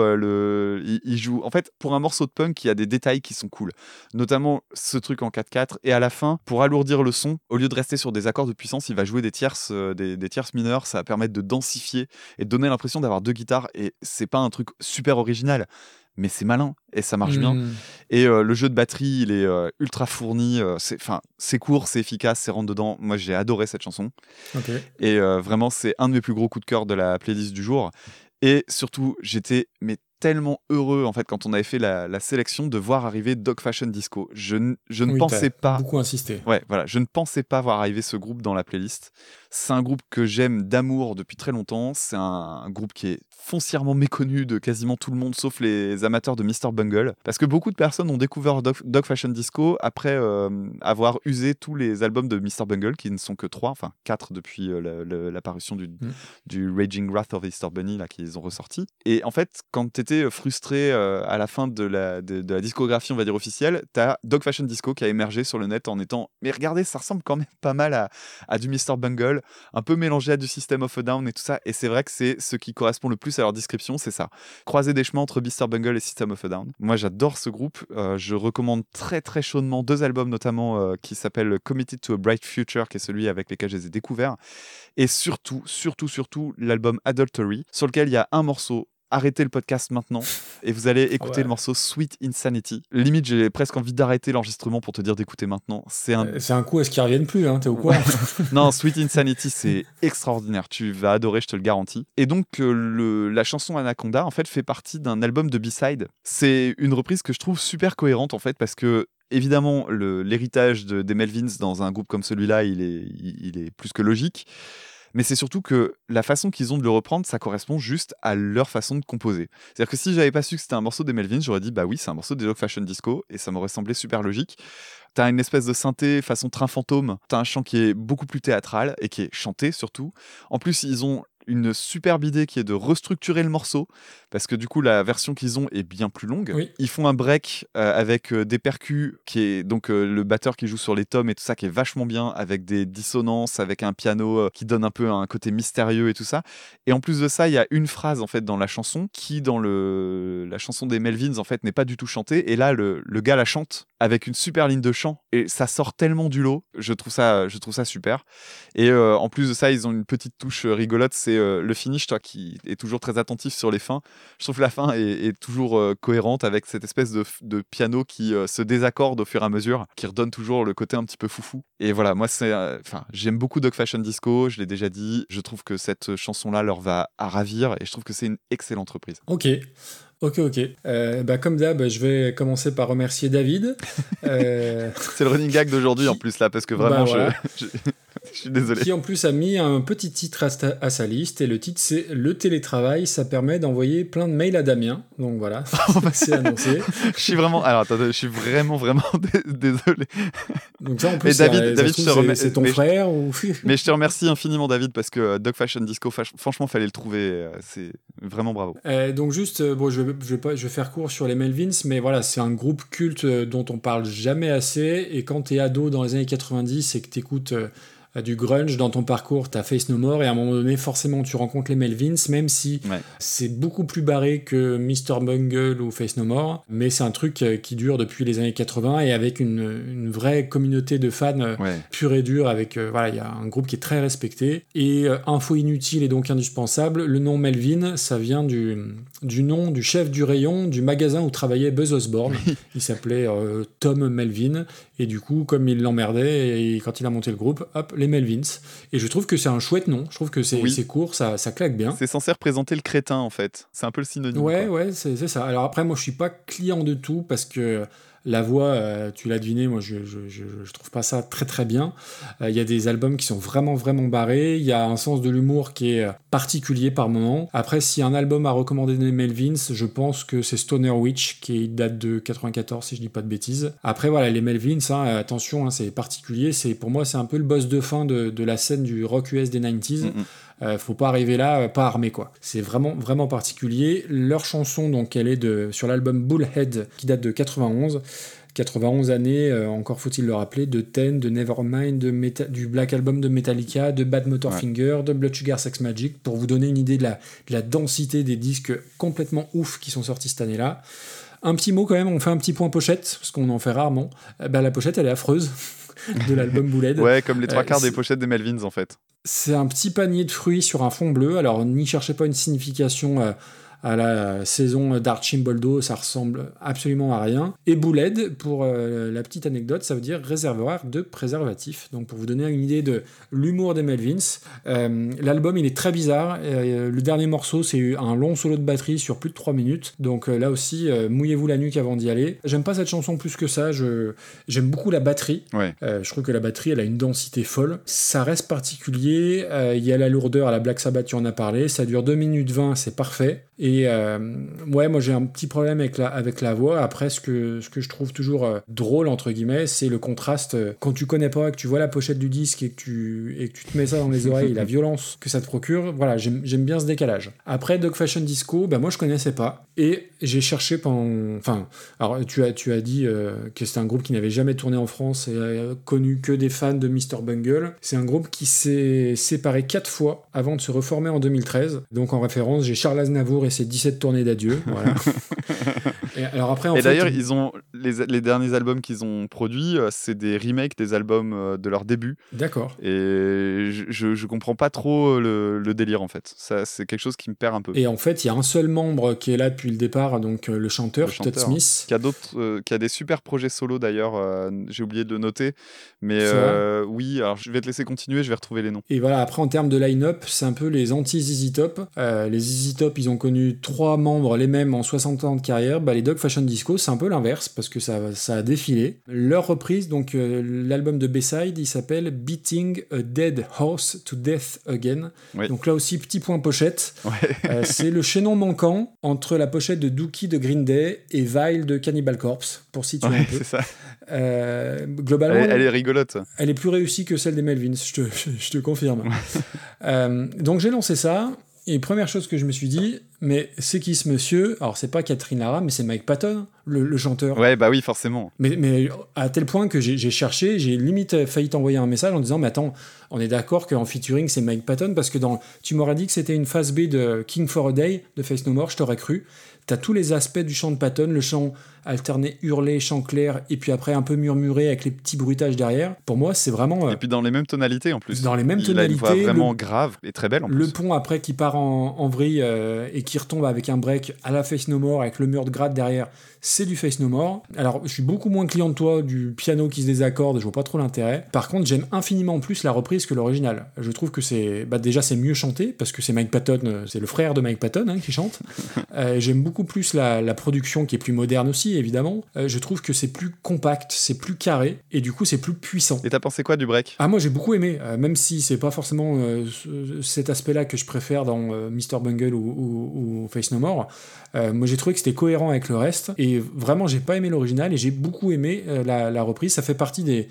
il joue... En fait, pour un morceau de punk, il y a des détails qui sont cool. Notamment ce truc en 4/4. Et à la fin, pour alourdir le son, au lieu de rester sur des accords de puissance, il va jouer des tierces mineures. Ça va permettre de densifier et de donner l'impression d'avoir 2 guitares. Et c'est pas un truc super original, mais c'est malin et ça marche bien. Et le jeu de batterie, il est ultra fourni. C'est court, c'est efficace, c'est rentre dedans. Moi, j'ai adoré cette chanson. Okay. Et vraiment, c'est un de mes plus gros coups de cœur de la playlist du jour. Et surtout, j'étais tellement heureux en fait quand on avait fait la sélection de voir arriver Dog Fashion Disco. Je ne pensais pas. Beaucoup insisté. Ouais, voilà, je ne pensais pas voir arriver ce groupe dans la playlist. C'est un groupe que j'aime d'amour depuis très longtemps. C'est un groupe qui est foncièrement méconnu de quasiment tout le monde, sauf les amateurs de Mr. Bungle, parce que beaucoup de personnes ont découvert Dog Fashion Disco après avoir usé tous les albums de Mr. Bungle, qui ne sont que 3, enfin 4 depuis l'apparition du Raging Wrath of Easter Bunny là qu'ils ont ressorti. Et en fait, quand t'étais frustré à la fin de la discographie, on va dire officielle, t'as Dog Fashion Disco qui a émergé sur le net en étant, mais regardez, ça ressemble quand même pas mal à du Mr. Bungle, un peu mélangé à du System of a Down et tout ça. Et c'est vrai que c'est ce qui correspond le plus à leur description, c'est ça. Croiser des chemins entre Mr. Bungle et System of a Down. Moi, j'adore ce groupe. Je recommande très très chaudement 2 albums notamment qui s'appellent Committed to a Bright Future, qui est celui avec lequel je les ai découverts. Et surtout l'album Adultery, sur lequel il y a un morceau. Arrêtez le podcast maintenant et vous allez écouter le morceau Sweet Insanity. Limite, j'ai presque envie d'arrêter l'enregistrement pour te dire d'écouter maintenant. C'est un coup à ce qu'ils reviennent plus, hein, t'es au courant? Non, Sweet Insanity, c'est extraordinaire. Tu vas adorer, je te le garantis. Et donc, la chanson Anaconda, en fait, fait partie d'un album de B-side. C'est une reprise que je trouve super cohérente, en fait, parce que évidemment, l'héritage des Melvins dans un groupe comme celui-là, il est plus que logique. Mais c'est surtout que la façon qu'ils ont de le reprendre, ça correspond juste à leur façon de composer. C'est-à-dire que si j'avais pas su que c'était un morceau des Melvins, j'aurais dit bah oui, c'est un morceau des Dog Fashion Disco et ça m'aurait semblé super logique. T'as une espèce de synthé façon train fantôme, t'as un chant qui est beaucoup plus théâtral et qui est chanté surtout. En plus, ils ont une superbe idée qui est de restructurer le morceau parce que du coup la version qu'ils ont est bien plus longue. Oui. Ils font un break avec des percus qui est donc le batteur qui joue sur les tomes et tout ça qui est vachement bien avec des dissonances, avec un piano qui donne un peu un côté mystérieux et tout ça. Et en plus de ça, il y a une phrase en fait dans la chanson qui dans la chanson des Melvins en fait n'est pas du tout chantée et là le gars la chante avec une super ligne de chant et ça sort tellement du lot. Je trouve ça super. Et en plus de ça, ils ont une petite touche rigolote, c'est le finish, toi qui est toujours très attentif sur les fins. Je trouve que la fin est toujours cohérente avec cette espèce de piano qui se désaccorde au fur et à mesure, qui redonne toujours le côté un petit peu foufou. Et voilà, moi j'aime beaucoup Dog Fashion Disco, je l'ai déjà dit. Je trouve que cette chanson-là leur va à ravir et je trouve que c'est une excellente reprise. Ok. Comme d'hab, je vais commencer par remercier David. C'est le running gag d'aujourd'hui en plus là, parce que vraiment voilà. je suis désolé. Qui en plus a mis un petit titre à sa liste, et le titre c'est « Le télétravail, ça permet d'envoyer plein de mails à Damien ». Donc voilà, c'est annoncé. Je suis vraiment désolé. Donc ça en plus, David, c'est ton frère ou... Mais je te remercie infiniment David, parce que Dog Fashion Disco, franchement fallait le trouver, c'est vraiment bravo. Donc juste, je vais faire court sur les Melvins, mais voilà, c'est un groupe culte dont on parle jamais assez, et quand t'es ado dans les années 90 et que t'écoutes du grunge dans ton parcours, t'as Face No More, et à un moment donné, forcément, tu rencontres les Melvins, même si Ouais. c'est beaucoup plus barré que Mr. Bungle ou Face No More, mais c'est un truc qui dure depuis les années 80 et avec une vraie communauté de fans Ouais. pure et dure, avec voilà, il y a un groupe qui est très respecté. Et info inutile et donc indispensable, le nom Melvin, ça vient du nom du chef du rayon du magasin où travaillait Buzz Osborne. Il s'appelait Tom Melvin, et du coup, comme il l'emmerdait, et quand il a monté le groupe, hop, les Melvins. Et je trouve que c'est un chouette nom, je trouve que c'est Oui. c'est court, ça claque bien. C'est censé représenter le crétin, en fait. C'est un peu le synonyme. Ouais, quoi. ouais, c'est ça. Alors après, moi, je suis pas client de tout parce que la voix, tu l'as deviné, moi, je trouve pas ça très très bien. Il y a des albums qui sont vraiment vraiment barrés. Il y a un sens de l'humour qui est particulier par moment. Après, si un album à recommander des Melvins, je pense que c'est Stoner Witch, qui date de 94, si je dis pas de bêtises. Après, voilà, les Melvins, attention, c'est particulier. Pour moi, c'est un peu le boss de fin de la scène du rock US des 90s. Faut pas arriver là pas armé, quoi. C'est vraiment vraiment particulier. Leur chanson, donc, elle est sur l'album Bullhead, qui date de 91. 91 années, encore faut-il le rappeler, de Ten, de Nevermind, du Black Album de Metallica, de Bad Motorfinger, de Blood Sugar Sex Magic, pour vous donner une idée de la densité des disques complètement ouf qui sont sortis cette année-là. Un petit mot quand même, on fait un petit point pochette, parce qu'on en fait rarement. La pochette, elle est affreuse, de l'album Bullhead. Ouais, comme les trois quarts des c'est- pochettes des Melvins, en fait. C'est un petit panier de fruits sur un fond bleu. Alors, n'y cherchez pas une signification à la saison d'Archimboldo, ça ressemble absolument à rien. Et Bullhead, pour la petite anecdote, ça veut dire réservoir de préservatifs. Donc, pour vous donner une idée de l'humour des Melvins, l'album, il est très bizarre. Le dernier morceau, c'est un long solo de batterie sur plus de 3 minutes. Donc, là aussi, mouillez-vous la nuque avant d'y aller. J'aime pas cette chanson plus que ça. J'aime beaucoup la batterie. Ouais. Je trouve que la batterie, elle a une densité folle. Ça reste particulier. Il y a la lourdeur à la Black Sabbath, tu en as parlé. Ça dure 2 minutes 20, c'est parfait. Et ouais, moi j'ai un petit problème avec la voix. Après, ce que je trouve toujours drôle, entre guillemets, c'est le contraste. Quand tu connais pas, que tu vois la pochette du disque et que tu te mets ça dans les oreilles, la violence que ça te procure, voilà, j'aime bien ce décalage. Après, Dog Fashion Disco, moi je connaissais pas. Et j'ai cherché pendant... Enfin, alors tu as dit que c'était un groupe qui n'avait jamais tourné en France et connu que des fans de Mr. Bungle. C'est un groupe qui s'est séparé 4 fois avant de se reformer en 2013. Donc en référence, j'ai Charles Aznavour et ses 17 tournées d'adieu. Voilà. Et alors après, Et d'ailleurs, ils ont les derniers albums qu'ils ont produits, c'est des remakes des albums de leur début. D'accord. Et je comprends pas trop le délire, en fait. Ça, c'est quelque chose qui me perd un peu. Et en fait, il y a un seul membre qui est là depuis le départ, donc le chanteur, Todd Smith. Qui a des super projets solo d'ailleurs, j'ai oublié de le noter. Mais C'est vrai oui, alors je vais te laisser continuer, je vais retrouver les noms. Et voilà, après en termes de line-up, c'est un peu les anti-ZZ Top. Les ZZ Top, ils ont connu 3 membres les mêmes en 60 ans de carrière. Les Dog Fashion Disco, c'est un peu l'inverse, parce que ça a défilé. Leur reprise, donc l'album de B-Side, il s'appelle Beating a Dead Horse to Death Again. Oui. Donc là aussi, petit point pochette. Ouais. C'est le chaînon manquant entre la pochette de Dookie de Green Day et Vile de Cannibal Corpse, pour situer un peu. C'est ça. Globalement, Elle est rigolote. elle est plus réussie que celle des Melvins, je te confirme. Donc j'ai lancé ça, et première chose que je me suis dit, mais c'est qui ce monsieur? Alors c'est pas Catherine Lara, mais c'est Mike Patton, le chanteur. Ouais, bah oui, forcément. Mais à tel point que j'ai cherché, j'ai limite failli t'envoyer un message en disant, mais attends, on est d'accord qu'en featuring c'est Mike Patton, parce que tu m'aurais dit que c'était une phase B de King for a Day de Face No More, je t'aurais cru. T'as tous les aspects du chant de Patton, le chant alterné hurlé, chant clair, et puis après un peu murmuré avec les petits bruitages derrière. Pour moi, c'est vraiment... Et puis dans les mêmes tonalités en plus. Dans les mêmes Il a une voix tonalités, vraiment grave et très belle en le plus. pont après qui part en vrille et qui retombe avec un break à la Face No More avec le mur de gratte derrière, c'est du Face No More. Alors je suis beaucoup moins client de toi du piano qui se désaccorde, je vois pas trop l'intérêt. Par contre, j'aime infiniment plus la reprise que l'original. Je trouve que déjà c'est mieux chanté parce que c'est Mike Patton, c'est le frère de Mike Patton qui chante. J'aime beaucoup plus la production qui est plus moderne aussi évidemment. Je trouve que c'est plus compact, c'est plus carré et du coup c'est plus puissant. Et t'as pensé quoi du break? Ah, moi j'ai beaucoup aimé, même si c'est pas forcément cet aspect-là que je préfère dans Mr. Bungle ou Face No More. Moi j'ai trouvé que c'était cohérent avec le reste et vraiment j'ai pas aimé l'original et j'ai beaucoup aimé la reprise. Ça fait partie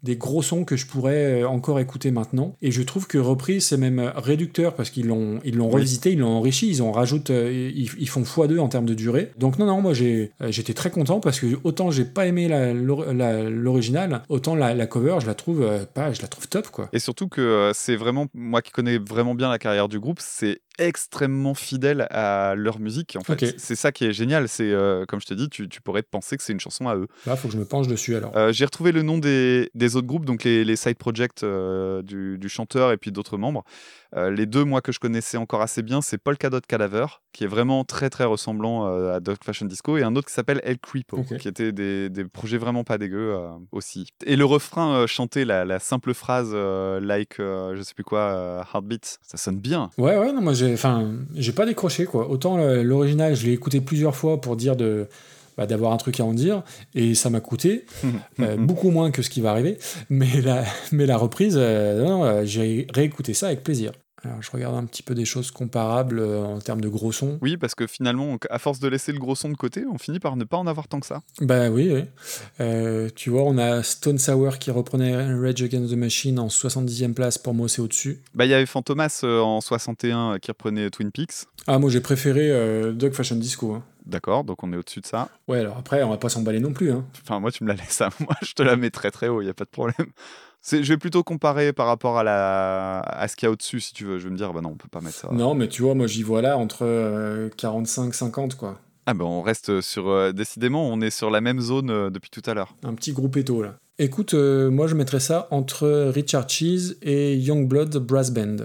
des gros sons que je pourrais encore écouter maintenant. Et je trouve que reprise, c'est même réducteur parce qu'ils l'ont revisité, ils l'ont enrichi, ils font x2 en termes de durée. Donc non, moi j'étais très content parce que autant j'ai pas aimé l'original, autant la cover, je la trouve top, quoi. Et surtout que c'est vraiment, moi qui connais vraiment bien la carrière du groupe, c'est extrêmement fidèle à leur musique, en fait. Ok. C'est ça qui est génial, c'est comme je te dis, tu pourrais penser que c'est une chanson à eux. Là, faut que je me penche dessus alors. J'ai retrouvé le nom des autres groupes, donc les side projects du chanteur et puis d'autres membres. Les deux, moi, que je connaissais encore assez bien, c'est Polka Dot Cadaver, qui est vraiment très très ressemblant à Dog Fashion Disco, et un autre qui s'appelle El Creepo, Ok. qui étaient des projets vraiment pas dégueux aussi. Et le refrain chanté, la simple phrase je sais plus quoi, Heartbeat, ça sonne bien. Ouais, non, moi j'ai pas décroché, quoi. Autant l'original, je l'ai écouté plusieurs fois pour dire d'avoir un truc à en dire, et ça m'a coûté beaucoup moins que ce qui va arriver, mais la reprise, j'ai réécouté ça avec plaisir. Alors, je regarde un petit peu des choses comparables en termes de gros sons. Oui, parce que finalement, à force de laisser le gros son de côté, on finit par ne pas en avoir tant que ça. Bah oui. Tu vois, on a Stone Sour qui reprenait Rage Against the Machine en 70e place, pour moi c'est au-dessus. Bah, il y avait Fantomas en 61 qui reprenait Twin Peaks. Ah, moi j'ai préféré Dog Fashion Disco. Hein. D'accord, donc on est au-dessus de ça. Ouais, alors après, on va pas s'emballer non plus. Hein. Enfin, moi, tu me la laisses à moi, je te la mets très très haut, il n'y a pas de problème. Je vais plutôt comparer par rapport à ce qu'il y a au-dessus, si tu veux. Je vais me dire, bah non, on peut pas mettre ça. Non, mais tu vois, moi j'y vois là entre 45-50, quoi. Ah ben on reste sur... décidément, on est sur la même zone depuis tout à l'heure. Un petit groupe éto, là. Écoute, moi je mettrais ça entre Richard Cheese et Youngblood Brass Band.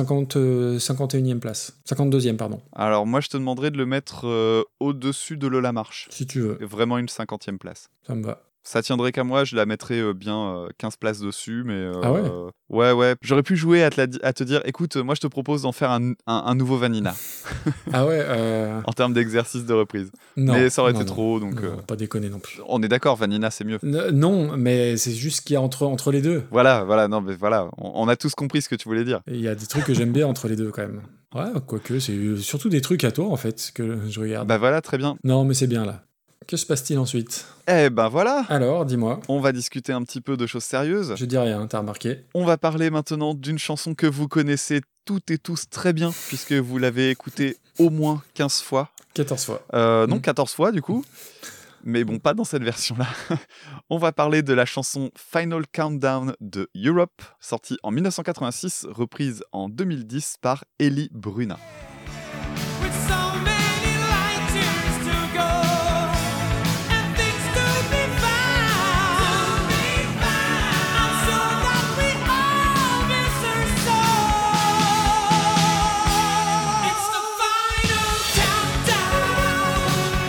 51e place. 52e, pardon. Alors moi, je te demanderais de le mettre au-dessus de Lola Marche. Si tu veux. Vraiment une 50e place. Ça me va. Ça tiendrait qu'à moi, je la mettrais bien 15 places dessus, mais... Ah ouais ouais. J'aurais pu jouer à te dire, écoute, moi je te propose d'en faire un nouveau Vanilla. Ah ouais En termes d'exercice de reprise. Non. Mais ça aurait été non. trop, donc... Non, pas déconner non plus. On est d'accord, Vanilla, c'est mieux. Non, mais c'est juste qu'il y a entre les deux. Voilà, non, mais voilà, on a tous compris ce que tu voulais dire. Il y a des trucs que j'aime bien entre les deux, quand même. Ouais, quoique, c'est surtout des trucs à toi, en fait, que je regarde. Bah voilà, très bien. Non, mais c'est bien, là. Que se passe-t-il ensuite ? Eh ben voilà. Alors, dis-moi. On va discuter un petit peu de choses sérieuses. Je dis rien, t'as remarqué. On va parler maintenant d'une chanson que vous connaissez toutes et tous très bien, puisque vous l'avez écoutée au moins 15 fois. 14 fois. Non, 14 fois du coup. Mais bon, pas dans cette version-là. On va parler de la chanson Final Countdown de Europe, sortie en 1986, reprise en 2010 par Ellie Bruna. With so many light years to go and things to be found, I'm sure that we all miss her so. It's the final countdown.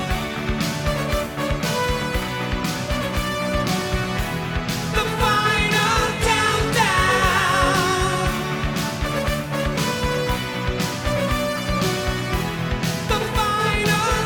The final countdown. The final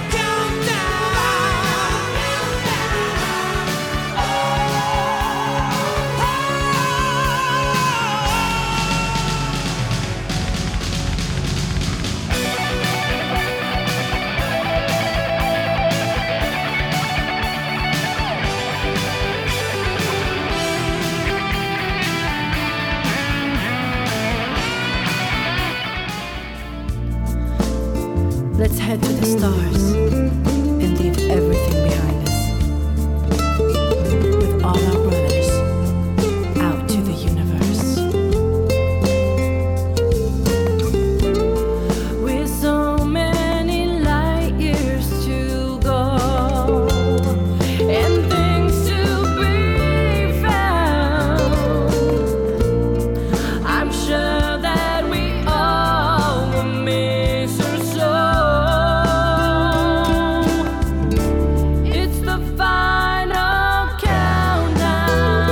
Let's head to the stars and leave everything behind us. With all our brothers, out to the universe. With so many light years to go and things to be found, I'm sure that we all will miss her so. It's the final countdown.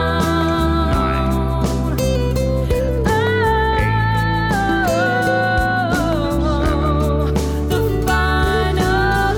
Oh, the final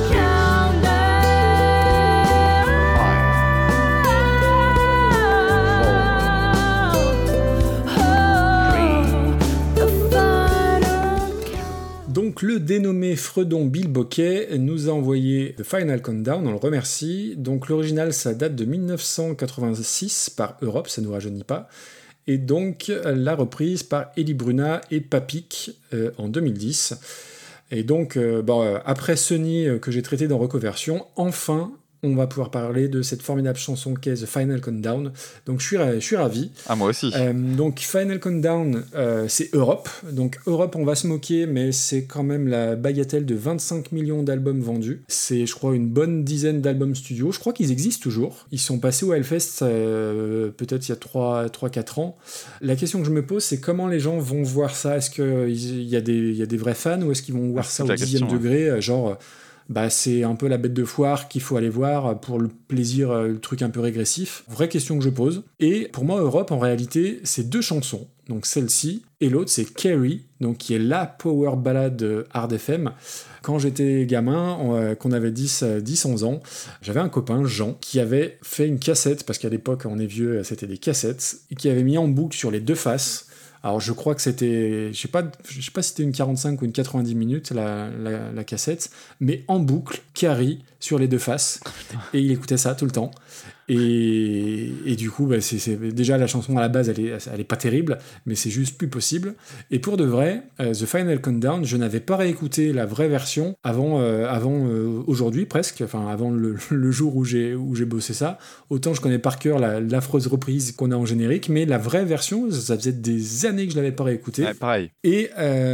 countdown. The final Donc le dénommé nommé Fredon Bill Bocquet nous a envoyé The Final Countdown, on le remercie. Donc l'original, ça date de 1986 par Europe, ça ne nous rajeunit pas. Et donc la reprise par Eddie Bruna et Papik en 2010. Et donc, après Sunny que j'ai traité dans Recoversion, enfin, on va pouvoir parler de cette formidable chanson qu'est The Final Countdown. Donc je suis ravi. Ah, moi aussi. Donc Final Countdown, c'est Europe. Donc Europe, on va se moquer, mais c'est quand même la bagatelle de 25 millions d'albums vendus. C'est, je crois, une bonne dizaine d'albums studio. Je crois qu'ils existent toujours. Ils sont passés au Hellfest peut-être il y a 3-4 ans. La question que je me pose, c'est comment les gens vont voir ça. Est-ce qu'il y a des vrais fans ou est-ce qu'ils vont voir ça au 10e degré, genre... c'est un peu la bête de foire qu'il faut aller voir pour le plaisir, le truc un peu régressif. Vraie question que je pose. Et pour moi, Europe, en réalité, c'est 2 chansons. Donc celle-ci, et l'autre, c'est Carrie, donc qui est la power ballade hard FM. Quand j'étais gamin, qu'on avait 10-11 ans, j'avais un copain, Jean, qui avait fait une cassette, parce qu'à l'époque, on est vieux, c'était des cassettes, et qui avait mis en boucle sur les 2 faces. Alors je crois que c'était, je sais pas si c'était une 45 ou une 90 minutes la cassette, mais en boucle, Carrie sur les 2 faces, et il écoutait ça tout le temps. Et du coup, c'est déjà la chanson à la base, elle est pas terrible, mais c'est juste plus possible. Et pour de vrai, The Final Countdown, je n'avais pas réécouté la vraie version avant aujourd'hui presque, enfin avant le jour où j'ai bossé ça. Autant je connais par cœur l'affreuse reprise qu'on a en générique, mais la vraie version, ça faisait des années que je l'avais pas réécoutée. Ouais, pareil. Et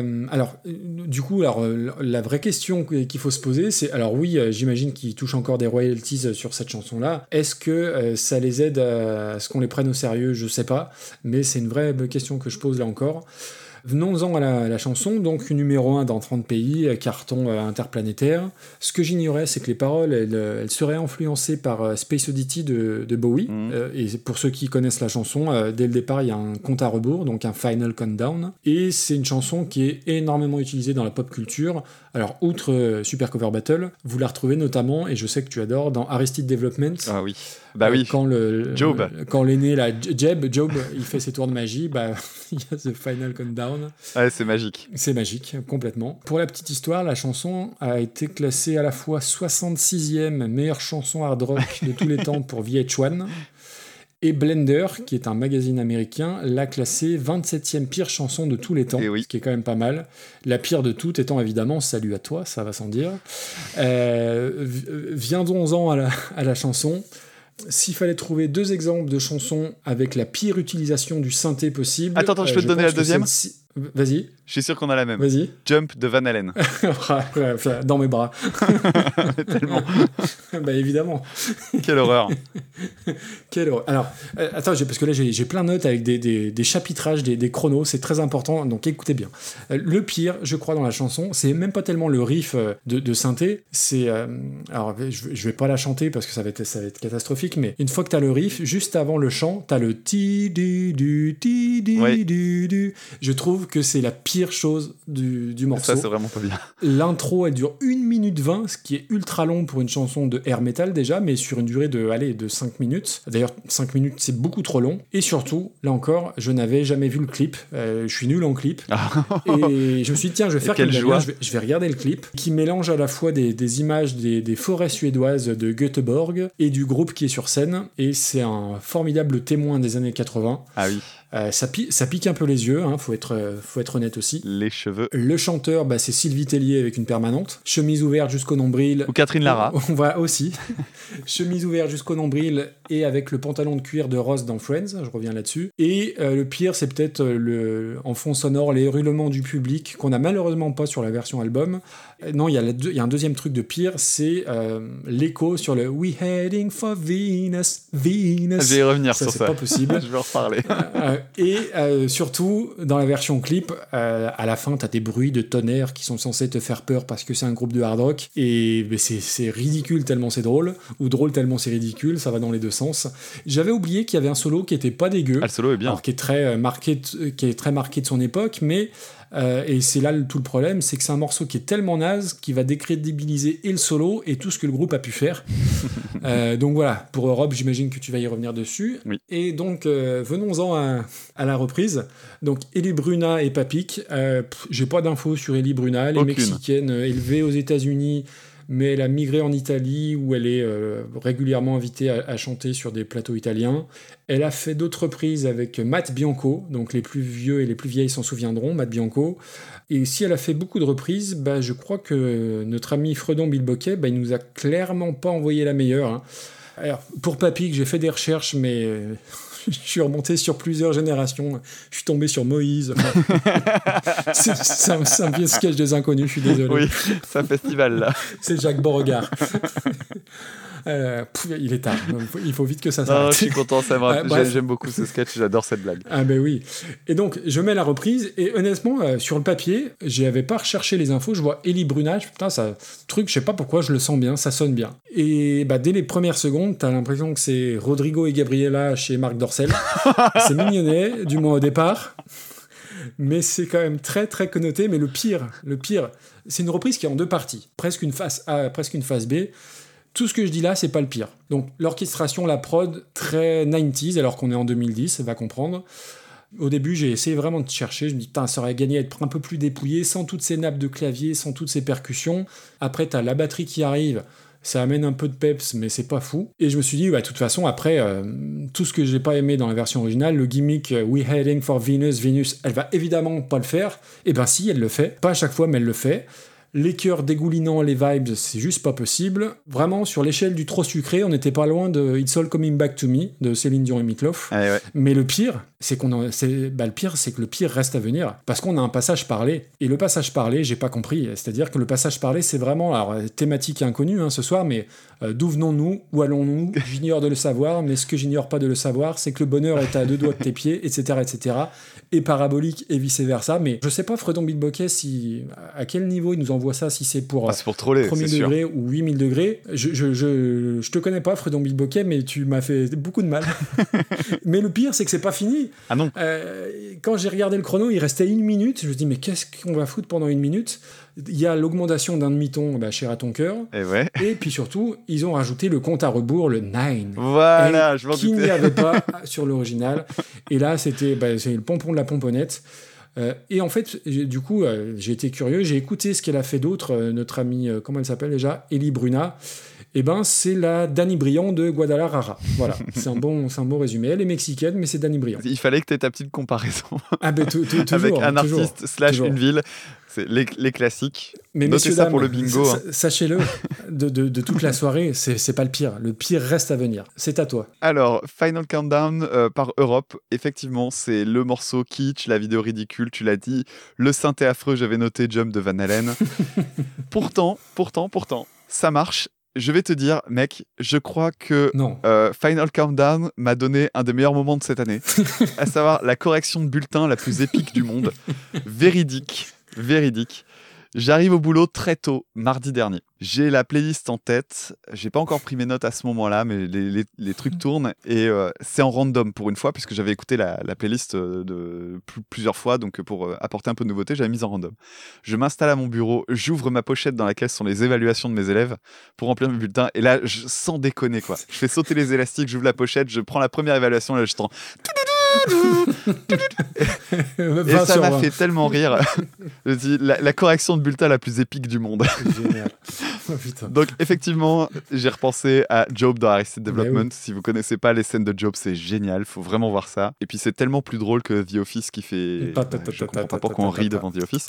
du coup, la vraie question qu'il faut se poser, c'est, alors oui, j'imagine qu'ils touchent encore des royalties sur cette chanson-là. Est-ce que ça les aide à ce qu'on les prenne au sérieux? Je sais pas, mais c'est une vraie question que je pose là encore. Venons-en à la chanson, donc numéro 1 dans 30 pays, carton interplanétaire. Ce que j'ignorais, c'est que les paroles, elles seraient influencées par Space Oddity de Bowie. Et pour ceux qui connaissent la chanson, dès le départ, il y a un compte à rebours, donc un Final Countdown. Et c'est une chanson qui est énormément utilisée dans la pop culture. Alors, outre Super Cover Battle, vous la retrouvez notamment, et je sais que tu adores, dans Arrested Development. Ah oui. Bah oui. Quand l'aîné, là, Job, il fait ses tours de magie, il y a The Final Countdown. Ouais, c'est magique. C'est magique, complètement. Pour la petite histoire, la chanson a été classée à la fois 66e meilleure chanson hard rock de tous les temps pour VH1, et Blender, qui est un magazine américain, l'a classée 27e pire chanson de tous les temps, ce qui est quand même pas mal. La pire de toutes étant évidemment Salut à toi, ça va sans dire. Viendons-en à la chanson. S'il fallait trouver 2 exemples de chansons avec la pire utilisation du synthé possible... Attends, je peux te donner la deuxième ? Vas-y. Je suis sûr qu'on a la même. Vas-y. Jump de Van Halen. Dans mes bras. Tellement. Évidemment. Quelle horreur. Quelle horreur. Alors, attends, parce que là, j'ai plein de notes avec des chapitrages, des chronos, c'est très important, donc écoutez bien. Le pire, je crois, dans la chanson, c'est même pas tellement le riff de synthé, c'est... alors, je vais pas la chanter parce que ça va être catastrophique, mais une fois que t'as le riff, juste avant le chant, t'as le ti-du-du, ti-du-du-du. Je trouve que c'est la pire chose du morceau. Ça, c'est vraiment pas bien. L'intro, elle dure 1 minute 20, ce qui est ultra long pour une chanson de air metal déjà, mais sur une durée de 5 minutes. D'ailleurs, 5 minutes, c'est beaucoup trop long. Et surtout, là encore, je n'avais jamais vu le clip. Je suis nul en clip. Et je me suis dit, tiens, je vais faire comme Damien, je vais regarder le clip, qui mélange à la fois des images des forêts suédoises de Göteborg et du groupe qui est sur scène. Et c'est un formidable témoin des années 80. Ah oui. Ça pique un peu les yeux, faut être honnête aussi. Les cheveux. Le chanteur, c'est Sylvie Tellier avec une permanente. Chemise ouverte jusqu'au nombril. Ou Catherine Lara. On voit aussi. Chemise ouverte jusqu'au nombril et avec le pantalon de cuir de Ross dans Friends, je reviens là-dessus. Et le pire, c'est peut-être en fond sonore, les hurlements du public qu'on n'a malheureusement pas sur la version album. Non, il y a un deuxième truc de pire, c'est l'écho sur le We heading for Venus. Je vais y revenir sur ça. C'est pas possible. Je vais en reparler. Et surtout, dans la version clip, à la fin, t'as des bruits de tonnerre qui sont censés te faire peur parce que c'est un groupe de hard rock. Et c'est ridicule tellement c'est drôle, ou drôle tellement c'est ridicule, ça va dans les deux sens. J'avais oublié qu'il y avait un solo qui était pas dégueu. Ah, le solo est bien. Alors, qui est très marqué de son époque, mais Et c'est là tout le problème, c'est que c'est un morceau qui est tellement naze qu'il va décrédibiliser et le solo et tout ce que le groupe a pu faire. Donc voilà, pour Europe, j'imagine que tu vas y revenir dessus. Oui. Et donc, venons-en à la reprise. Donc, Ellie Bruna et Papik. J'ai pas d'infos sur Ellie Bruna. Elle est Aucune. mexicaine, élevée aux États-Unis, mais elle a migré en Italie où elle est régulièrement invitée à chanter sur des plateaux italiens. Elle a fait d'autres reprises avec Matt Bianco, donc les plus vieux et les plus vieilles s'en souviendront, Matt Bianco. Et si elle a fait beaucoup de reprises, bah, je crois que notre ami Fredon Bilboquet, bah, il nous a clairement pas envoyé la meilleure. Hein. Alors, pour Papik, j'ai fait des recherches, mais je suis remonté sur plusieurs générations. Je suis tombé sur Moïse. Enfin, c'est un vieux sketch des inconnus, je suis désolé. Oui, c'est un festival là. C'est Jacques Beauregard. Il est tard, il faut vite que ça s'arrête. Non, je suis content, ça me rappelle- bref. j'aime beaucoup ce sketch, j'adore cette blague. Ah ben oui. Et donc, je mets la reprise, et honnêtement, sur le papier, j'avais pas recherché les infos, je vois Ellie Bruna, putain, ça, truc, je sais pas pourquoi, je le sens bien, ça sonne bien. Et bah, dès les premières secondes, t'as l'impression que c'est Rodrigo et Gabriela chez Marc Dorcel. C'est mignonnet, du moins au départ. Mais c'est quand même très très connoté. Mais le pire, c'est une reprise qui est en deux parties, presque une face A, presque une face B. Tout ce que je dis là, c'est pas le pire. Donc l'orchestration, la prod, très 90s, alors qu'on est en 2010, va comprendre. Au début, j'ai essayé vraiment de chercher. Je me dis, putain, ça aurait gagné à être un peu plus dépouillé, sans toutes ces nappes de clavier, sans toutes ces percussions. Après, t'as la batterie qui arrive. Ça amène un peu de peps, mais c'est pas fou. Et je me suis dit, bah, de toute façon, après, tout ce que j'ai pas aimé dans la version originale, le gimmick We Heading for Venus, elle va évidemment pas le faire. Et ben si, elle le fait. Pas à chaque fois, mais elle le fait. Les chœurs dégoulinants, les vibes, c'est juste pas possible. Vraiment, sur l'échelle du trop sucré, on n'était pas loin de It's All Coming Back to Me de Céline Dion et Meatloaf. Ah, ouais. Mais le pire, c'est que le pire reste à venir, parce qu'on a un passage parlé. Et le passage parlé, j'ai pas compris. C'est-à-dire que le passage parlé, c'est vraiment, alors thématique inconnue ce soir, mais d'où venons-nous, où allons-nous, j'ignore de le savoir, mais ce que j'ignore pas de le savoir, c'est que le bonheur est à deux doigts de tes pieds, etc., etc. Et parabolique et vice versa. Mais je sais pas, Fredon Bilboquet, à quel niveau il nous envoie ça, si c'est pour C'est pour troller, premier c'est sûr. degré ou 8000 degrés. Je te connais pas, Fredon Bilboquet, mais tu m'as fait beaucoup de mal. Mais le pire, c'est que c'est pas fini. Ah non. Quand j'ai regardé le chrono, il restait 1 minute. Je me dis, mais qu'est-ce qu'on va foutre pendant 1 minute ? Il y a l'augmentation d'un demi-ton, cher à ton cœur. Et ouais. Et puis surtout, ils ont rajouté le compte à rebours, le 9. Voilà, Et je m'en qu'il n'y doutais. avait pas sur l'original. Et là, c'est le pompon de la pomponnette. Et en fait, du coup, j'ai été curieux, j'ai écouté ce qu'elle a fait d'autre, notre amie, comment elle s'appelle déjà, Ellie Bruna. Et ben, c'est la Dani Briand de Guadalajara. Voilà, c'est un bon résumé. Elle est mexicaine, mais c'est Dani Briand. Il fallait que tu aies ta petite comparaison Ah ben, toujours. avec un toujours, artiste slash toujours. une ville. C'est les classiques. Mais Notez messieurs, ça dames, pour le bingo. hein. Sachez-le, de toute la soirée, c'est pas le pire. Le pire reste à venir. C'est à toi. Alors, Final Countdown par Europe, effectivement, c'est le morceau kitsch, la vidéo ridicule, tu l'as dit, le synthé affreux, j'avais noté Jump de Van Halen. pourtant, ça marche. Je vais te dire, mec, je crois que Non. Final Countdown m'a donné un des meilleurs moments de cette année, à savoir la correction de bulletin la plus épique du monde. Véridique. J'arrive au boulot très tôt, mardi dernier. J'ai la playlist en tête. J'ai pas encore pris mes notes à ce moment-là, mais les trucs tournent et c'est en random pour une fois, puisque j'avais écouté la playlist plusieurs fois, donc pour apporter un peu de nouveauté, j'avais mis en random. Je m'installe à mon bureau, j'ouvre ma pochette dans laquelle sont les évaluations de mes élèves pour remplir mes bulletins, et là, sans déconner, quoi. Je fais sauter les élastiques, j'ouvre la pochette, je prends la première évaluation, et là, je tends. Et ça m'a fait tellement rire. Je dis, la correction de bulletin la plus épique du monde. Génial. Oh, putain. Donc effectivement, j'ai repensé à Job dans Arrested Development. oui. Si vous connaissez pas les scènes de Job, c'est génial, faut vraiment voir ça. Et puis c'est tellement plus drôle que The Office qui fait... Je comprends pas pourquoi on rit devant The Office.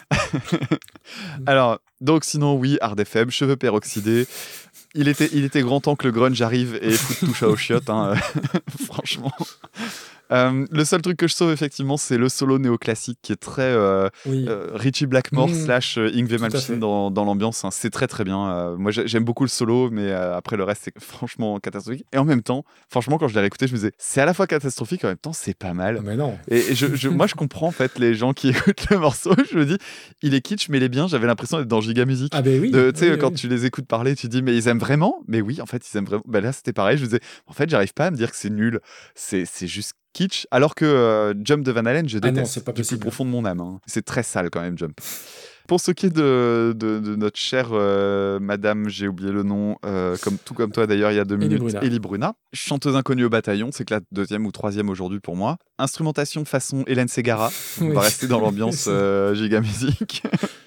Alors, donc sinon oui, Hard FM, cheveux peroxydés. Il était grand temps que le grunge arrive et foute touche à aux chiottes, hein. Franchement. Le seul truc que je sauve effectivement, c'est le solo néoclassique qui est très Richie Blackmore slash Yngwie Malmsteen dans l'ambiance. Hein. C'est très très bien. Moi j'aime beaucoup le solo, mais après le reste c'est franchement catastrophique. Et en même temps, franchement quand je l'ai réécouté, je me disais c'est à la fois catastrophique, en même temps c'est pas mal. Mais non. Et moi je comprends en fait les gens qui écoutent le morceau. Je me dis il est kitsch mais il est bien. J'avais l'impression d'être dans Giga Music. Ah ben oui. Tu sais, oui, quand oui. tu les écoutes parler, tu dis mais ils aiment vraiment. Mais oui, en fait ils aiment vraiment. Ben là c'était pareil. Je me disais en fait j'arrive pas à me dire que c'est nul. C'est juste kitsch, alors que Jump de Van Halen, je Ah déteste non, c'est pas du plus possible. profond de mon âme. Hein. C'est très sale quand même, Jump. Pour ce qui est de notre chère madame, j'ai oublié le nom, tout comme toi d'ailleurs il y a 2 Elie minutes, Bruna. Elie Bruna, chanteuse inconnue au bataillon, c'est que la 2e ou 3e aujourd'hui pour moi. Instrumentation façon Hélène Ségara, on Oui. va rester dans l'ambiance giga musique.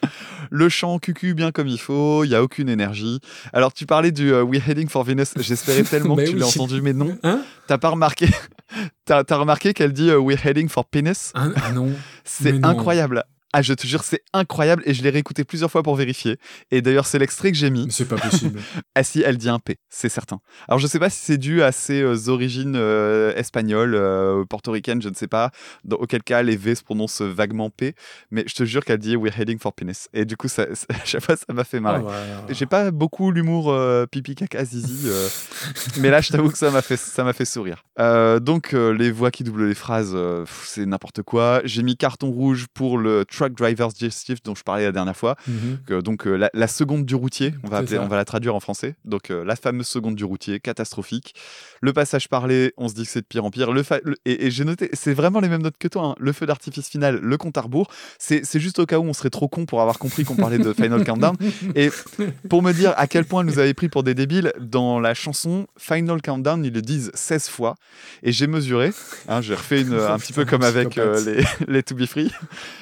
Le chant cucu bien comme il faut, il n'y a aucune énergie. Alors tu parlais du We're Heading for Venus, j'espérais tellement que Mais tu oui. l'as entendu, mais non. Hein? T'as pas remarqué T'as remarqué qu'elle dit We're Heading for Penis? Ah non. C'est Mais non. incroyable. Ah, je te jure, c'est incroyable et je l'ai réécouté plusieurs fois pour vérifier. Et d'ailleurs, c'est l'extrait que j'ai mis. Mais c'est pas possible. Ah si, elle dit un P, c'est certain. Alors, je sais pas si c'est dû à ses origines espagnoles, portoricaines, je ne sais pas. Auquel cas, les V se prononcent vaguement P. Mais je te jure qu'elle dit We're heading for penis. Et du coup, à chaque fois, ça m'a fait marrer. Ah, ouais. J'ai pas beaucoup l'humour pipi caca zizi, mais là je t'avoue que ça m'a fait sourire. Donc les voix qui doublent les phrases, c'est n'importe quoi. J'ai mis carton rouge pour le Truck Driver's Digestive dont je parlais la dernière fois. Donc la seconde du routier, on va la traduire en français. Donc la fameuse seconde du routier, catastrophique. Le passage parlé, on se dit que c'est de pire en pire. Et j'ai noté, c'est vraiment les mêmes notes que toi. Hein. Le feu d'artifice final, le compte à rebours. C'est juste au cas où on serait trop con pour avoir compris qu'on parlait de Final Countdown. Et pour me dire à quel point nous avait pris pour des débiles, dans la chanson Final Countdown, ils le disent 16 fois. Et j'ai mesuré, hein, j'ai refait un petit peu comme avec les To Be Free.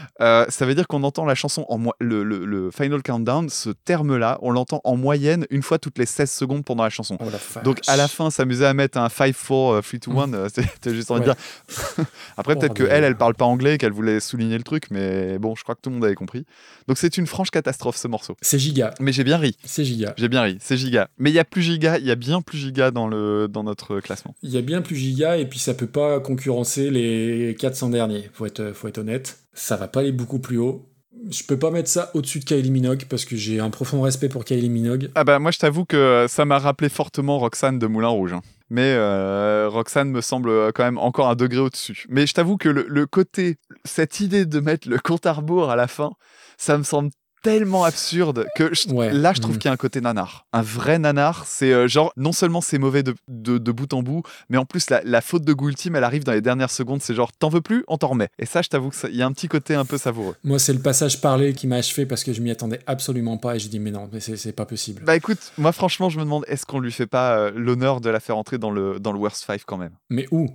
Ça veut dire qu'on entend la chanson, le Final Countdown, ce terme-là, on l'entend en moyenne une fois toutes les 16 secondes pendant la chanson. Oh, la Donc à la fin, s'amuser à mettre un 5, 4, 3, 2, 1, c'était juste envie de dire. Après, peut-être qu'elle parle pas anglais et qu'elle voulait souligner le truc, mais bon, je crois que tout le monde avait compris. Donc c'est une franche catastrophe ce morceau. C'est giga. Mais j'ai bien ri. C'est giga. J'ai bien ri, c'est giga. Mais il y a bien plus giga dans notre classement. Il y a bien plus giga et puis ça peut pas concurrencer les 400 derniers, faut être honnête. Ça va pas aller beaucoup plus haut. Je peux pas mettre ça au-dessus de Kylie Minogue parce que j'ai un profond respect pour Kylie Minogue. Ah bah moi je t'avoue que ça m'a rappelé fortement Roxane de Moulin Rouge. Hein. Mais Roxane me semble quand même encore un degré au-dessus. Mais je t'avoue que le côté, cette idée de mettre le compte à rebours à la fin, ça me semble tellement absurde que là je trouve qu'il y a un côté nanar, un vrai nanar. C'est genre non seulement c'est mauvais de bout en bout, mais en plus la faute de goût ultime elle arrive dans les dernières secondes. C'est genre t'en veux plus, on t'en remet. Et ça je t'avoue qu'il y a un petit côté un peu savoureux. Moi c'est le passage parlé qui m'a achevé parce que je m'y attendais absolument pas et j'ai dit mais non, mais c'est pas possible. Bah écoute, moi franchement je me demande est-ce qu'on lui fait pas l'honneur de la faire entrer dans le Worst 5 quand même. Mais où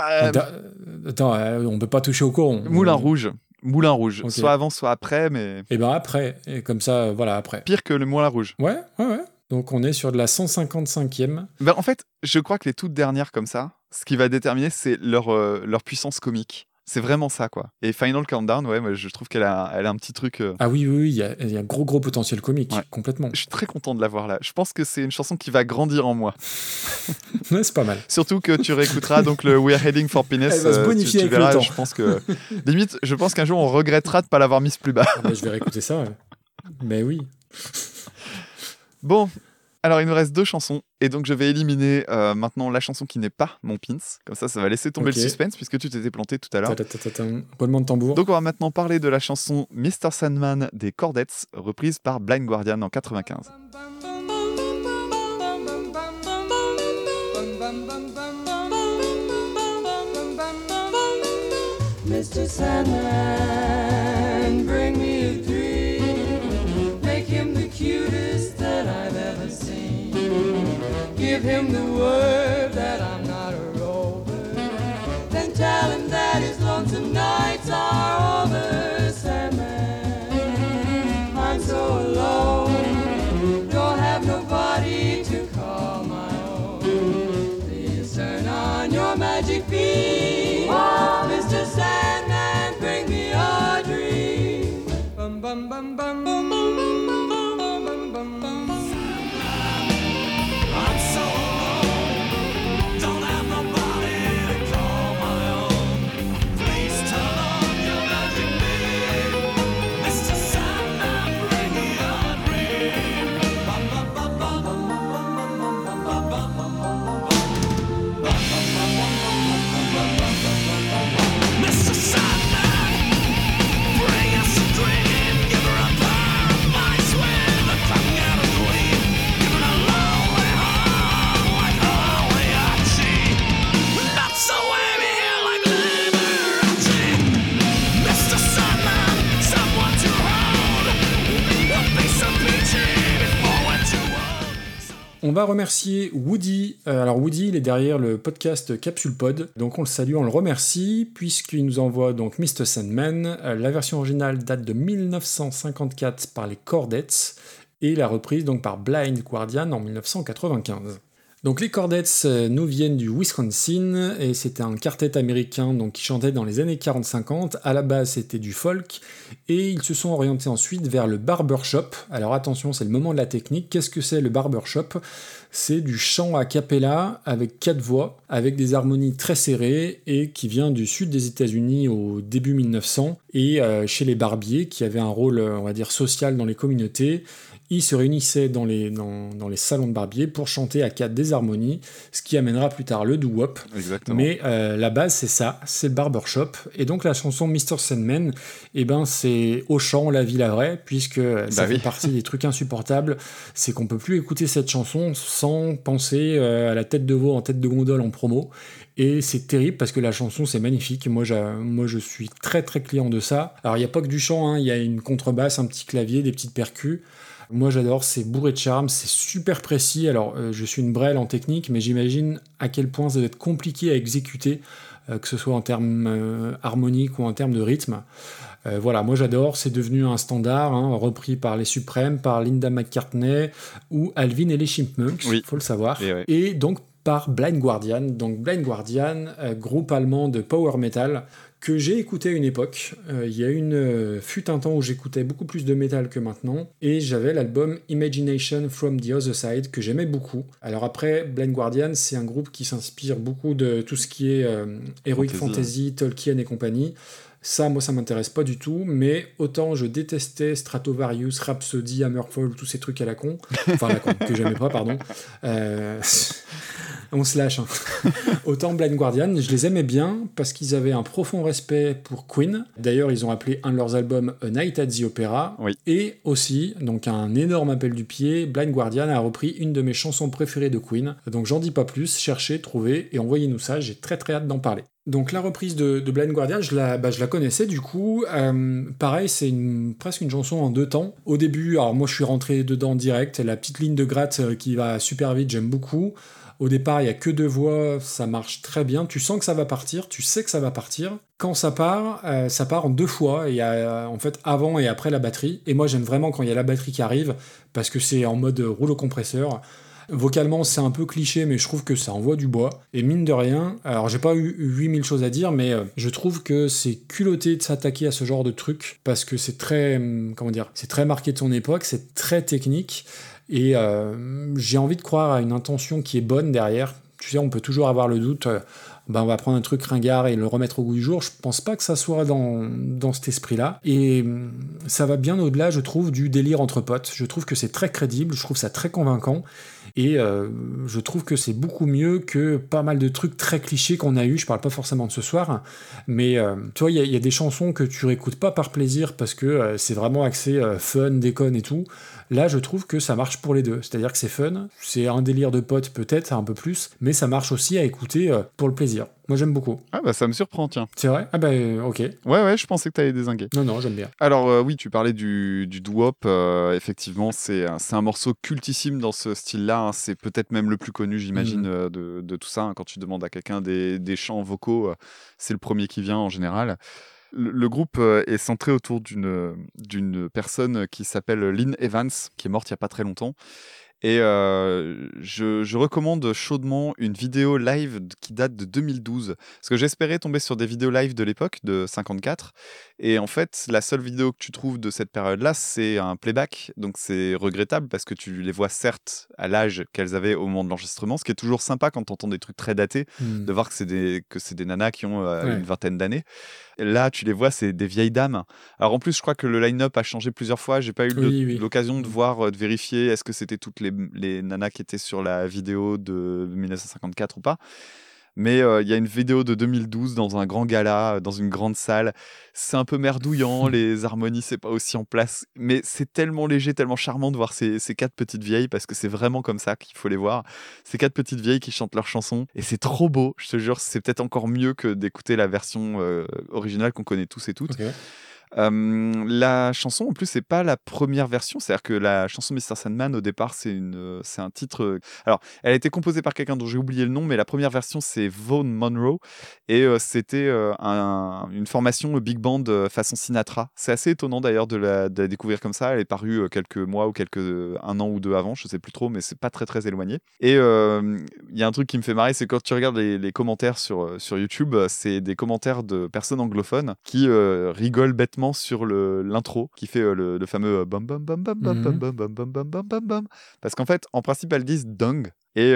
Attends, on peut pas toucher au coron. Moulin Rouge, okay. Soit avant, soit après, mais... Et ben après, et comme ça, voilà, après. Pire que le Moulin Rouge. Ouais. Donc on est sur de la 155e. Ben, en fait, je crois que les toutes dernières comme ça, ce qui va déterminer, c'est leur puissance comique. C'est vraiment ça, quoi. Et Final Countdown, ouais, moi, je trouve qu'elle a un petit truc... Ah oui, il y a un gros potentiel comique, ouais. Complètement. Je suis très content de l'avoir là. Je pense que c'est une chanson qui va grandir en moi. Ouais, c'est pas mal. Surtout que tu réécouteras donc le We're Heading for Penis. Elle va se bonifier avec verras, le temps. Je pense que... Limite, je pense qu'un jour, on regrettera de ne pas l'avoir mise plus bas. Ah bah, je vais réécouter ça. Mais oui. Bon... Alors, il nous reste 2 chansons, et donc je vais éliminer maintenant la chanson qui n'est pas mon pins. Comme ça va laisser tomber le suspense, puisque tu t'étais planté tout à l'heure. Roulement de tambour. Donc, on va maintenant parler de la chanson Mr. Sandman des Chordettes, reprise par Blind Guardian en 95. Mr. Sandman, bring me a dream. Make him the cutest that I've ever seen. Give him the word that I'm not a rover. Then tell him that his lonesome nights are over. Sandman, I'm so alone. Don't have nobody to call my own. Please turn on your magic beam. Mr. Sandman, bring me a dream. Bum bum bum bum bum bum bum bum bum bum. I'm so alone, don't have nobody to call my own. Please turn on your magic beam. Mr. Sandman, bring me a dream. Bum bum bum bum bum bum bum bum bum bum bum bum bum. va remercier Woody. Alors Woody, il est derrière le podcast Capsule Pod, donc on le salue, on le remercie, puisqu'il nous envoie donc Mr. Sandman. La version originale date de 1954 par les Chordettes, et la reprise donc par Blind Guardian en 1995. Donc les Chordettes nous viennent du Wisconsin, et c'était un quartet américain donc, qui chantait dans les années 40-50. À la base c'était du folk, et ils se sont orientés ensuite vers le barbershop. Alors attention, c'est le moment de la technique. Qu'est-ce que c'est le barbershop ? C'est du chant a cappella avec 4 voix, avec des harmonies très serrées, et qui vient du sud des États-Unis au début 1900, et chez les barbiers, qui avaient un rôle, on va dire, social dans les communautés. Ils se réunissaient dans les salons de barbier pour chanter à 4 des harmonies, ce qui amènera plus tard le doo-wop. Exactement. Mais la base, c'est ça, c'est le barbershop. Et donc la chanson Mr. Sandman, eh ben, c'est au chant la vie la vraie, puisque ça fait partie des trucs insupportables. C'est qu'on peut plus écouter cette chanson sans penser à la tête de veau en tête de gondole en promo. Et c'est terrible parce que la chanson, c'est magnifique. Moi, je suis très très client de ça. Alors, il n'y a pas que du chant, il y a une contrebasse, un petit clavier, des petites percus. Moi j'adore, c'est bourré de charme, c'est super précis. Alors je suis une brêle en technique, mais j'imagine à quel point ça doit être compliqué à exécuter, que ce soit en termes harmoniques ou en termes de rythme. Voilà, moi j'adore, c'est devenu un standard, repris par les Supremes, par Linda McCartney ou Alvin et les Chipmunks, faut le savoir. Et donc par Blind Guardian. Donc Blind Guardian, groupe allemand de power metal, que j'ai écouté à une époque. Il y a fut un temps où j'écoutais beaucoup plus de métal que maintenant, et j'avais l'album Imagination from the Other Side que j'aimais beaucoup. Alors après, Blind Guardian, c'est un groupe qui s'inspire beaucoup de tout ce qui est Heroic Fantasy, Tolkien et compagnie. Ça, moi, ça m'intéresse pas du tout, mais autant je détestais Stratovarius, Rhapsody, Hammerfall, tous ces trucs à la con, enfin à la con, que j'aimais pas, pardon. On se lâche. Autant Blind Guardian, je les aimais bien parce qu'ils avaient un profond respect pour Queen. D'ailleurs, ils ont appelé un de leurs albums A Night at the Opera. Et aussi, donc un énorme appel du pied, Blind Guardian a repris une de mes chansons préférées de Queen. Donc j'en dis pas plus, cherchez, trouvez et envoyez-nous ça, j'ai très très hâte d'en parler. Donc la reprise de Blind Guardian, je la connaissais du coup. Pareil, c'est presque une chanson en 2 temps. Au début, alors moi je suis rentré dedans direct, la petite ligne de gratte qui va super vite, j'aime beaucoup. Au départ, il n'y a que 2 voix, ça marche très bien. Tu sens que ça va partir, tu sais que ça va partir. Quand ça part en 2 fois. Il y a en fait avant et après la batterie. Et moi, j'aime vraiment quand il y a la batterie qui arrive, parce que c'est en mode rouleau compresseur. Vocalement, c'est un peu cliché, mais je trouve que ça envoie du bois. Et mine de rien, alors j'ai pas eu 8000 choses à dire, mais je trouve que c'est culotté de s'attaquer à ce genre de truc, parce que c'est très, c'est très marqué de son époque, c'est très technique. Et j'ai envie de croire à une intention qui est bonne derrière. Tu sais, on peut toujours avoir le doute, on va prendre un truc ringard et le remettre au goût du jour. Je pense pas que ça soit dans cet esprit-là. Et ça va bien au-delà, je trouve, du délire entre potes. Je trouve que c'est très crédible, je trouve ça très convaincant. Et je trouve que c'est beaucoup mieux que pas mal de trucs très clichés qu'on a eu. Je parle pas forcément de ce soir, mais tu vois, il y a des chansons que tu réécoutes pas par plaisir parce que c'est vraiment axé fun, déconne et tout. Là, je trouve que ça marche pour les deux. C'est-à-dire que c'est fun, c'est un délire de potes peut-être, un peu plus, mais ça marche aussi à écouter pour le plaisir. Moi, j'aime beaucoup. Ah bah ça me surprend, tiens. C'est vrai ? Ah bah ok. Ouais, je pensais que t'allais dézinguer. Non, j'aime bien. Alors oui, tu parlais du doo-wop. Effectivement, c'est un morceau cultissime dans ce style-là. C'est peut-être même le plus connu, j'imagine, de tout ça. Quand tu demandes à quelqu'un des chants vocaux, c'est le premier qui vient en général. Le groupe est centré autour d'une personne qui s'appelle Lynn Evans, qui est morte il n'y a pas très longtemps. Et je recommande chaudement une vidéo live qui date de 2012. Parce que j'espérais tomber sur des vidéos live de l'époque, de 54. Et en fait, la seule vidéo que tu trouves de cette période-là, c'est un playback. Donc c'est regrettable parce que tu les vois certes à l'âge qu'elles avaient au moment de l'enregistrement. Ce qui est toujours sympa quand tu entends des trucs très datés, de voir que c'est des nanas qui ont une vingtaine d'années. Et là, tu les vois, c'est des vieilles dames. Alors en plus, je crois que le line-up a changé plusieurs fois. J'ai pas eu l'occasion de voir, de vérifier est-ce que c'était toutes les nanas qui étaient sur la vidéo de 1954 ou pas. Mais il y a une vidéo de 2012 dans un grand gala, dans une grande salle. C'est un peu merdouillant, les harmonies, c'est pas aussi en place. Mais c'est tellement léger, tellement charmant de voir ces 4 petites vieilles, parce que c'est vraiment comme ça qu'il faut les voir. Ces 4 petites vieilles qui chantent leurs chansons. Et c'est trop beau, je te jure, c'est peut-être encore mieux que d'écouter la version originale qu'on connaît tous et toutes. Okay. La chanson, en plus, c'est pas la première version. C'est-à-dire que la chanson Mr. Sandman, au départ, c'est un titre. Alors, elle a été composée par quelqu'un dont j'ai oublié le nom, mais la première version, c'est Vaughn Monroe. Et c'était une formation big band façon Sinatra. C'est assez étonnant d'ailleurs de la découvrir comme ça. Elle est parue quelques mois ou un an ou deux avant, je sais plus trop, mais c'est pas très très éloigné. Et il y a un truc qui me fait marrer, c'est quand tu regardes les commentaires sur YouTube, c'est des commentaires de personnes anglophones qui rigolent bêtement sur l'intro, qui fait le fameux bam bam bam bam bam bam bam bam bam bam bam bam, parce qu'en fait, en principe, elles disent dung. Et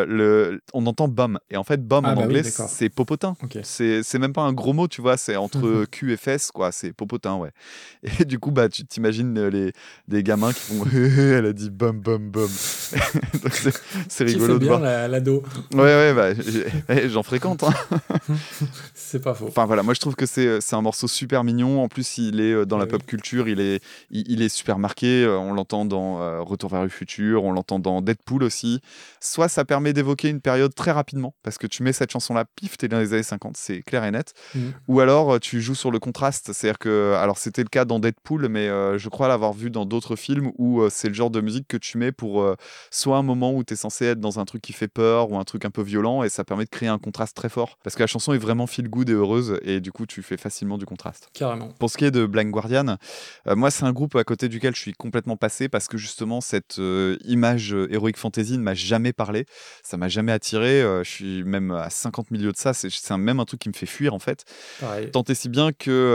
on entend bum. Et en fait, bum en anglais, c'est popotin. Okay. C'est même pas un gros mot, tu vois. C'est entre cul et fesses, quoi. C'est popotin, ouais. Et du coup, bah, tu t'imagines des gamins qui font elle a dit bum, bum, bum. Donc c'est rigolo de voir. Qui fait bien l'ado. Ouais, bah, j'en fréquente. Hein. C'est pas faux. Enfin, voilà, moi, je trouve que c'est un morceau super mignon. En plus, il est dans la pop culture. Il est super marqué. On l'entend dans Retour vers le futur. On l'entend dans Deadpool aussi. Soit ça permet d'évoquer une période très rapidement, parce que tu mets cette chanson-là, pif, t'es dans les années 50, c'est clair et net. Ou alors tu joues sur le contraste, c'est-à-dire que, alors c'était le cas dans Deadpool, mais je crois l'avoir vu dans d'autres films où c'est le genre de musique que tu mets pour soit un moment où t'es censé être dans un truc qui fait peur ou un truc un peu violent, et ça permet de créer un contraste très fort, parce que la chanson est vraiment feel good et heureuse, et du coup tu fais facilement du contraste. Carrément. Pour ce qui est de Blind Guardian, moi c'est un groupe à côté duquel je suis complètement passé, parce que justement cette image Heroic Fantasy ne m'a jamais parlé, ça m'a jamais attiré, je suis même à 50 milieux de ça, c'est même un truc qui me fait fuir en fait. Pareil. Tant et si bien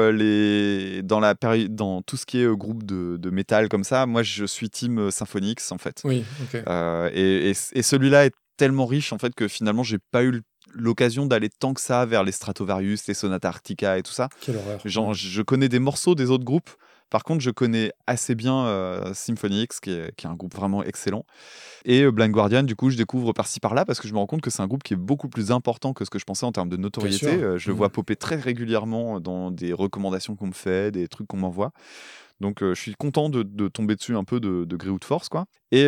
que dans tout ce qui est groupe de métal comme ça, moi je suis team Symphonix en fait. Oui, ok. Et celui-là est tellement riche en fait que finalement j'ai pas eu l'occasion d'aller tant que ça vers les Stratovarius, les Sonata Arctica et tout ça. Quelle horreur. Genre, je connais des morceaux des autres groupes. Par contre, je connais assez bien Symphonix, qui est un groupe vraiment excellent. Et Blind Guardian, du coup, je découvre par-ci par-là parce que je me rends compte que c'est un groupe qui est beaucoup plus important que ce que je pensais en termes de notoriété. Je le vois popper très régulièrement dans des recommandations qu'on me fait, des trucs qu'on m'envoie. Donc, je suis content de tomber dessus un peu de gré ou de force, quoi. Et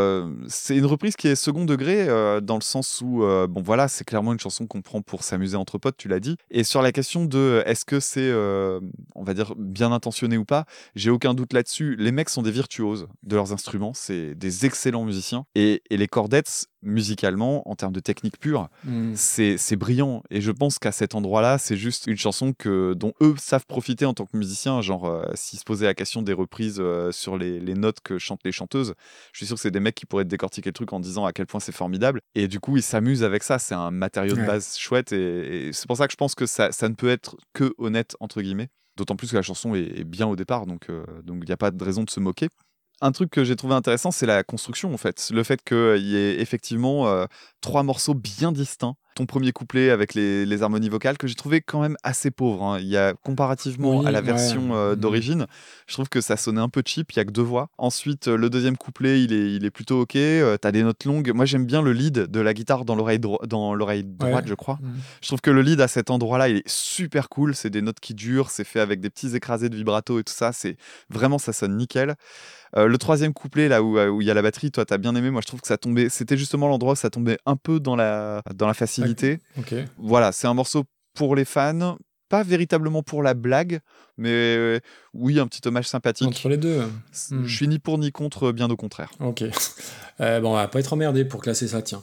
c'est une reprise qui est second degré dans le sens où, bon voilà, c'est clairement une chanson qu'on prend pour s'amuser entre potes, tu l'as dit. Et sur la question de est-ce que c'est, on va dire, bien intentionné ou pas, j'ai aucun doute là-dessus. Les mecs sont des virtuoses de leurs instruments, c'est des excellents musiciens. Et les Chordettes, musicalement, en termes de technique pure, c'est brillant. Et je pense qu'à cet endroit-là, c'est juste une chanson dont eux savent profiter en tant que musiciens. Genre, s'ils se posaient la question des reprises sur les notes que chantent les chanteuses, je suis sûr que c'est des mecs qui pourraient décortiquer le truc en disant à quel point c'est formidable. Et du coup, ils s'amusent avec ça. C'est un matériau de base chouette. Et c'est pour ça que je pense que ça ne peut être que honnête, entre guillemets. D'autant plus que la chanson est bien au départ. Donc, il n'y a pas de raison de se moquer. Un truc que j'ai trouvé intéressant, c'est la construction, en fait. Le fait qu'il y ait effectivement 3 morceaux bien distincts. Ton premier couplet avec les harmonies vocales, que j'ai trouvé quand même assez pauvre. Hein. Il y a, comparativement à la version d'origine, je trouve que ça sonnait un peu cheap, il n'y a que 2 voix. Ensuite, le deuxième couplet, il est plutôt ok. T'as des notes longues. Moi, j'aime bien le lead de la guitare dans l'oreille droite, je crois. Je trouve que le lead à cet endroit-là, il est super cool. C'est des notes qui durent, c'est fait avec des petits écrasés de vibrato et tout ça. Vraiment, ça sonne nickel. Le troisième couplet, là où il y a la batterie, toi, t'as bien aimé. Moi, je trouve que ça tombait. C'était justement l'endroit où ça tombait un peu dans la facilité. Okay. Voilà, c'est un morceau pour les fans, pas véritablement pour la blague, mais oui, un petit hommage sympathique. Entre les deux. Je suis ni pour ni contre, bien au contraire. Ok. Bon, on va pas être emmerdé pour classer ça, tiens.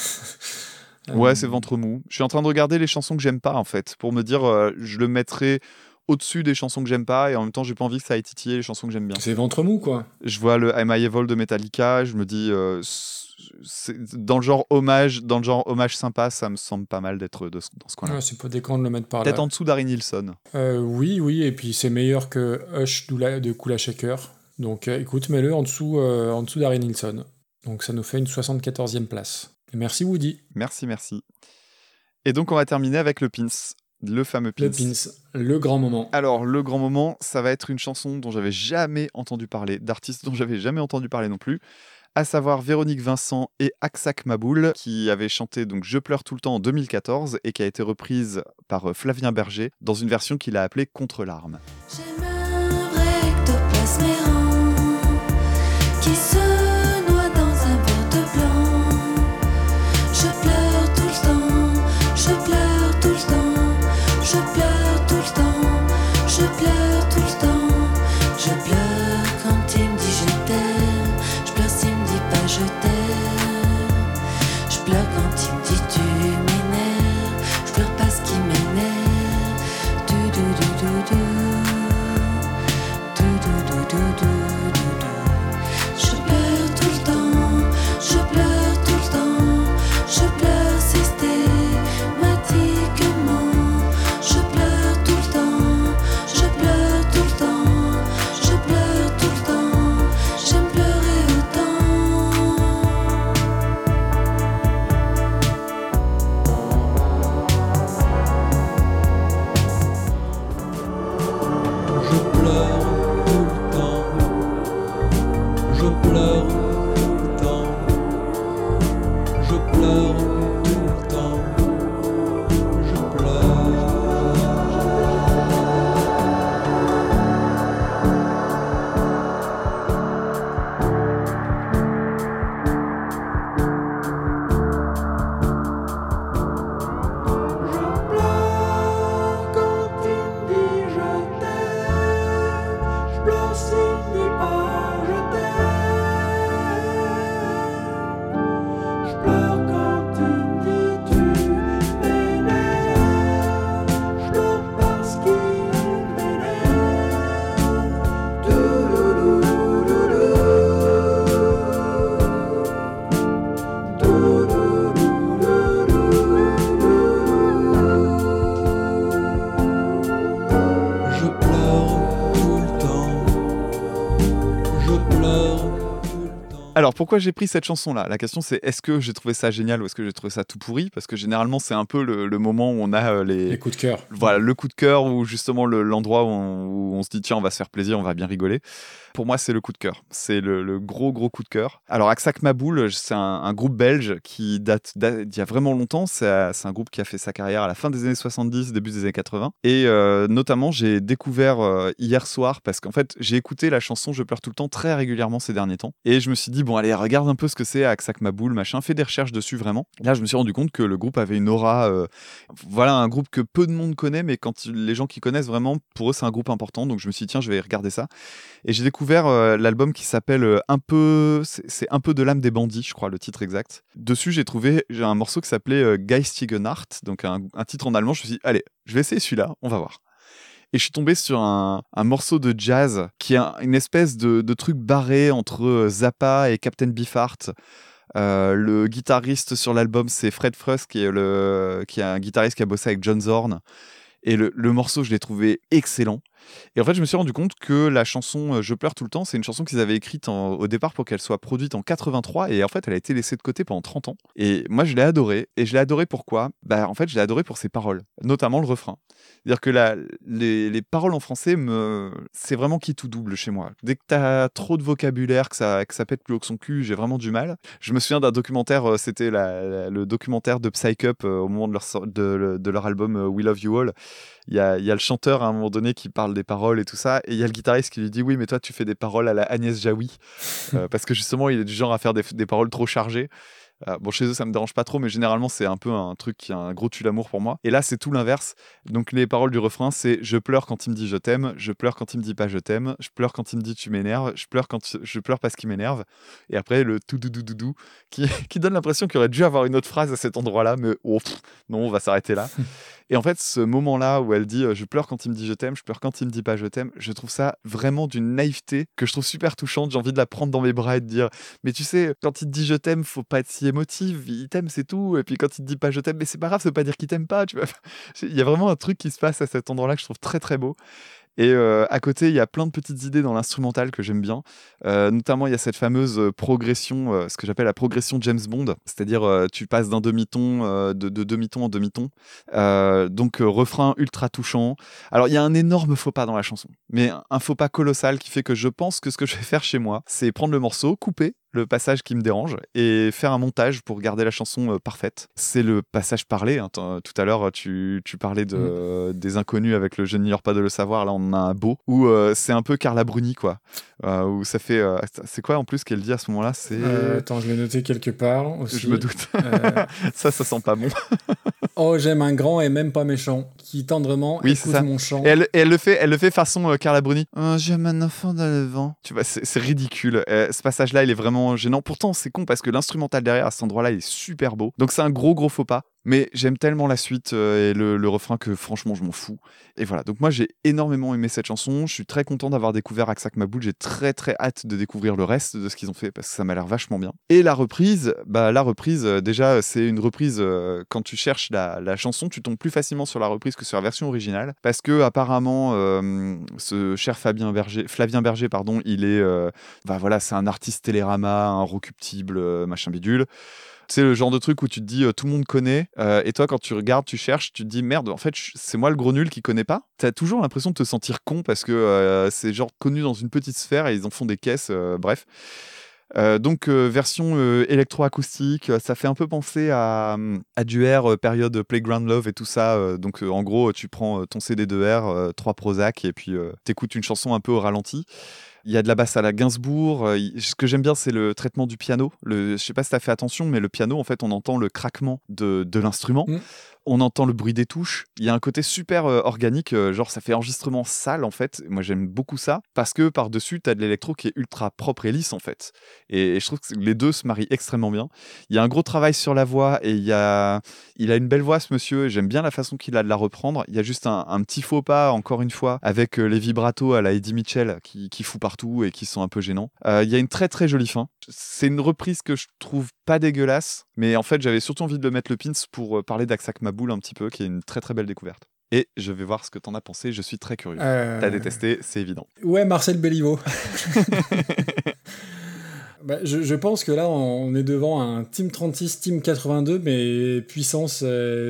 Ouais, c'est ventre mou. Je suis en train de regarder les chansons que j'aime pas, en fait, pour me dire, je le mettrai au-dessus des chansons que j'aime pas, et en même temps j'ai pas envie que ça aille titiller les chansons que j'aime bien. C'est ventre mou, quoi. Je vois le Am I Evil de Metallica, je me dis dans le genre hommage sympa, ça me semble pas mal d'être dans ce coin-là. Ouais, c'est pas déconnant de le mettre par là. Peut-être en dessous d'Harry Nilsson. Oui, et puis c'est meilleur que Hush de Kula Shaker. Donc écoute, mets-le en dessous d'Harry Nilsson. Donc ça nous fait une 74e place. Et merci Woody. Merci. Et donc on va terminer avec le Pins. Le fameux Pins. Le Pins, le grand moment. Alors, le grand moment, ça va être une chanson dont j'avais jamais entendu parler, d'artistes dont j'avais jamais entendu parler non plus, à savoir Véronique Vincent et Aksak Maboul, qui avaient chanté donc Je pleure tout le temps en 2014 et qui a été reprise par Flavien Berger dans une version qu'il a appelée Contre larmes. J'aimerais ectoplasme errant qui se noie dans un verre de blanc. Je pleure tout le temps, je pleure tout le temps. Je pleure tout le temps, je pleure tout le temps. Alors, pourquoi j'ai pris cette chanson-là ? La question, c'est est-ce que j'ai trouvé ça génial ou est-ce que j'ai trouvé ça tout pourri ? Parce que généralement, c'est un peu le moment où on a Les coups de cœur. Voilà, le coup de cœur ou justement l'endroit où on se dit tiens, on va se faire plaisir, on va bien rigoler. Pour moi, c'est le coup de cœur. C'est le gros coup de cœur. Alors, Aksak Maboul, c'est un groupe belge qui date d'il y a vraiment longtemps. C'est un groupe qui a fait sa carrière à la fin des années 70, début des années 80. Et notamment, j'ai découvert hier soir, parce qu'en fait, j'ai écouté la chanson Je pleure tout le temps très régulièrement ces derniers temps. Et je me suis dit, bon, allez, regarde un peu ce que c'est Aksak Maboul, machin, fais des recherches dessus vraiment. Là, je me suis rendu compte que le groupe avait une aura. Voilà, un groupe que peu de monde connaît, mais quand les gens qui connaissent vraiment, pour eux, c'est un groupe important. Donc, je me suis dit, tiens, je vais regarder ça. Et j'ai découvert l'album qui s'appelle c'est un peu de l'âme des bandits, je crois, le titre exact. Dessus, j'ai un morceau qui s'appelait Geistige Nacht, donc un titre en allemand. Je me suis dit, allez, je vais essayer celui-là, on va voir. Et je suis tombé sur un morceau de jazz qui est une espèce de truc barré entre Zappa et Captain Beefheart. Le guitariste sur l'album, c'est Fred Frust, qui est un guitariste qui a bossé avec John Zorn. Et le morceau, je l'ai trouvé excellent. Et en fait, je me suis rendu compte que la chanson Je pleure tout le temps, c'est une chanson qu'ils avaient écrite au départ pour qu'elle soit produite en 83. Et en fait, elle a été laissée de côté pendant 30 ans. Et moi, je l'ai adorée. Et je l'ai adorée pourquoi ? En fait, je l'ai adorée pour ses paroles, notamment le refrain. C'est-à-dire que les paroles en français, c'est vraiment qui tout double chez moi. Dès que t'as trop de vocabulaire, que ça pète plus haut que son cul, j'ai vraiment du mal. Je me souviens d'un documentaire, c'était le documentaire de Psych Up au moment de leur album We Love You All. Il y a le chanteur à un moment donné qui parle des paroles et tout ça, et il y a le guitariste qui lui dit oui, mais toi tu fais des paroles à la Agnès Jaoui, parce que justement il est du genre à faire des paroles trop chargées. Bon, chez eux ça me dérange pas trop, mais généralement c'est un peu un truc qui a un gros tue l'amour pour moi. Et là c'est tout l'inverse. Donc les paroles du refrain, c'est je pleure quand il me dit je t'aime, je pleure quand il me dit pas je t'aime, je pleure quand il me dit tu m'énerves, je pleure parce qu'il m'énerve. Et après le tout doudou qui donne l'impression qu'il aurait dû avoir une autre phrase à cet endroit-là, mais non, on va s'arrêter là. Et en fait, ce moment-là où elle dit je pleure quand il me dit je t'aime, je pleure quand il me dit pas je t'aime, je trouve ça vraiment d'une naïveté que je trouve super touchante. J'ai envie de la prendre dans mes bras et de dire mais tu sais, quand il te dit je t'aime, faut pas être si émotive, il t'aime, c'est tout. Et puis quand il te dit pas je t'aime, mais c'est pas grave, ça veut pas dire qu'il t'aime pas, tu vois. Il y a vraiment un truc qui se passe à cet endroit-là que je trouve très très beau. Et à côté, il y a plein de petites idées dans l'instrumental que j'aime bien. Notamment, il y a cette fameuse progression, ce que j'appelle la progression James Bond. C'est-à-dire, tu passes d'un demi-ton, de demi-ton en demi-ton. Donc, refrain ultra touchant. Alors, il y a un énorme faux pas dans la chanson. Mais un faux pas colossal qui fait que je pense que ce que je vais faire chez moi, c'est prendre le morceau, couper le passage qui me dérange et faire un montage pour garder la chanson parfaite. C'est le passage parlé. Hein. Tout à l'heure, tu parlais des inconnus avec le Je n'ignore pas de le savoir. Là, on a un beau où c'est un peu Carla Bruni, quoi. Où ça fait. C'est quoi en plus qu'elle dit à ce moment-là ? C'est. Attends, je l'ai noté quelque part aussi. Je me doute. Ça sent pas bon. Oh, j'aime un grand et même pas méchant qui tendrement écoute mon chant. Et elle le fait façon Carla Bruni. J'aime un enfant dans le vent. Tu vois, c'est ridicule. Ce passage-là, il est vraiment gênant. Pourtant, c'est con parce que l'instrumental derrière à cet endroit-là, il est super beau. Donc, c'est un gros faux pas. Mais j'aime tellement la suite et le refrain que franchement, je m'en fous. Et voilà. Donc, moi, j'ai énormément aimé cette chanson. Je suis très content d'avoir découvert Aksak Maboul. J'ai très hâte de découvrir le reste de ce qu'ils ont fait parce que ça m'a l'air vachement bien. Et la reprise, déjà, c'est une reprise. Quand tu cherches la chanson, tu tombes plus facilement sur la reprise que sur la version originale. Parce que, apparemment, ce cher Flavien Berger, il est. C'est un artiste Télérama, un Rocuptible, machin bidule. C'est le genre de truc où tu te dis tout le monde connaît et toi quand tu regardes, tu cherches, tu te dis merde, en fait c'est moi le gros nul qui connais pas. T'as toujours l'impression de te sentir con parce que c'est genre connu dans une petite sphère et ils en font des caisses, bref. Donc version électroacoustique, ça fait un peu penser à du R, période Playground Love et tout ça. Donc en gros tu prends ton CD de R, 3 Prozac et puis t'écoutes une chanson un peu au ralenti. Il y a de la basse à la Gainsbourg. Ce que j'aime bien, c'est le traitement du piano. Je sais pas si tu as fait attention, mais le piano, en fait, on entend le craquement de l'instrument. On entend le bruit des touches. Il y a un côté super organique, genre ça fait enregistrement sale en fait. Moi j'aime beaucoup ça parce que par-dessus t'as de l'électro qui est ultra propre et lisse en fait. Et je trouve que les deux se marient extrêmement bien. Il y a un gros travail sur la voix et il a une belle voix ce monsieur. Et j'aime bien la façon qu'il a de la reprendre. Il y a juste un petit faux pas encore une fois avec les vibratos à la Eddie Mitchell qui fout partout et qui sont un peu gênants. Il y a une très joli fin. C'est une reprise que je trouve pas dégueulasse, mais en fait j'avais surtout envie de le mettre le pins pour parler d'Aksak Maboul un petit peu, qui est une très belle découverte. Et je vais voir ce que t'en as pensé, je suis très curieux. T'as détesté, c'est évident. Ouais, Marcel Béliveau. Bah, je pense que là, on est devant un Team 36, Team 82, mais puissance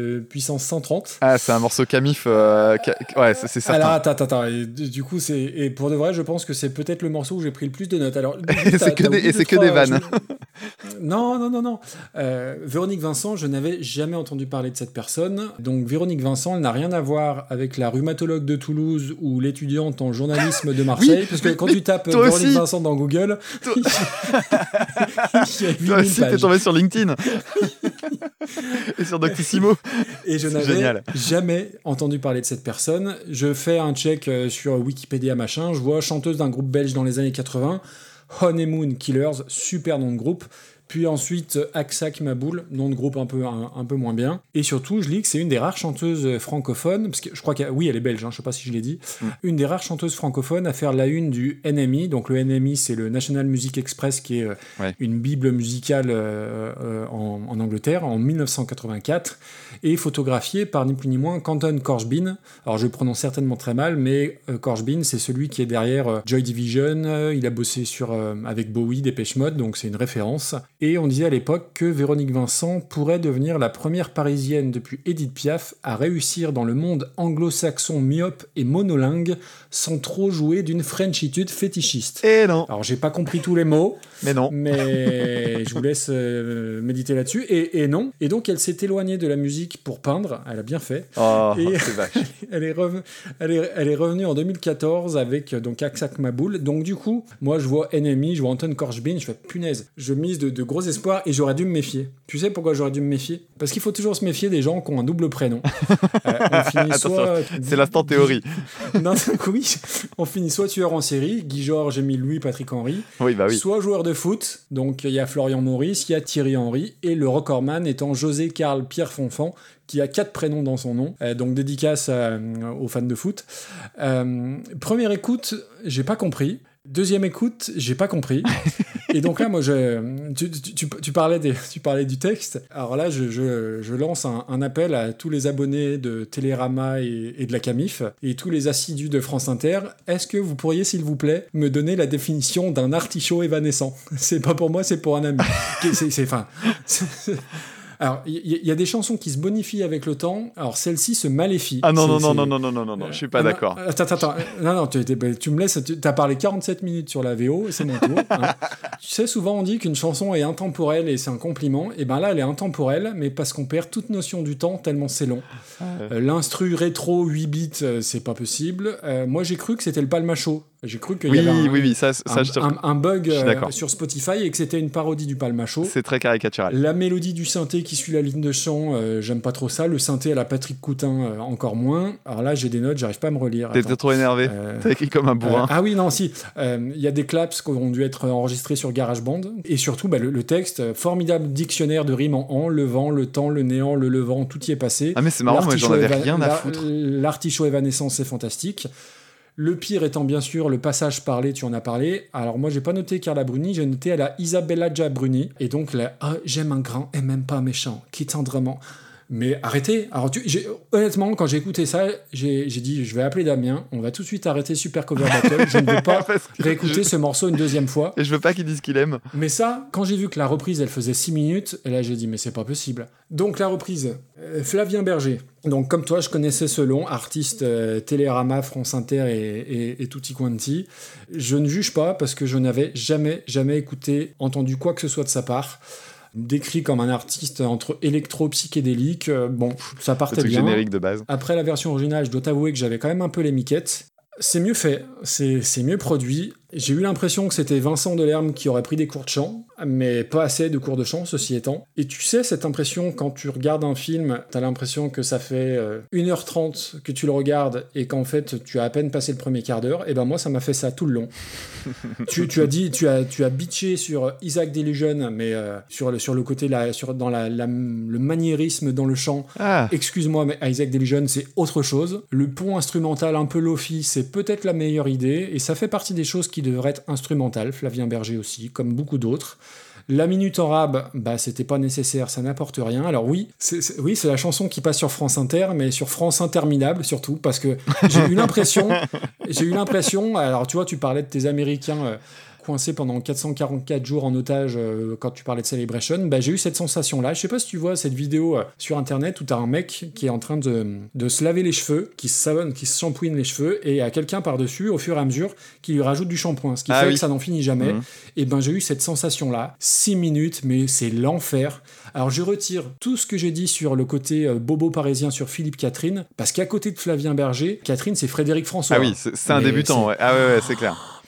130. Ah, c'est un morceau Camif. Ouais, c'est certain. Alors, attends. Et du coup, et pour de vrai, je pense que c'est peut-être le morceau où j'ai pris le plus de notes. Alors, Et c'est que des vannes. Non. Véronique Vincent, je n'avais jamais entendu parler de cette personne. Donc, Véronique Vincent, elle n'a rien à voir avec la rhumatologue de Toulouse ou l'étudiante en journalisme de Marseille. Oui, parce que quand tu tapes toi Véronique aussi. Vincent dans Google, il y a 8000 Toi aussi, t'es pages. tombé sur LinkedIn. Et sur Doctissimo. Et je C'est n'avais génial. jamais entendu parler de cette personne. Je fais un check sur Wikipédia, machin. Je vois chanteuse d'un groupe belge dans les années 80. Honeymoon Killers, super nom de groupe. Puis ensuite, Aksak Maboul, nom de groupe un peu moins bien. Et surtout, je lis que c'est une des rares chanteuses francophones, parce que je crois oui, elle est belge, hein, je sais pas si je l'ai dit, une des rares chanteuses francophones à faire la une du NME. Donc le NME, c'est le National Music Express, qui est une bible musicale en Angleterre, en 1984, et photographiée par ni plus ni moins qu'Anton Corbijn. Alors je le prononce certainement très mal, mais Corbijn, c'est celui qui est derrière Joy Division. Il a bossé avec Bowie, Depeche Mode, donc c'est une référence. Et on disait à l'époque que Véronique Vincent pourrait devenir la première parisienne depuis Édith Piaf à réussir dans le monde anglo-saxon myope et monolingue sans trop jouer d'une frenchitude fétichiste. Et non. Alors j'ai pas compris tous les mots, Mais non. mais je vous laisse méditer là-dessus. Et non. Et donc elle s'est éloignée de la musique pour peindre, elle a bien fait. Oh, Et- c'est vache. Elle est revenue en 2014 avec donc Aksak Maboul. Donc du coup, moi je vois NME, je vois Anton Corbijn, je fais punaise. Je mise de gros espoirs et j'aurais dû me méfier. Tu sais pourquoi j'aurais dû me méfier? Parce qu'il faut toujours se méfier des gens qui ont un double prénom. On finit Attention, soit c'est l'instant théorie. non, oui, on finit soit tueur en série, Guy Georges, Émile Louis, Patrick Henry, Oui, bah oui. soit joueur de foot. Donc il y a Florian Maurice, il y a Thierry Henry et le recordman étant José Karl Pierre Fonfan, qui a 4 prénoms dans son nom, donc dédicace aux fans de foot. Première écoute, j'ai pas compris. Deuxième écoute, j'ai pas compris. Et donc là, moi, tu parlais du texte. Alors là, je lance un appel à tous les abonnés de Télérama et de la Camif et tous les assidus de France Inter. Est-ce que vous pourriez, s'il vous plaît, me donner la définition d'un artichaut évanescent? C'est pas pour moi, c'est pour un ami. Alors, il y a des chansons qui se bonifient avec le temps. Alors, celle-ci se maléfie. Ah non, C'est- non, je suis pas d'accord. Attends. Non, tu me laisses. T'as parlé 47 minutes sur la VO, c'est mon tour. Hein. Tu sais, souvent on dit qu'une chanson est intemporelle et c'est un compliment. Et ben là, elle est intemporelle, mais parce qu'on perd toute notion du temps tellement c'est long. L'instru rétro 8 bits, c'est pas possible. Moi, j'ai cru que c'était le Palmacho. J'ai cru qu'il y avait Oui, ça je te- un bug je suis d'accord. sur Spotify et que c'était une parodie du Palmacho. C'est très caricatural. La mélodie du synthé qui suit la ligne de chant, j'aime pas trop ça. Le synthé à la Patrick Coutin, encore moins. Alors là, j'ai des notes, j'arrive pas à me relire. T'es trop énervé. T'as écrit comme un bourrin. Ah oui, non, si. Il y a des claps qui ont dû être enregistrés sur GarageBand. Et surtout, le texte, formidable dictionnaire de rimes en le vent, le temps, le néant, le levant, tout y est passé. Ah mais c'est marrant, moi j'en avais rien à foutre. L'artichaut évanescent, c'est fantastique. Le pire étant bien sûr le passage parlé, tu en as parlé. Alors moi j'ai pas noté Carla Bruni, j'ai noté à la Isabella Gia Bruni. Et donc là, j'aime un grand et même pas méchant, qui tendrement. Mais arrêtez. Alors honnêtement, quand j'ai écouté ça, j'ai dit je vais appeler Damien, on va tout de suite arrêter Super Cover Battle. Je ne veux pas Parce que réécouter ce morceau une deuxième fois. Et je veux pas qu'il dise qu'il aime. Mais ça, quand j'ai vu que la reprise, elle faisait 6 minutes, et là j'ai dit, mais c'est pas possible. Donc la reprise, Flavien Berger. Donc comme toi, je connaissais ce long, artiste Télérama, France Inter et tutti quanti. Je ne juge pas parce que je n'avais jamais entendu quoi que ce soit de sa part. Décrit comme un artiste entre électro-psychédélique, bon, ça Le partait truc bien. générique de base. Après la version originale, je dois t'avouer que j'avais quand même un peu les miquettes. C'est mieux fait, c'est mieux produit. J'ai eu l'impression que c'était Vincent Delerme qui aurait pris des cours de chant, mais pas assez de cours de chant, ceci étant. Et tu sais, cette impression, quand tu regardes un film, t'as l'impression que ça fait 1h30 que tu le regardes et qu'en fait, tu as à peine passé le premier quart d'heure. Et ben moi, ça m'a fait ça tout le long. tu as bitché sur Isaac Delusion, mais sur le côté, dans le maniérisme dans le chant. Ah, Excuse-moi, mais Isaac Delusion, c'est autre chose. Le pont instrumental un peu lofi, c'est peut-être la meilleure idée, et ça fait partie des choses qui devraient être instrumentales. Flavien Berger aussi, comme beaucoup d'autres. La minute en rab, c'était pas nécessaire, ça n'apporte rien. Alors oui, c'est la chanson qui passe sur France Inter, mais sur France Interminable surtout, parce que j'ai eu l'impression, alors tu vois, tu parlais de tes Américains coincé pendant 444 jours en otage quand tu parlais de Celebration, bah, j'ai eu cette sensation-là. Je sais pas si tu vois cette vidéo sur internet où t'as un mec qui est en train de se laver les cheveux, qui se savonne, qui se shampouine les cheveux, et il y a quelqu'un par-dessus, au fur et à mesure, qui lui rajoute du shampoing, ce qui fait que ça n'en finit jamais. Et ben j'ai eu cette sensation-là, 6 minutes, mais c'est l'enfer. Alors je retire tout ce que j'ai dit sur le côté bobo parisien sur Philippe Catherine, parce qu'à côté de Flavien Berger, Catherine c'est Frédéric François. Ah oui, c'est un débutant, ouais. Ah ouais, c'est clair.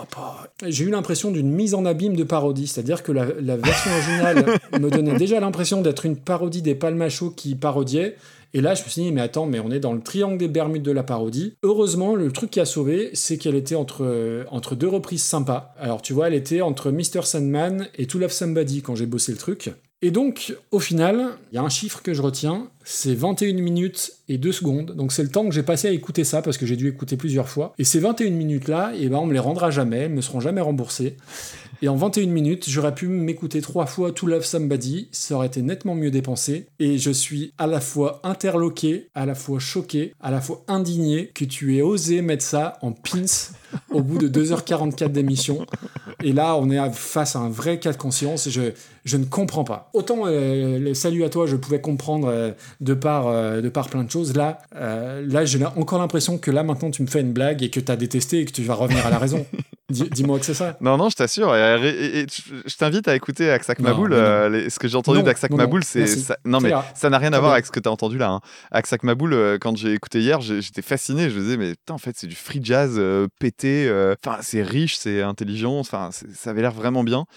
J'ai eu l'impression d'une mise en abîme de parodie, c'est-à-dire que la version originale me donnait déjà l'impression d'être une parodie des Palmachos qui parodiaient. Et là, je me suis dit, mais attends, mais on est dans le triangle des Bermudes de la parodie. Heureusement, le truc qui a sauvé, c'est qu'elle était entre deux reprises sympas. Alors, tu vois, elle était entre Mr. Sandman et To Love Somebody quand j'ai bossé le truc. Et donc, au final, il y a un chiffre que je retiens, c'est 21 minutes et 2 secondes. Donc c'est le temps que j'ai passé à écouter ça, parce que j'ai dû écouter plusieurs fois. Et ces 21 minutes-là, eh ben, on me les rendra jamais, elles me seront jamais remboursées. Et en 21 minutes, j'aurais pu m'écouter 3 fois To Love Somebody, ça aurait été nettement mieux dépensé. Et je suis à la fois interloqué, à la fois choqué, à la fois indigné que tu aies osé mettre ça en pins au bout de 2h44 d'émission. Et là, on est face à un vrai cas de conscience. Je ne comprends pas. Autant salut à toi, je pouvais comprendre de par plein de choses. Là j'ai encore l'impression que là, maintenant, tu me fais une blague et que tu as détesté et que tu vas revenir à la raison. Dis-moi que c'est ça. Non, je t'assure. Et je t'invite à écouter Aksak Maboul. Ce que j'ai entendu d'Aksak Maboul, c'est... Ça, non, mais ça n'a rien à voir avec ce que tu as entendu là. Hein. Aksak Maboul, quand j'ai écouté hier, j'étais fasciné. Je me disais, mais putain, en fait, c'est du free jazz pété. Enfin, c'est riche, c'est intelligent. Enfin, ça avait l'air vraiment bien.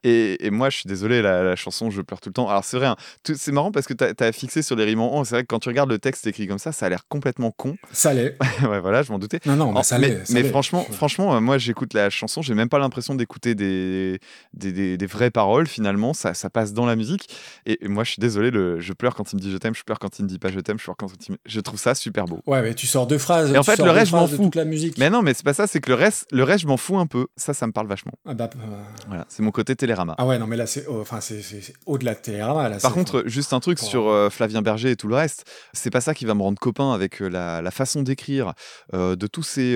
Et moi, je suis désolé, la chanson, je pleure tout le temps. Alors, c'est vrai, hein, c'est marrant parce que t'as fixé sur les rimes en. C'est vrai que quand tu regardes le texte écrit comme ça a l'air complètement con. Ça l'est. Ouais, voilà, je m'en doutais. Non, mais ça l'est. Mais franchement, moi, j'écoute la chanson, j'ai même pas l'impression d'écouter des vraies paroles, finalement. Ça passe dans la musique. Et moi, je suis désolé, je pleure quand il me dit je t'aime, je pleure quand il me dit pas je t'aime, je trouve ça super beau. Ouais, mais tu sors 2 phrases. Et en fait, le reste, je m'en fous. Toute la musique. Mais non, mais c'est pas ça, c'est que le reste, je m'en fous un peu. Ça me parle vachement. Voilà, c'est mon côté Télérama. Ah ouais, non, mais là, c'est au-delà de Télérama. Là, par contre, juste un truc sur Flavien Berger et tout le reste, c'est pas ça qui va me rendre copain avec la façon d'écrire de tous ces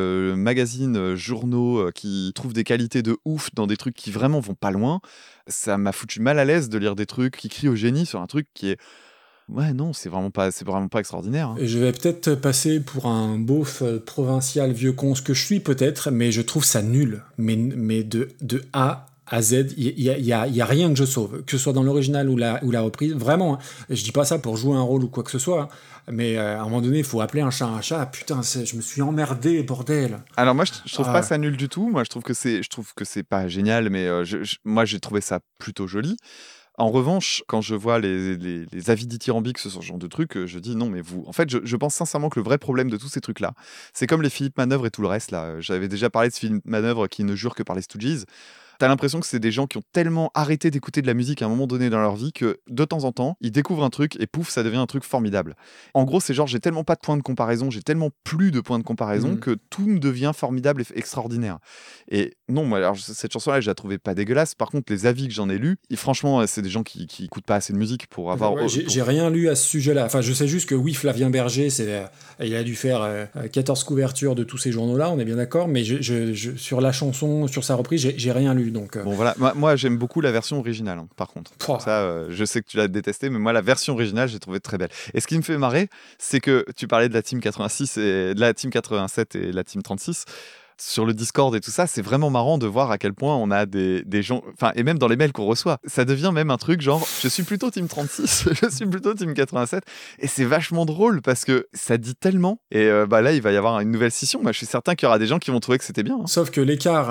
magazines, journaux qui trouvent des qualités de ouf dans des trucs qui vraiment vont pas loin. Ça m'a foutu mal à l'aise de lire des trucs qui crient au génie sur un truc qui est... Ouais, non, c'est vraiment pas extraordinaire. Hein. Je vais peut-être passer pour un beauf provincial vieux con, ce que je suis peut-être, mais je trouve ça nul. Mais de A à Z, il y a rien que je sauve, que ce soit dans l'original ou la reprise. Vraiment, hein. Je dis pas ça pour jouer un rôle ou quoi que ce soit, hein. Mais à un moment donné, il faut appeler un chat un chat. Putain, je me suis emmerdé, bordel. Alors moi, je trouve pas ça nul du tout. Moi, je trouve que c'est pas génial, mais moi, j'ai trouvé ça plutôt joli. En revanche, quand je vois les avis dithyrambiques sur ce genre de trucs, je dis non, mais vous... En fait, je pense sincèrement que le vrai problème de tous ces trucs-là, c'est comme les Philippe Manœuvre et tout le reste, là. J'avais déjà parlé de Philippe Manœuvre qui ne jure que par les Stooges. T'as l'impression que c'est des gens qui ont tellement arrêté d'écouter de la musique à un moment donné dans leur vie que de temps en temps, ils découvrent un truc et pouf, ça devient un truc formidable. En gros, c'est genre, j'ai tellement pas de points de comparaison, j'ai tellement plus de points de comparaison que tout me devient formidable et extraordinaire. Et non, moi, alors, cette chanson-là, je la trouvais pas dégueulasse. Par contre, les avis que j'en ai lus, et franchement, c'est des gens qui écoutent pas assez de musique pour avoir... Ouais, j'ai rien lu à ce sujet-là. Enfin, je sais juste que oui, Flavien Berger, il a dû faire 14 couvertures de tous ces journaux-là, on est bien d'accord, mais sur la chanson, sur sa reprise, j'ai rien lu. Donc, bon, voilà. Moi, j'aime beaucoup la version originale, hein, par contre. Ça, je sais que tu l'as détesté, mais moi, la version originale, j'ai trouvé très belle. Et ce qui me fait marrer, c'est que tu parlais de la Team 86 et de la Team 87 et la Team 36. Sur le Discord et tout ça, c'est vraiment marrant de voir à quel point on a des gens, enfin, et même dans les mails qu'on reçoit, ça devient même un truc genre, je suis plutôt Team 36, je suis plutôt Team 87, et c'est vachement drôle parce que ça dit tellement, et là, il va y avoir une nouvelle scission. Moi, je suis certain qu'il y aura des gens qui vont trouver que c'était bien. Hein. Sauf que l'écart,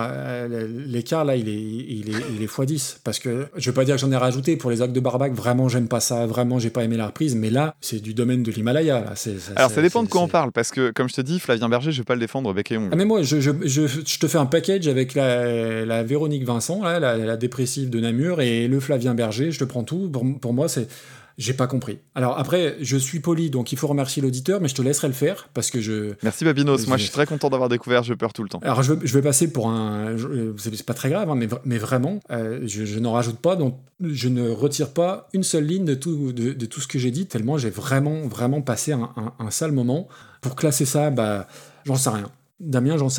là, il est x10, parce que, je veux pas dire que j'en ai rajouté, pour les actes de Barbac, vraiment, j'aime pas ça, vraiment, j'ai pas aimé la reprise, mais là, c'est du domaine de l'Himalaya, là. Alors, ça dépend de quoi on parle, parce que, comme je te dis, Flavien Berger, je vais pas le défendre bec et ongle. Ah, mais moi, je te fais un package avec la Véronique Vincent, là, la dépressive de Namur, et le Flavien Berger, je te prends tout. Pour moi, c'est... J'ai pas compris. Alors après, je suis poli, donc il faut remercier l'auditeur, mais je te laisserai le faire, parce que je... Merci Babinos, moi je suis très content d'avoir découvert Je pleure tout le temps. Alors je vais passer pour un... C'est pas très grave, hein, mais vraiment, je n'en rajoute pas, donc je ne retire pas une seule ligne de tout ce que j'ai dit, tellement j'ai vraiment passé un sale moment. Pour classer ça, j'en sais rien. Damien, j'en sais rien.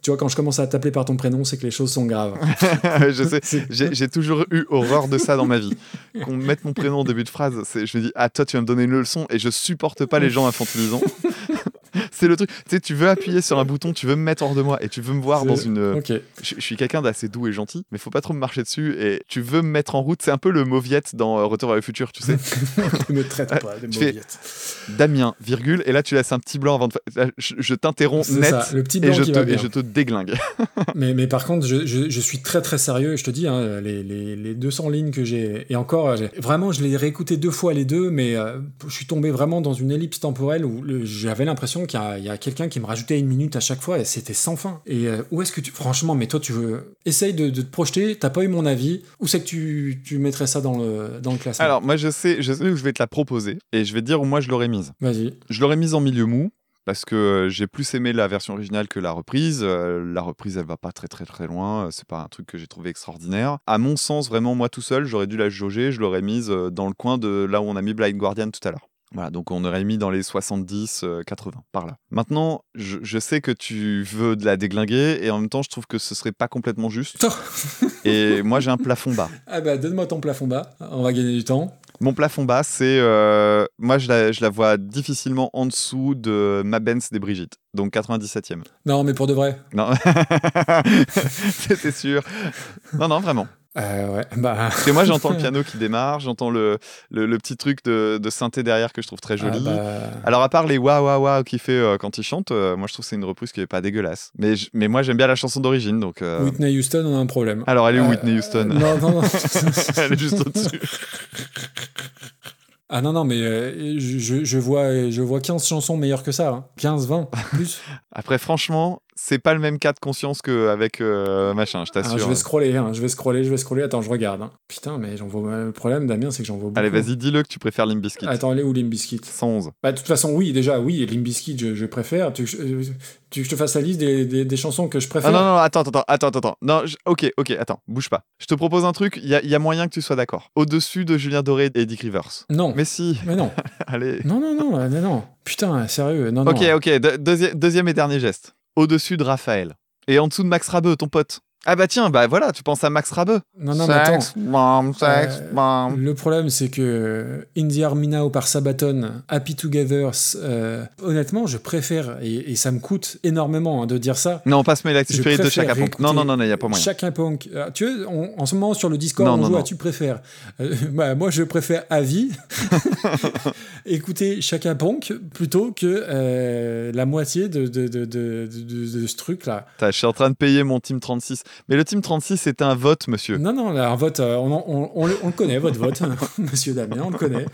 Tu vois, quand je commence à t'appeler par ton prénom, c'est que les choses sont graves. Je sais, j'ai toujours eu horreur de ça dans ma vie. Qu'on me mette mon prénom au début de phrase, je me dis, ah, toi, tu vas me donner une leçon, et je supporte pas les gens infantilisants. C'est le truc. Tu sais, tu veux appuyer sur un bouton, tu veux me mettre hors de moi, et tu veux me voir dans une. Ok. Je suis quelqu'un d'assez doux et gentil, mais faut pas trop me marcher dessus, et tu veux me mettre en route. C'est un peu le mauviette dans Retour vers le futur, tu sais. Ne me traite pas de Tu fais- mauviette. Damien, virgule, et là tu laisses un petit blanc avant de. Là, je t'interromps C'est net, ça, le petit et blanc qui va bien. je te déglingue. Mais par contre, je suis très très sérieux, et je te dis, hein, les 200 lignes que j'ai, et encore, vraiment, je l'ai réécouté 2 fois les deux, mais je suis tombé vraiment dans une ellipse temporelle où j'avais l'impression qu'il y a quelqu'un qui me rajoutait 1 minute à chaque fois, et c'était sans fin. Et où est-ce que tu... Franchement, mais toi, tu veux... Essaye de te projeter, t'as pas eu mon avis, où c'est que tu mettrais ça dans le classement? Alors, moi je sais où je vais te la proposer, et je vais te dire où moi je l'aurais mise. Vas-y. Je l'aurais mise en milieu mou, parce que j'ai plus aimé la version originale que la reprise. La reprise, elle va pas très très très loin. C'est pas un truc que j'ai trouvé extraordinaire. À mon sens, vraiment, moi tout seul, j'aurais dû la jauger. Je l'aurais mise dans le coin de là où on a mis Blind Guardian tout à l'heure. Voilà, donc on aurait mis dans les 70, 80, par là. Maintenant, je sais que tu veux de la déglinguer, et en même temps, je trouve que ce serait pas complètement juste. Et moi, j'ai un plafond bas. Ah bah, donne-moi ton plafond bas, on va gagner du temps. Mon plafond bas, c'est... moi, je la vois difficilement en dessous de Ma Benz des Brigitte, donc 97e. Non, mais pour de vrai. Non, c'était sûr. Non, vraiment. Ouais, bah... Parce que moi, j'entends le piano qui démarre, j'entends le petit truc de synthé derrière que je trouve très joli. Ah bah... Alors, à part les wa wa wa qu'il fait quand il chante, moi, je trouve que c'est une reprise qui est pas dégueulasse. Mais moi, j'aime bien la chanson d'origine, donc... Whitney Houston, on a un problème. Alors, elle est où, Whitney Houston? Non. Elle est juste au-dessus. Ah non, mais je vois 15 chansons meilleures que ça. Hein. 15, 20, plus. Après, franchement, c'est pas le même cas de conscience qu'avec machin, je t'assure. Je vais scroller. Attends, je regarde. Hein. Putain, mais j'en vois... Le problème, Damien, c'est que j'en vois beaucoup. Allez, vas-y, dis-le que tu préfères Limp Bizkit. Attends, elle est où Limp Bizkit? 111. Bah, de toute façon, oui, Limp Bizkit, je préfère. Tu veux que je te fasse la liste des chansons que je préfère? Ah non, attends. Non, ok, attends, bouge pas. Je te propose un truc, il y a moyen que tu sois d'accord. Au-dessus de Julien Doré et Dick Rivers. Non. Mais si. Mais non. Allez. Non. Putain, sérieux, non. Ok, deuxième et dernier geste. Au-dessus de Raphaël. Et en dessous de Max Rabeux, ton pote. Ah bah tiens, bah voilà, tu penses à Max Rabeux. Non, mais attends. Sex, bomb. Le problème, c'est que In the Army Now par Sabaton, Happy Together, honnêtement, je préfère, et ça me coûte énormément de dire ça. Non, passe mes Electric Je Spirit de préfère Chaka Ponk. réécouter Non, il n'y a pas moyen. Chaka Ponk. Tu vois, en ce moment, sur le Discord, on joue à Tu préfères. Moi, je préfère à vie écouter Chaka Ponk plutôt que la moitié de ce truc-là. Je suis en train de payer mon Team 36. Mais le Team 36, c'est un vote, monsieur. Non, un vote, on le connaît, votre vote, monsieur Damien, on le connaît.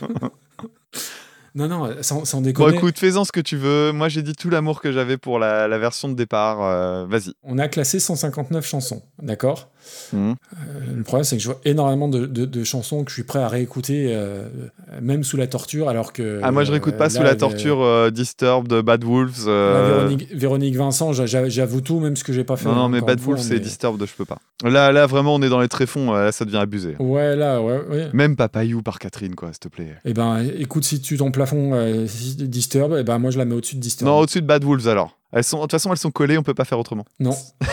Non, sans déconner. Bon, écoute, fais-en ce que tu veux. Moi, j'ai dit tout l'amour que j'avais pour la version de départ. Vas-y. On a classé 159 chansons, d'accord? Mmh. Le problème, c'est que je vois énormément de chansons que je suis prêt à réécouter, même sous la torture, alors que... Ah, moi, je réécoute pas sous la torture Disturbed, Bad Wolves... Véronique Vincent, j'avoue tout, même ce que j'ai pas fait. Non, mais Bad Wolves, c'est Disturbed, je peux pas. Là, vraiment, on est dans les tréfonds, là, ça devient abusé. Ouais, ouais. Même Papayou par Catherine, quoi, s'il te plaît. Eh ben, écoute, si tu ton plafond Disturb, eh ben, moi, je la mets au-dessus de Disturb. Non, au-dessus de Bad Wolves, alors. De toute façon, elles sont collées, on peut pas faire autrement. Non.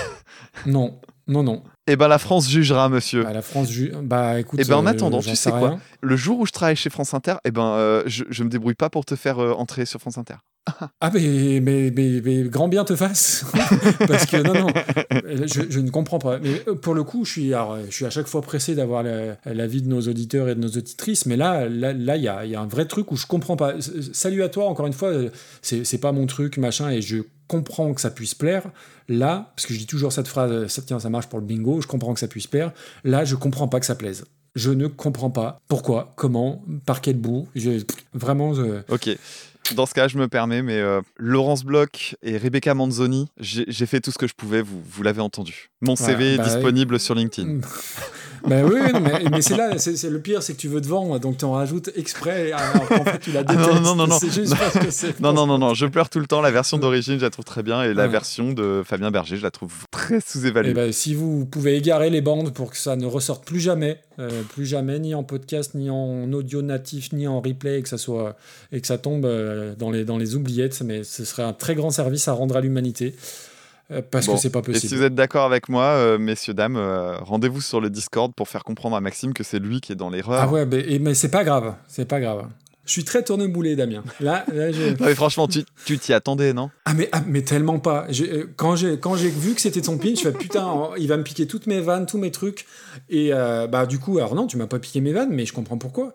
Non. Eh ben, la France jugera, monsieur. Bah, la France Bah, écoute... Eh ben, en attendant, tu sais quoi? Rien. Le jour où je travaille chez France Inter, eh ben, je me débrouille pas pour te faire entrer sur France Inter. Ah, mais grand bien te fasse. Parce que non, je ne comprends pas. Mais pour le coup, je suis à chaque fois pressé d'avoir l'avis de nos auditeurs et de nos auditrices, mais là, il y a un vrai truc où je comprends pas. Salut à toi, encore une fois, c'est pas mon truc, machin, et je comprends que ça puisse plaire. Là, parce que je dis toujours cette phrase, ça marche pour le bingo, je comprends que ça puisse plaire. Là, je comprends pas que ça plaise. Je ne comprends pas pourquoi, comment, par quel bout. Vraiment. Ok. Dans ce cas, je me permets, mais Laurence Bloch et Rebecca Manzoni, j'ai fait tout ce que je pouvais, vous l'avez entendu. Mon CV est disponible sur LinkedIn. Ben oui, mais c'est là, c'est le pire, c'est que tu veux te vendre, donc t'en rajoutes exprès, alors qu'en fait tu la détestes. Non. C'est juste parce que c'est... Non, je pleure tout le temps. La version d'origine, je la trouve très bien, et la version de Fabien Berger, je la trouve très sous-évaluée. Et ben, si vous pouvez égarer les bandes pour que ça ne ressorte plus jamais, ni en podcast, ni en audio natif, ni en replay, et que ça tombe dans les oubliettes, mais ce serait un très grand service à rendre à l'humanité. parce Bon. que c'est pas Et possible. si vous êtes d'accord avec moi, messieurs, dames, rendez-vous sur le Discord pour faire comprendre à Maxime que c'est lui qui est dans l'erreur. Ah ouais, mais c'est pas grave, c'est pas grave. Je suis très tourné-boulé, Damien. Là, Non, mais franchement, tu t'y attendais, non? mais tellement pas. Quand j'ai vu que c'était ton pin, je fais putain, il va me piquer toutes mes vannes, tous mes trucs. Et du coup, alors non, tu m'as pas piqué mes vannes, mais je comprends pourquoi.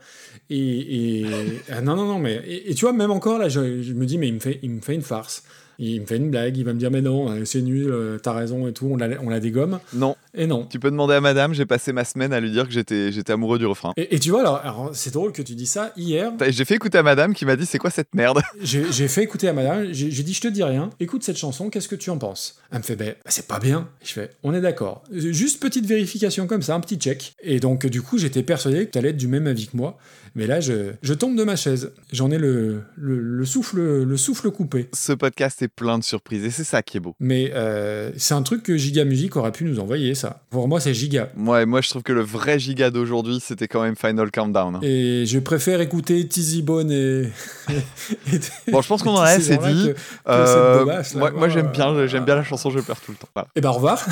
Non, mais et tu vois, même encore là, je me dis, mais il me fait une farce. Il me fait une blague, il va me dire mais non, c'est nul, t'as raison et tout, on la dégomme. Non. Et non. Tu peux demander à madame, j'ai passé ma semaine à lui dire que j'étais amoureux du refrain. Et tu vois, alors c'est drôle que tu dis ça. Hier, J'ai fait écouter à madame qui m'a dit c'est quoi cette merde? j'ai fait écouter à madame, j'ai dit je te dis rien, écoute cette chanson, qu'est-ce que tu en penses? Elle me fait c'est pas bien. Je fais on est d'accord. Juste petite vérification comme ça, un petit check. Et donc du coup j'étais persuadé que t'allais être du même avis que moi. Mais là je tombe de ma chaise. J'en ai le souffle coupé. Ce podcast est plein de surprises et c'est ça qui est beau. Mais c'est un truc que Giga Music aurait pu nous envoyer, ça. Pour moi, c'est giga. Moi, je trouve que le vrai giga d'aujourd'hui, c'était quand même Final Countdown. hein. Et je préfère écouter Tizzy Bone et Bon, je pense qu'on en a assez dit. Moi, j'aime bien la chanson Je pleure tout le temps. Voilà. Et ben, au revoir.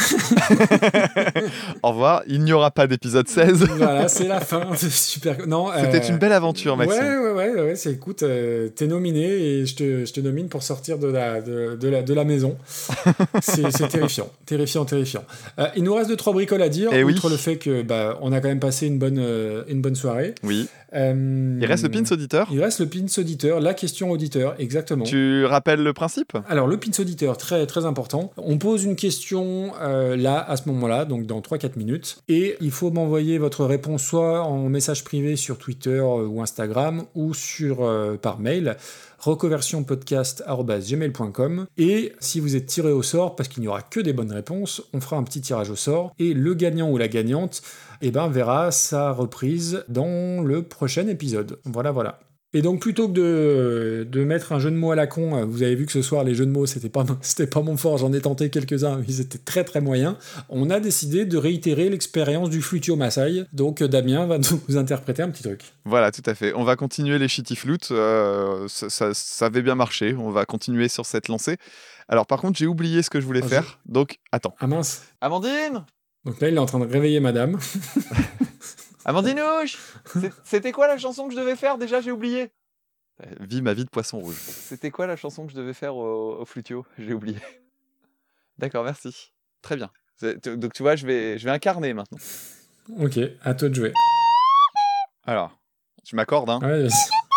Au revoir. Il n'y aura pas d'épisode 16. Voilà, c'est la fin. C'est super. Non, C'était une belle aventure, Maxime. Ouais. C'est écoute, t'es nominé et je te nomine pour sortir de la maison. C'est terrifiant. Terrifiant. Il nous reste 2-3 bricoles à dire, Eh oui. outre le fait que on a quand même passé une bonne soirée. Oui. Il reste le pins auditeur. Il reste le pins auditeur, la question auditeur, exactement. Tu rappelles le principe? Alors, le pins auditeur, très, très important. On pose une question là, à ce moment-là, donc dans 3-4 minutes. Et il faut m'envoyer votre réponse soit en message privé sur Twitter ou Instagram ou par mail reconversionpodcast@gmail.com. Et si vous êtes tiré au sort, parce qu'il n'y aura que des bonnes réponses, on fera un petit tirage au sort. Et le gagnant ou la gagnante verra sa reprise dans le prochain épisode. Voilà. Et donc, plutôt que de mettre un jeu de mots à la con, vous avez vu que ce soir, les jeux de mots, c'était pas mon fort, j'en ai tenté quelques-uns, mais ils étaient très très moyens. On a décidé de réitérer l'expérience du flutio Maasai. Donc, Damien va nous interpréter un petit truc. Voilà, tout à fait. On va continuer les shitty flutes. Ça avait bien marché. On va continuer sur cette lancée. Alors, par contre, j'ai oublié ce que je voulais faire. Donc, attends. Ah mince. Amandine! Donc là, il est en train de réveiller madame. Amandinouche! C'était quoi la chanson que je devais faire? Déjà, j'ai oublié. Vis ma vie de poisson rouge. C'était quoi la chanson que je devais faire au flutio? J'ai oublié. D'accord, merci. Très bien. Donc, tu vois, je vais incarner maintenant. Ok, à toi de jouer. Alors, tu m'accordes, hein? Ouais, vas-y.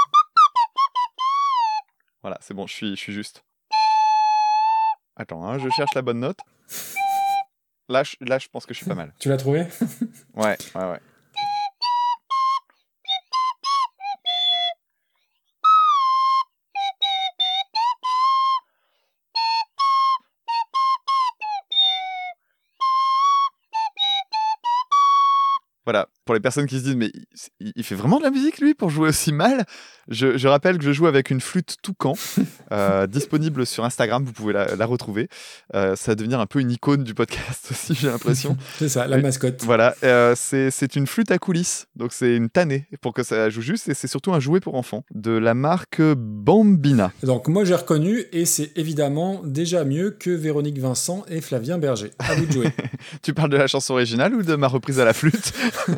Voilà, c'est bon, je suis juste. Attends, hein, je cherche la bonne note. Là, je pense que je suis pas mal. Tu l'as trouvé? Ouais. Voilà, pour les personnes qui se disent mais il fait vraiment de la musique lui pour jouer aussi mal, je rappelle que je joue avec une flûte toucan, disponible sur Instagram, vous pouvez la retrouver. Ça va devenir un peu une icône du podcast aussi, j'ai l'impression. C'est ça, la mascotte. Voilà, c'est une flûte à coulisses, donc c'est une tannée pour que ça joue juste, et c'est surtout un jouet pour enfants de la marque Bambina. Donc moi j'ai reconnu, et c'est évidemment déjà mieux que Véronique Vincent et Flavien Berger. À vous de jouer. Tu parles de la chanson originale ou de ma reprise à la flûte?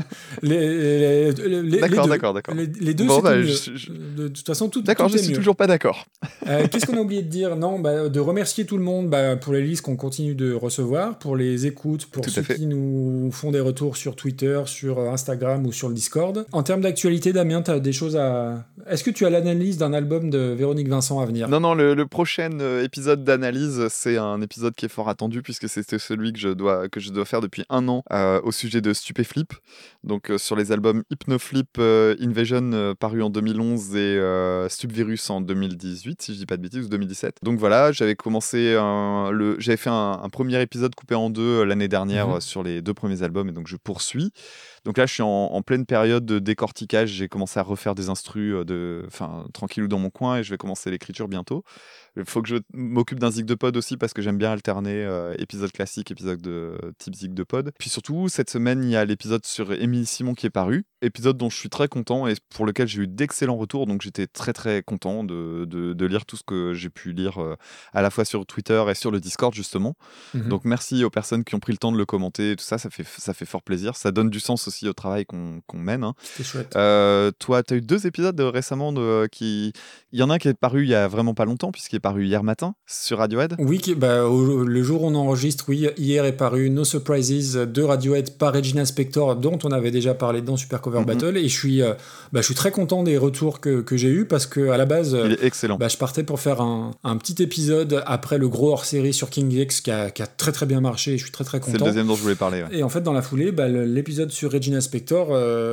D'accord. Les deux, Bon, c'est mieux. je- De toute façon, tout D'accord, tout je est suis mieux. toujours pas d'accord. Qu'est-ce qu'on a oublié de dire? Non, de remercier tout le monde pour les listes qu'on continue de recevoir, pour les écoutes, pour Tout à ceux fait. qui nous font des retours sur Twitter, sur Instagram ou sur le Discord. En termes d'actualité, Damien, tu as des choses à... Est-ce que tu as l'analyse d'un album de Véronique Vincent à venir? Non, le prochain épisode d'analyse, c'est un épisode qui est fort attendu puisque c'était celui que je dois faire depuis 1 an au sujet de Stupéflip. Donc sur les albums Hypnoflip, Invasion paru en 2011 et Stupvirus en 2018, si je dis pas de bêtises, ou 2017. Donc voilà, j'avais commencé j'avais fait un premier épisode coupé en 2 l'année dernière sur les 2 premiers albums et donc je poursuis. Donc là, je suis en pleine période de décortiquage. J'ai commencé à refaire des instrus tranquillou dans mon coin et je vais commencer l'écriture bientôt. Il faut que je m'occupe d'un zig de pod aussi parce que j'aime bien alterner épisode classique, épisode de type zig de pod. Puis surtout, cette semaine, il y a l'épisode sur Amélie Simon qui est paru, épisode dont je suis très content et pour lequel j'ai eu d'excellents retours, donc j'étais très très content de lire tout ce que j'ai pu lire à la fois sur Twitter et sur le Discord justement. Mhm. Donc merci aux personnes qui ont pris le temps de le commenter, et tout ça, ça fait fort plaisir, ça donne du sens aussi au travail qu'on mène. Hein. C'était chouette. Toi, tu as eu 2 épisodes récemment il y en a un qui est paru il y a vraiment pas longtemps, puisqu'il est paru hier matin sur Radiohead. Oui, le jour où on enregistre, oui, hier est paru No Surprises de Radiohead par Regina Spektor, dont on avait déjà parlé dans Super Cover Battle, et je suis très content des retours que j'ai eus, parce que à la base, Il est excellent. je partais pour faire un petit épisode après le gros hors-série sur King X qui a très très bien marché, et je suis très très C'est content. le deuxième dont je voulais parler. Ouais. Et en fait, dans la foulée, l'épisode sur Regina Spektor,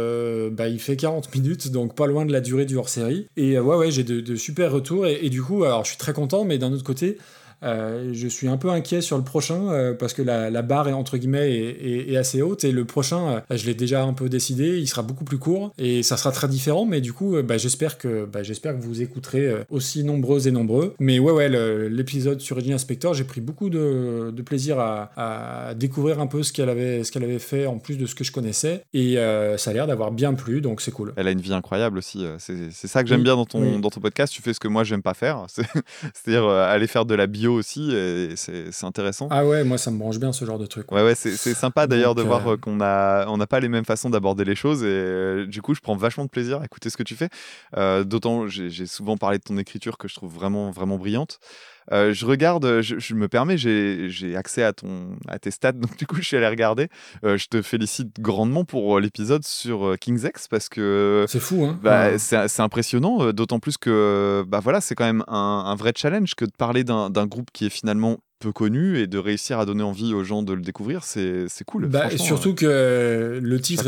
il fait 40 minutes, donc pas loin de la durée du hors-série. Et j'ai de super retours. Et du coup, alors je suis très content, mais d'un autre côté, je suis un peu inquiet sur le prochain, parce que la barre est, entre guillemets, est assez haute. Et le prochain, je l'ai déjà un peu décidé, il sera beaucoup plus court. Et ça sera très différent, mais du coup, j'espère que vous écouterez aussi nombreuses et nombreux. Mais l'épisode sur Regina Spektor, j'ai pris beaucoup de plaisir à découvrir un peu ce qu'elle avait fait en plus de ce que je connaissais. Et ça a l'air d'avoir bien plu, donc c'est cool. Elle a une vie incroyable aussi. C'est ça que j'aime bien dans ton podcast. Tu fais ce que moi, j'aime pas faire. C'est-à-dire aller faire de la bio aussi, et c'est intéressant. Ah ouais, moi ça me branche bien ce genre de truc. Ouais, c'est sympa d'ailleurs de Donc, voir qu'on n'a pas les mêmes façons d'aborder les choses, et du coup je prends vachement de plaisir à écouter ce que tu fais. D'autant, j'ai souvent parlé de ton écriture que je trouve vraiment, vraiment brillante. Je regarde, je me permets, j'ai accès à tes stats, donc du coup je suis allé regarder. Je te félicite grandement pour l'épisode sur King's X, parce que c'est fou, hein. c'est impressionnant, d'autant plus que c'est quand même un vrai challenge que de parler d'un groupe qui est finalement peu connu et de réussir à donner envie aux gens de le découvrir, c'est cool. Surtout que le titre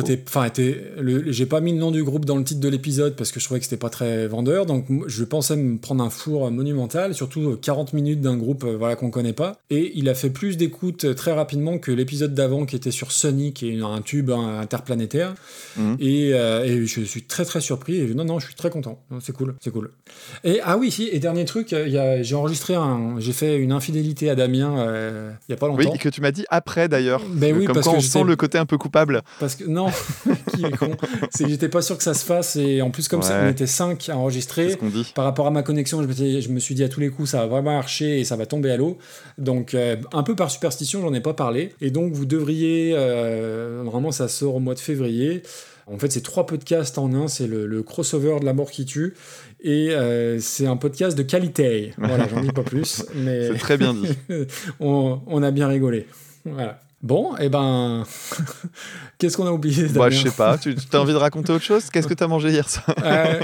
j'ai pas mis le nom du groupe dans le titre de l'épisode parce que je trouvais que c'était pas très vendeur, donc je pensais me prendre un four monumental, surtout 40 minutes d'un groupe qu'on connaît pas, et il a fait plus d'écoute très rapidement que l'épisode d'avant qui était sur Sunny, qui est un tube interplanétaire. Et je suis très très surpris, et non, je suis très content, c'est cool. Et et dernier truc, j'ai fait une infidélité à Damien il y a pas longtemps. Oui, que tu m'as dit après d'ailleurs. Oui, comme parce quoi que on sent le côté un peu coupable. Parce que non, qui est con. C'est que j'étais pas sûr que ça se fasse, et en plus comme ça, on était 5 à enregistrer. C'est ce qu'on dit. Par rapport à ma connexion, je me suis dit à tous les coups ça va vraiment marcher et ça va tomber à l'eau. Donc un peu par superstition, j'en ai pas parlé. Et donc vous devriez, normalement ça sort au mois de février. En fait, c'est 3 podcasts en un, c'est le crossover de La Mort qui tue, et c'est un podcast de qualité. Voilà, j'en dis pas plus, mais c'est très bien dit. on a bien rigolé. Voilà. Bon, qu'est-ce qu'on a oublié, Damien ? Je sais pas, tu as envie de raconter autre chose ? Qu'est-ce que tu as mangé hier soir ?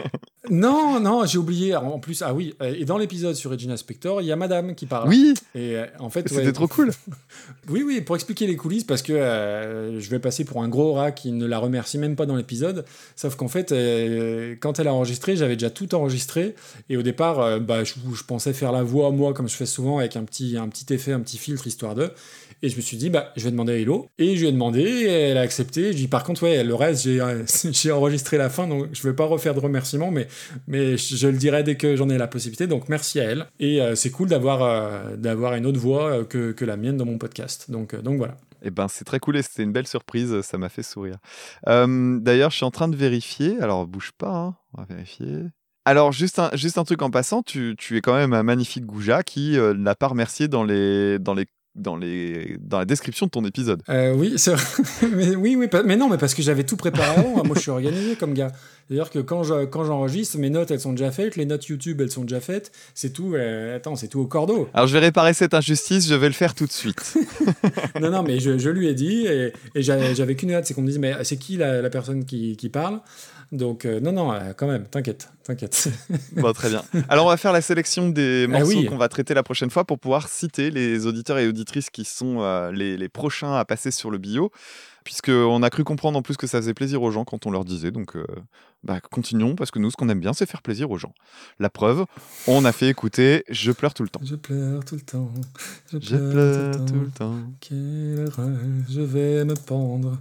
Non, j'ai oublié. En plus, et dans l'épisode sur Regina Spektor, il y a Madame qui parle. Oui. Et en fait, c'était trop cool. Oui, pour expliquer les coulisses, parce que je vais passer pour un gros rat qui ne la remercie même pas dans l'épisode. Sauf qu'en fait, quand elle a enregistré, j'avais déjà tout enregistré. Et au départ, je pensais faire la voix moi, comme je fais souvent, avec un petit effet, un petit filtre, histoire de. Et je me suis dit, je vais demander à Hello. Et je lui ai demandé, et elle a accepté. Je dis, par contre, le reste, j'ai enregistré la fin, donc je vais pas refaire de remerciements, mais je le dirai dès que j'en ai la possibilité. Donc merci à elle. Et c'est cool d'avoir une autre voix que la mienne dans mon podcast. Donc voilà. C'est très cool, et c'était une belle surprise, ça m'a fait sourire. D'ailleurs, je suis en train de vérifier. Alors, bouge pas, hein. On va vérifier. Alors, juste un truc en passant, tu es quand même un magnifique goujat qui n'a pas remercié dans la description de ton épisode. Oui, c'est vrai. mais non, mais parce que j'avais tout préparé avant. Moi, je suis organisé comme gars. C'est-à-dire que quand j'enregistre, mes notes, elles sont déjà faites, les notes YouTube, elles sont déjà faites. C'est tout. C'est tout au cordeau. Alors, je vais réparer cette injustice. Je vais le faire tout de suite. non, mais je lui ai dit, et j'avais qu'une hâte, c'est qu'on me dise, mais c'est qui la personne qui parle ? Donc, non, quand même, t'inquiète. Bon, très bien. Alors, on va faire la sélection des morceaux qu'on va traiter la prochaine fois pour pouvoir citer les auditeurs et auditrices qui sont les prochains à passer sur le bio, puisqu'on a cru comprendre en plus que ça faisait plaisir aux gens quand on leur disait. Donc, continuons, parce que nous, ce qu'on aime bien, c'est faire plaisir aux gens. La preuve, on a fait écouter « Je pleure tout le temps ». Je pleure tout le temps. Je pleure tout le temps. Quelle erreur, je vais me pendre.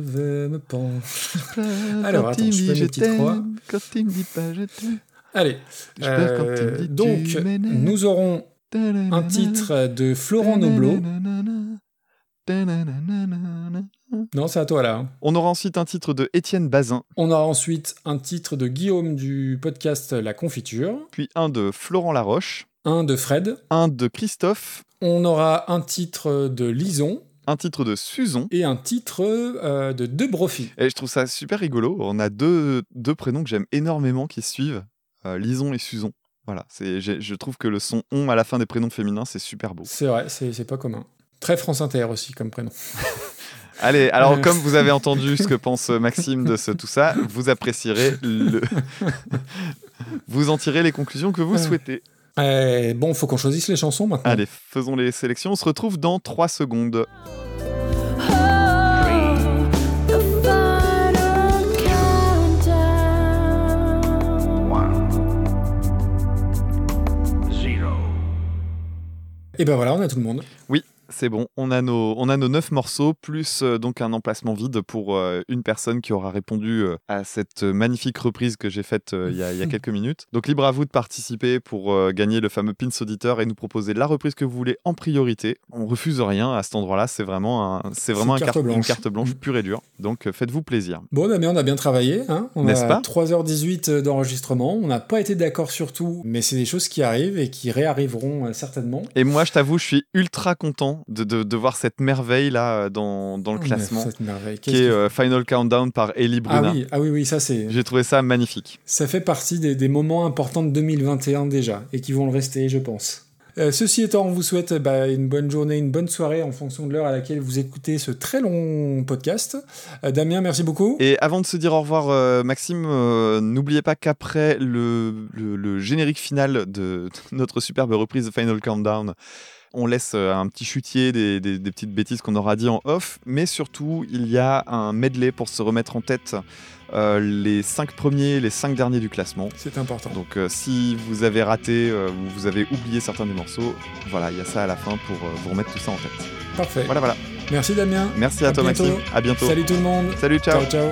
Alors, attends, je fais mes petites croix. Quand tu me dis pas je t'aime. Allez, donc nous aurons un titre de Florent Noblo. Non, c'est à toi là. On aura ensuite un titre de Étienne Bazin, On aura ensuite un titre de Guillaume du podcast La Confiture, puis un de Florent Laroche, un de Fred, un de Christophe, on aura un titre de Lison un titre de Suzon. et un titre de De Brofi. Et je trouve ça super rigolo. On a deux prénoms que j'aime énormément qui se suivent, Lison et Suzon. Voilà, je trouve que le son on à la fin des prénoms féminins, c'est super beau. C'est vrai, c'est pas commun. Très France Inter aussi comme prénom. Allez, alors comme vous avez entendu ce que pense Maxime de tout ça, vous apprécierez vous en tirez les conclusions que vous souhaitez. Bon, faut qu'on choisisse les chansons maintenant. Allez, faisons les sélections. On se retrouve dans 3 secondes. The final countdown. Et ben voilà, on a tout le monde. Oui, c'est bon. On a nos 9 morceaux, plus donc un emplacement vide pour une personne qui aura répondu à cette magnifique reprise que j'ai faite il y a quelques minutes. Donc libre à vous de participer pour gagner le fameux Pins Auditeur et nous proposer la reprise que vous voulez en priorité. On refuse rien à cet endroit-là, c'est vraiment une carte blanche pure et dure. Donc faites-vous plaisir. Bon, Damien, on a bien travaillé. Hein, on N'est-ce a pas 3h18 d'enregistrement. On n'a pas été d'accord sur tout, mais c'est des choses qui arrivent et qui réarriveront certainement. Et moi, je t'avoue, je suis ultra content de voir cette merveille là dans le classement, Cette merveille. qui est Final Countdown par Ellie Bruna. Ah oui, ça c'est... J'ai trouvé ça magnifique. Ça fait partie des moments importants de 2021 déjà, et qui vont le rester, je pense. Ceci étant, on vous souhaite une bonne journée, une bonne soirée en fonction de l'heure à laquelle vous écoutez ce très long podcast. Damien, merci beaucoup. Et avant de se dire au revoir, Maxime, n'oubliez pas qu'après le générique final de notre superbe reprise de Final Countdown, on laisse un petit chutier des petites bêtises qu'on aura dit en off, mais surtout, il y a un medley pour se remettre en tête les 5 premiers, les 5 derniers du classement. C'est important. Donc si vous avez raté ou vous avez oublié certains des morceaux, voilà, il y a ça à la fin pour vous remettre tout ça en tête. Parfait. Voilà. Merci Damien. Merci à toi bientôt. Maxime. À bientôt. Salut tout le monde. Salut, ciao. Ciao.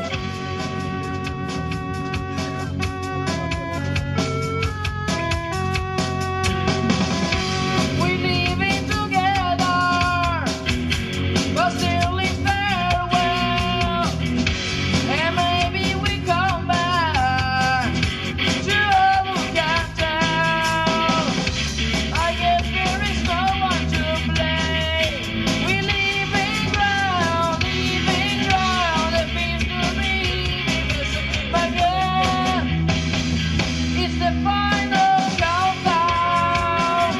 We living together, but still in farewell. And maybe we come back to old Captain. I guess there is no one to blame. We leaving ground, it means to me. But yeah, it's the final countdown.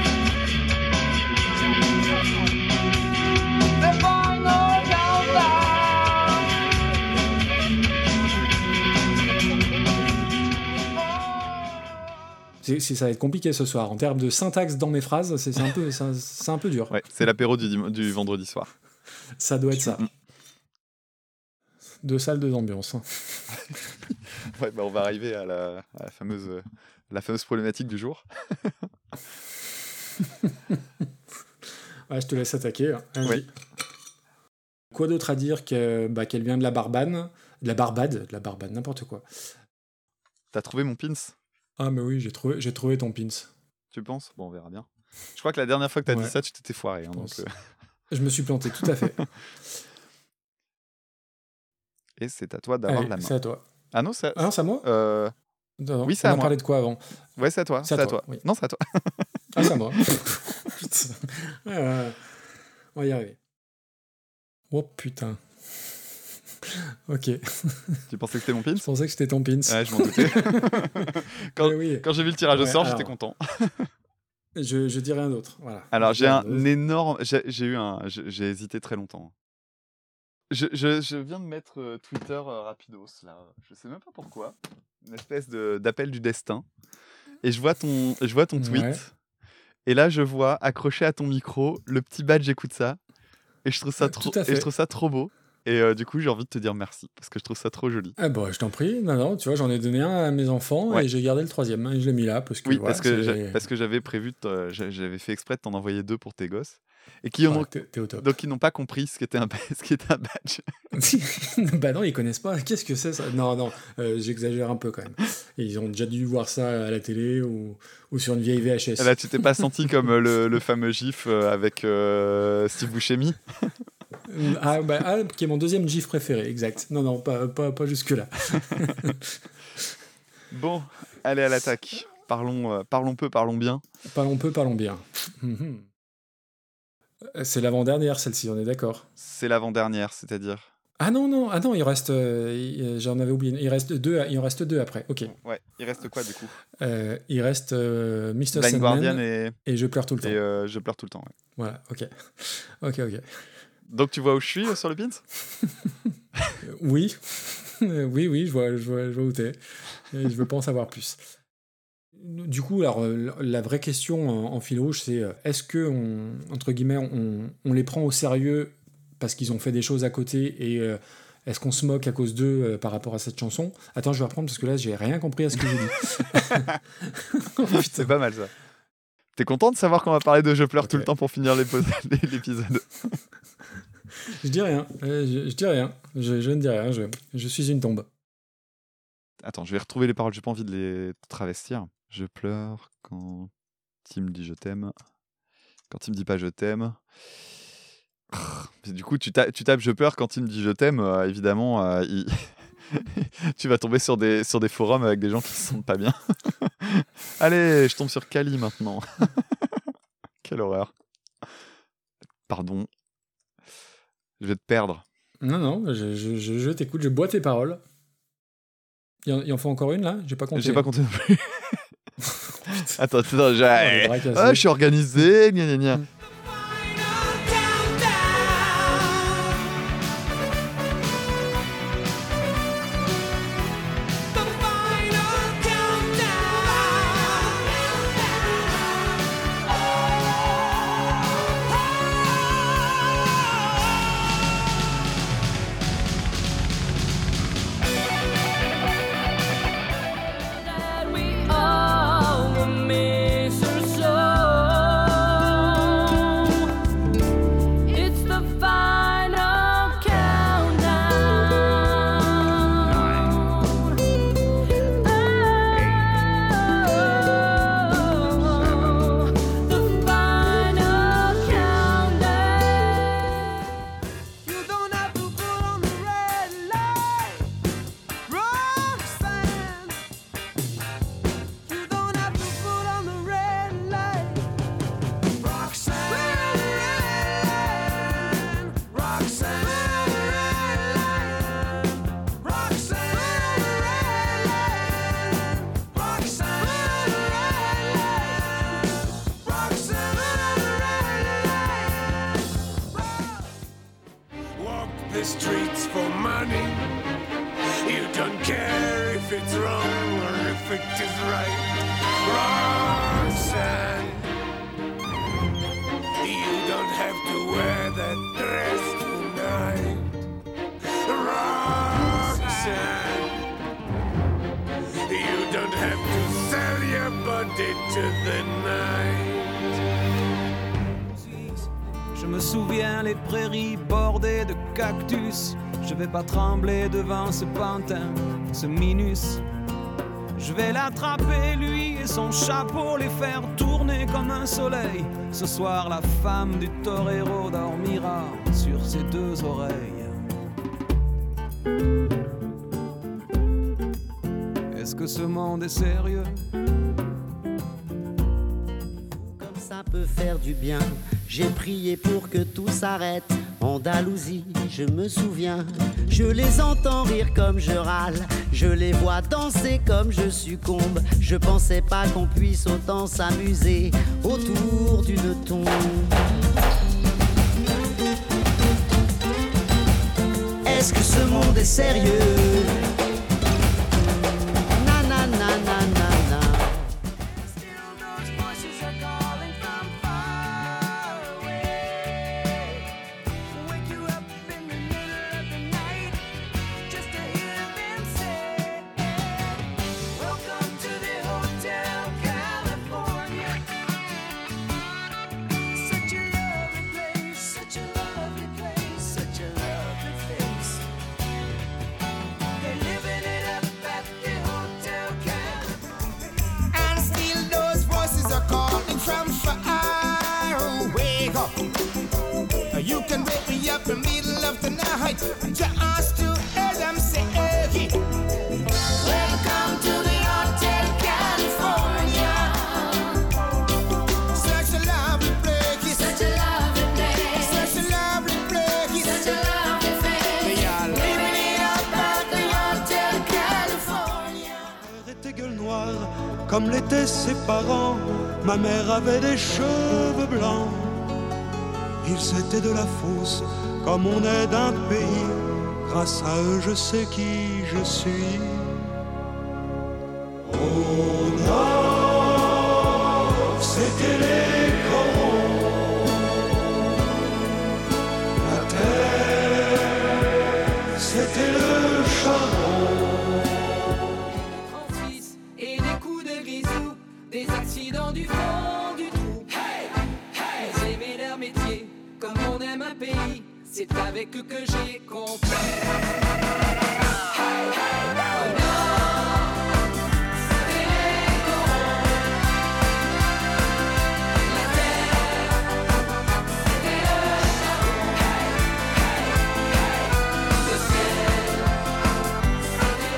The final Ça va être compliqué ce soir. En termes de syntaxe dans mes phrases, c'est un peu dur. Ouais, c'est l'apéro du vendredi soir. Ça doit être ça. 2 salles, 2 ambiances. Hein. Ouais, on va arriver à la fameuse problématique du jour. Ouais, je te laisse attaquer. Vas-y. Oui. Quoi d'autre à dire qu'elle vient de la Barbade, n'importe quoi. T'as trouvé mon pins? Ah mais oui, j'ai trouvé ton pins. Tu penses? Bon, on verra bien. Je crois que la dernière fois que t'as Ouais. dit ça, tu t'étais foiré. Hein, pense. donc, Je me suis planté, tout à fait. Et c'est à toi d'avoir Allez, la main. c'est à toi. Ah non, c'est Ah non, c'est à moi Non, oui, c'est on à a moi. parlé de quoi avant? Ouais, c'est à toi. C'est à toi, oui. Non, c'est à toi. Ah, c'est à moi. Putain. On va y arriver. Oh putain. Ok. Tu pensais que c'était mon pins? Je pensais que c'était ton pins. Ouais, je m'en doutais. Quand, Mais oui. quand j'ai vu le tirage au Ouais, sort, alors. j'étais content. Je dis rien d'autre. Voilà. Alors, Je j'ai dis un rien d'autre. énorme. J'ai hésité très longtemps. Je viens de mettre Twitter rapidos là. Je sais même pas pourquoi. Une espèce d'appel du destin. Et je vois ton tweet. Ouais. Et là, je vois accroché à ton micro le petit badge écoute ça. Et je trouve ça Tout à fait. trop beau. Et du coup, j'ai envie de te dire merci parce que je trouve ça trop joli. Ah bah, je t'en prie. Non, tu vois, j'en ai donné un à mes enfants Ouais. et j'ai gardé le 3e. Et je l'ai mis là parce que. Oui, voilà, parce que j'avais prévu, j'avais fait exprès de t'en envoyer 2 pour tes gosses. Et qui Ouais, ont, t'es au top. donc ils n'ont pas compris ce qu'était un badge. Bah non, ils connaissent pas. Qu'est-ce que c'est ça? Non, j'exagère un peu quand même. Ils ont déjà dû voir ça à la télé ou sur une vieille VHS. Là, tu t'es pas senti comme le fameux gif avec Steve Buscemi? Qui est mon deuxième gif préféré, exact. Non, pas jusque-là. Bon, allez à l'attaque. Parlons peu, parlons bien. Parlons bien. C'est l'avant-dernière, celle-ci, on est d'accord. C'est l'avant-dernière, c'est-à-dire. Ah non, il reste... j'en avais oublié. Il en reste deux après, ok. Ouais, il reste quoi du coup? Il reste Mr. Blind Sandman Guardian et Je pleure tout le temps. Je pleure tout le temps, ouais. Voilà, ok. Donc tu vois où je suis sur le pins? Oui, oui, je vois où t'es. Et je veux pas en savoir plus. Du coup, alors, la vraie question en fil rouge, c'est est-ce que, entre guillemets, on les prend au sérieux parce qu'ils ont fait des choses à côté et est-ce qu'on se moque à cause d'eux par rapport à cette chanson? Attends, je vais reprendre parce que là, j'ai rien compris à ce que j'ai dit. Oh, c'est pas mal ça. T'es content de savoir qu'on va parler de Je pleure tout le temps pour finir l'épisode? Je dis rien. Je dis rien. Je ne dis rien. Je suis une tombe. Attends, je vais retrouver les paroles. J'ai pas envie de les travestir. Je pleure quand il me dit je t'aime. Quand il me dit pas je t'aime. Du coup, tu tapes je pleure quand il me dit je t'aime. Évidemment, tu vas tomber sur des forums avec des gens qui se sentent pas bien. Allez, je tombe sur Kali maintenant. Quelle horreur. Pardon. Je vais te perdre. Non, je t'écoute, je bois tes paroles. Il en faut encore une là? J'ai pas compté. J'ai pas compté non plus. Attends, je suis organisé. Gna gna gna. the streets for money. You don't care if it's wrong or if it is right. Roxanne, you don't have to wear that dress tonight. Roxanne, you don't have to sell your body to the night. Je me souviens les prairies bordées de cactus. Je vais pas trembler devant ce pantin, ce minus. Je vais l'attraper lui et son chapeau, les faire tourner comme un soleil. Ce soir la femme du torero dormira sur ses deux oreilles. Est-ce que ce monde est sérieux? Comme ça peut faire du bien. J'ai prié pour que tout s'arrête. Andalousie, je me souviens. Je les entends rire comme je râle. Je les vois danser comme je succombe. Je pensais pas qu'on puisse autant s'amuser autour d'une tombe. Est-ce que ce monde est sérieux? Na na na na na na. They right to us to Adam say, welcome to the Hotel California. Such a lovely place, such a lovely place, such a lovely place, such a lovely place. They are living it up at the Hotel California. Elle était gueule noire, comme l'étaient ses parents. Ma mère avait des cheveux blancs. Ils étaient de la fosse, comme on est d'un pays. Grâce à eux, je sais qui je suis. Au nord, c'était les corons. La terre, c'était le charbon. Et des coups de grisou, des accidents du fond du trou. Hey, hey, ils aimaient leur métier, comme on aime un pays. C'est avec eux que j'ai compris. Hey, hey, oh non, c'était les corons. La terre, c'était le charbon. Hey, hey, hey, le ciel, c'était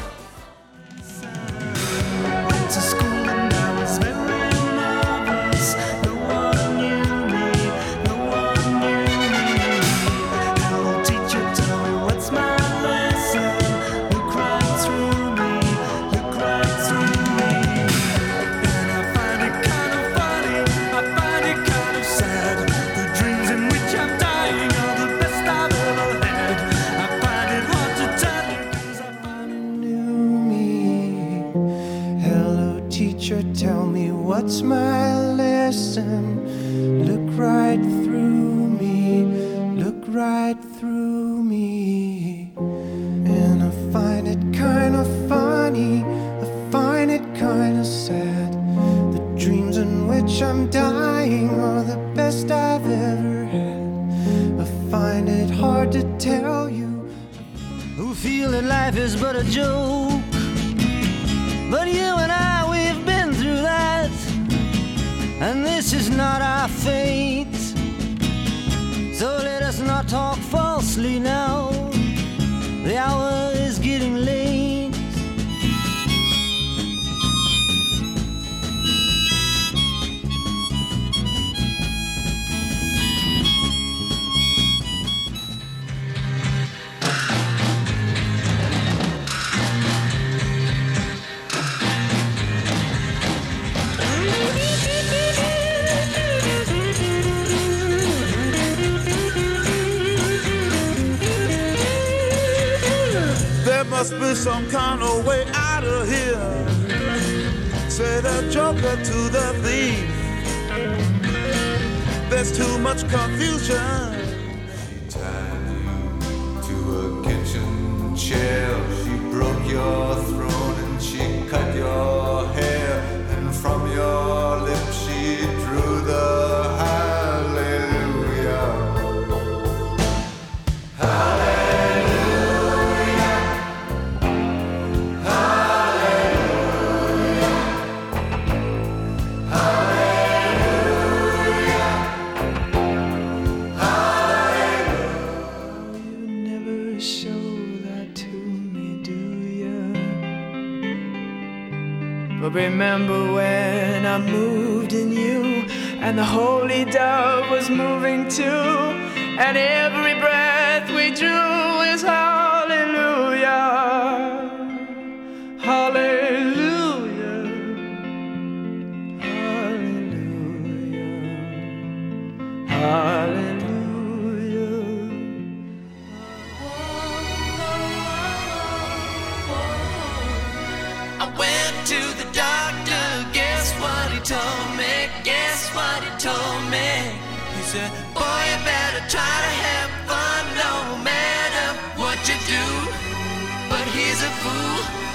l'eau. Went to school and I was very nervous. No one knew me, no one knew me. Hello teacher, tell me what's my lesson. Look right through me, look right through me. And I find it kind of funny, I find it kind of sad. The dreams in which I'm dying are the best I've ever had. I find it hard to tell you 'cause I finally knew me. Hello teacher, tell me what's my lesson. Look right through me, look right through me. And I find it kind of funny, I find it kind of sad. The dreams in which I'm dying are the best I've ever had. I find it hard to tell you. Who feel that life is but a joke. But you and I, we've been through that. And this is not our fate. So let us not talk falsely now. The hour is getting late. There must be some kind of way out of here. Say the joker to the thief. There's too much confusion. She tied you to a kitchen chair. She broke your throat and she cut your hair. And from your lips she drew the hallelujah. But remember when I moved in you, and the holy dove was moving too, and every breath we drew is hallelujah, hallelujah, hallelujah, hallelujah. I went to the doctor, guess what he told me? Guess what he told me? He said, boy, you better try to have fun no matter what you do. But he's a fool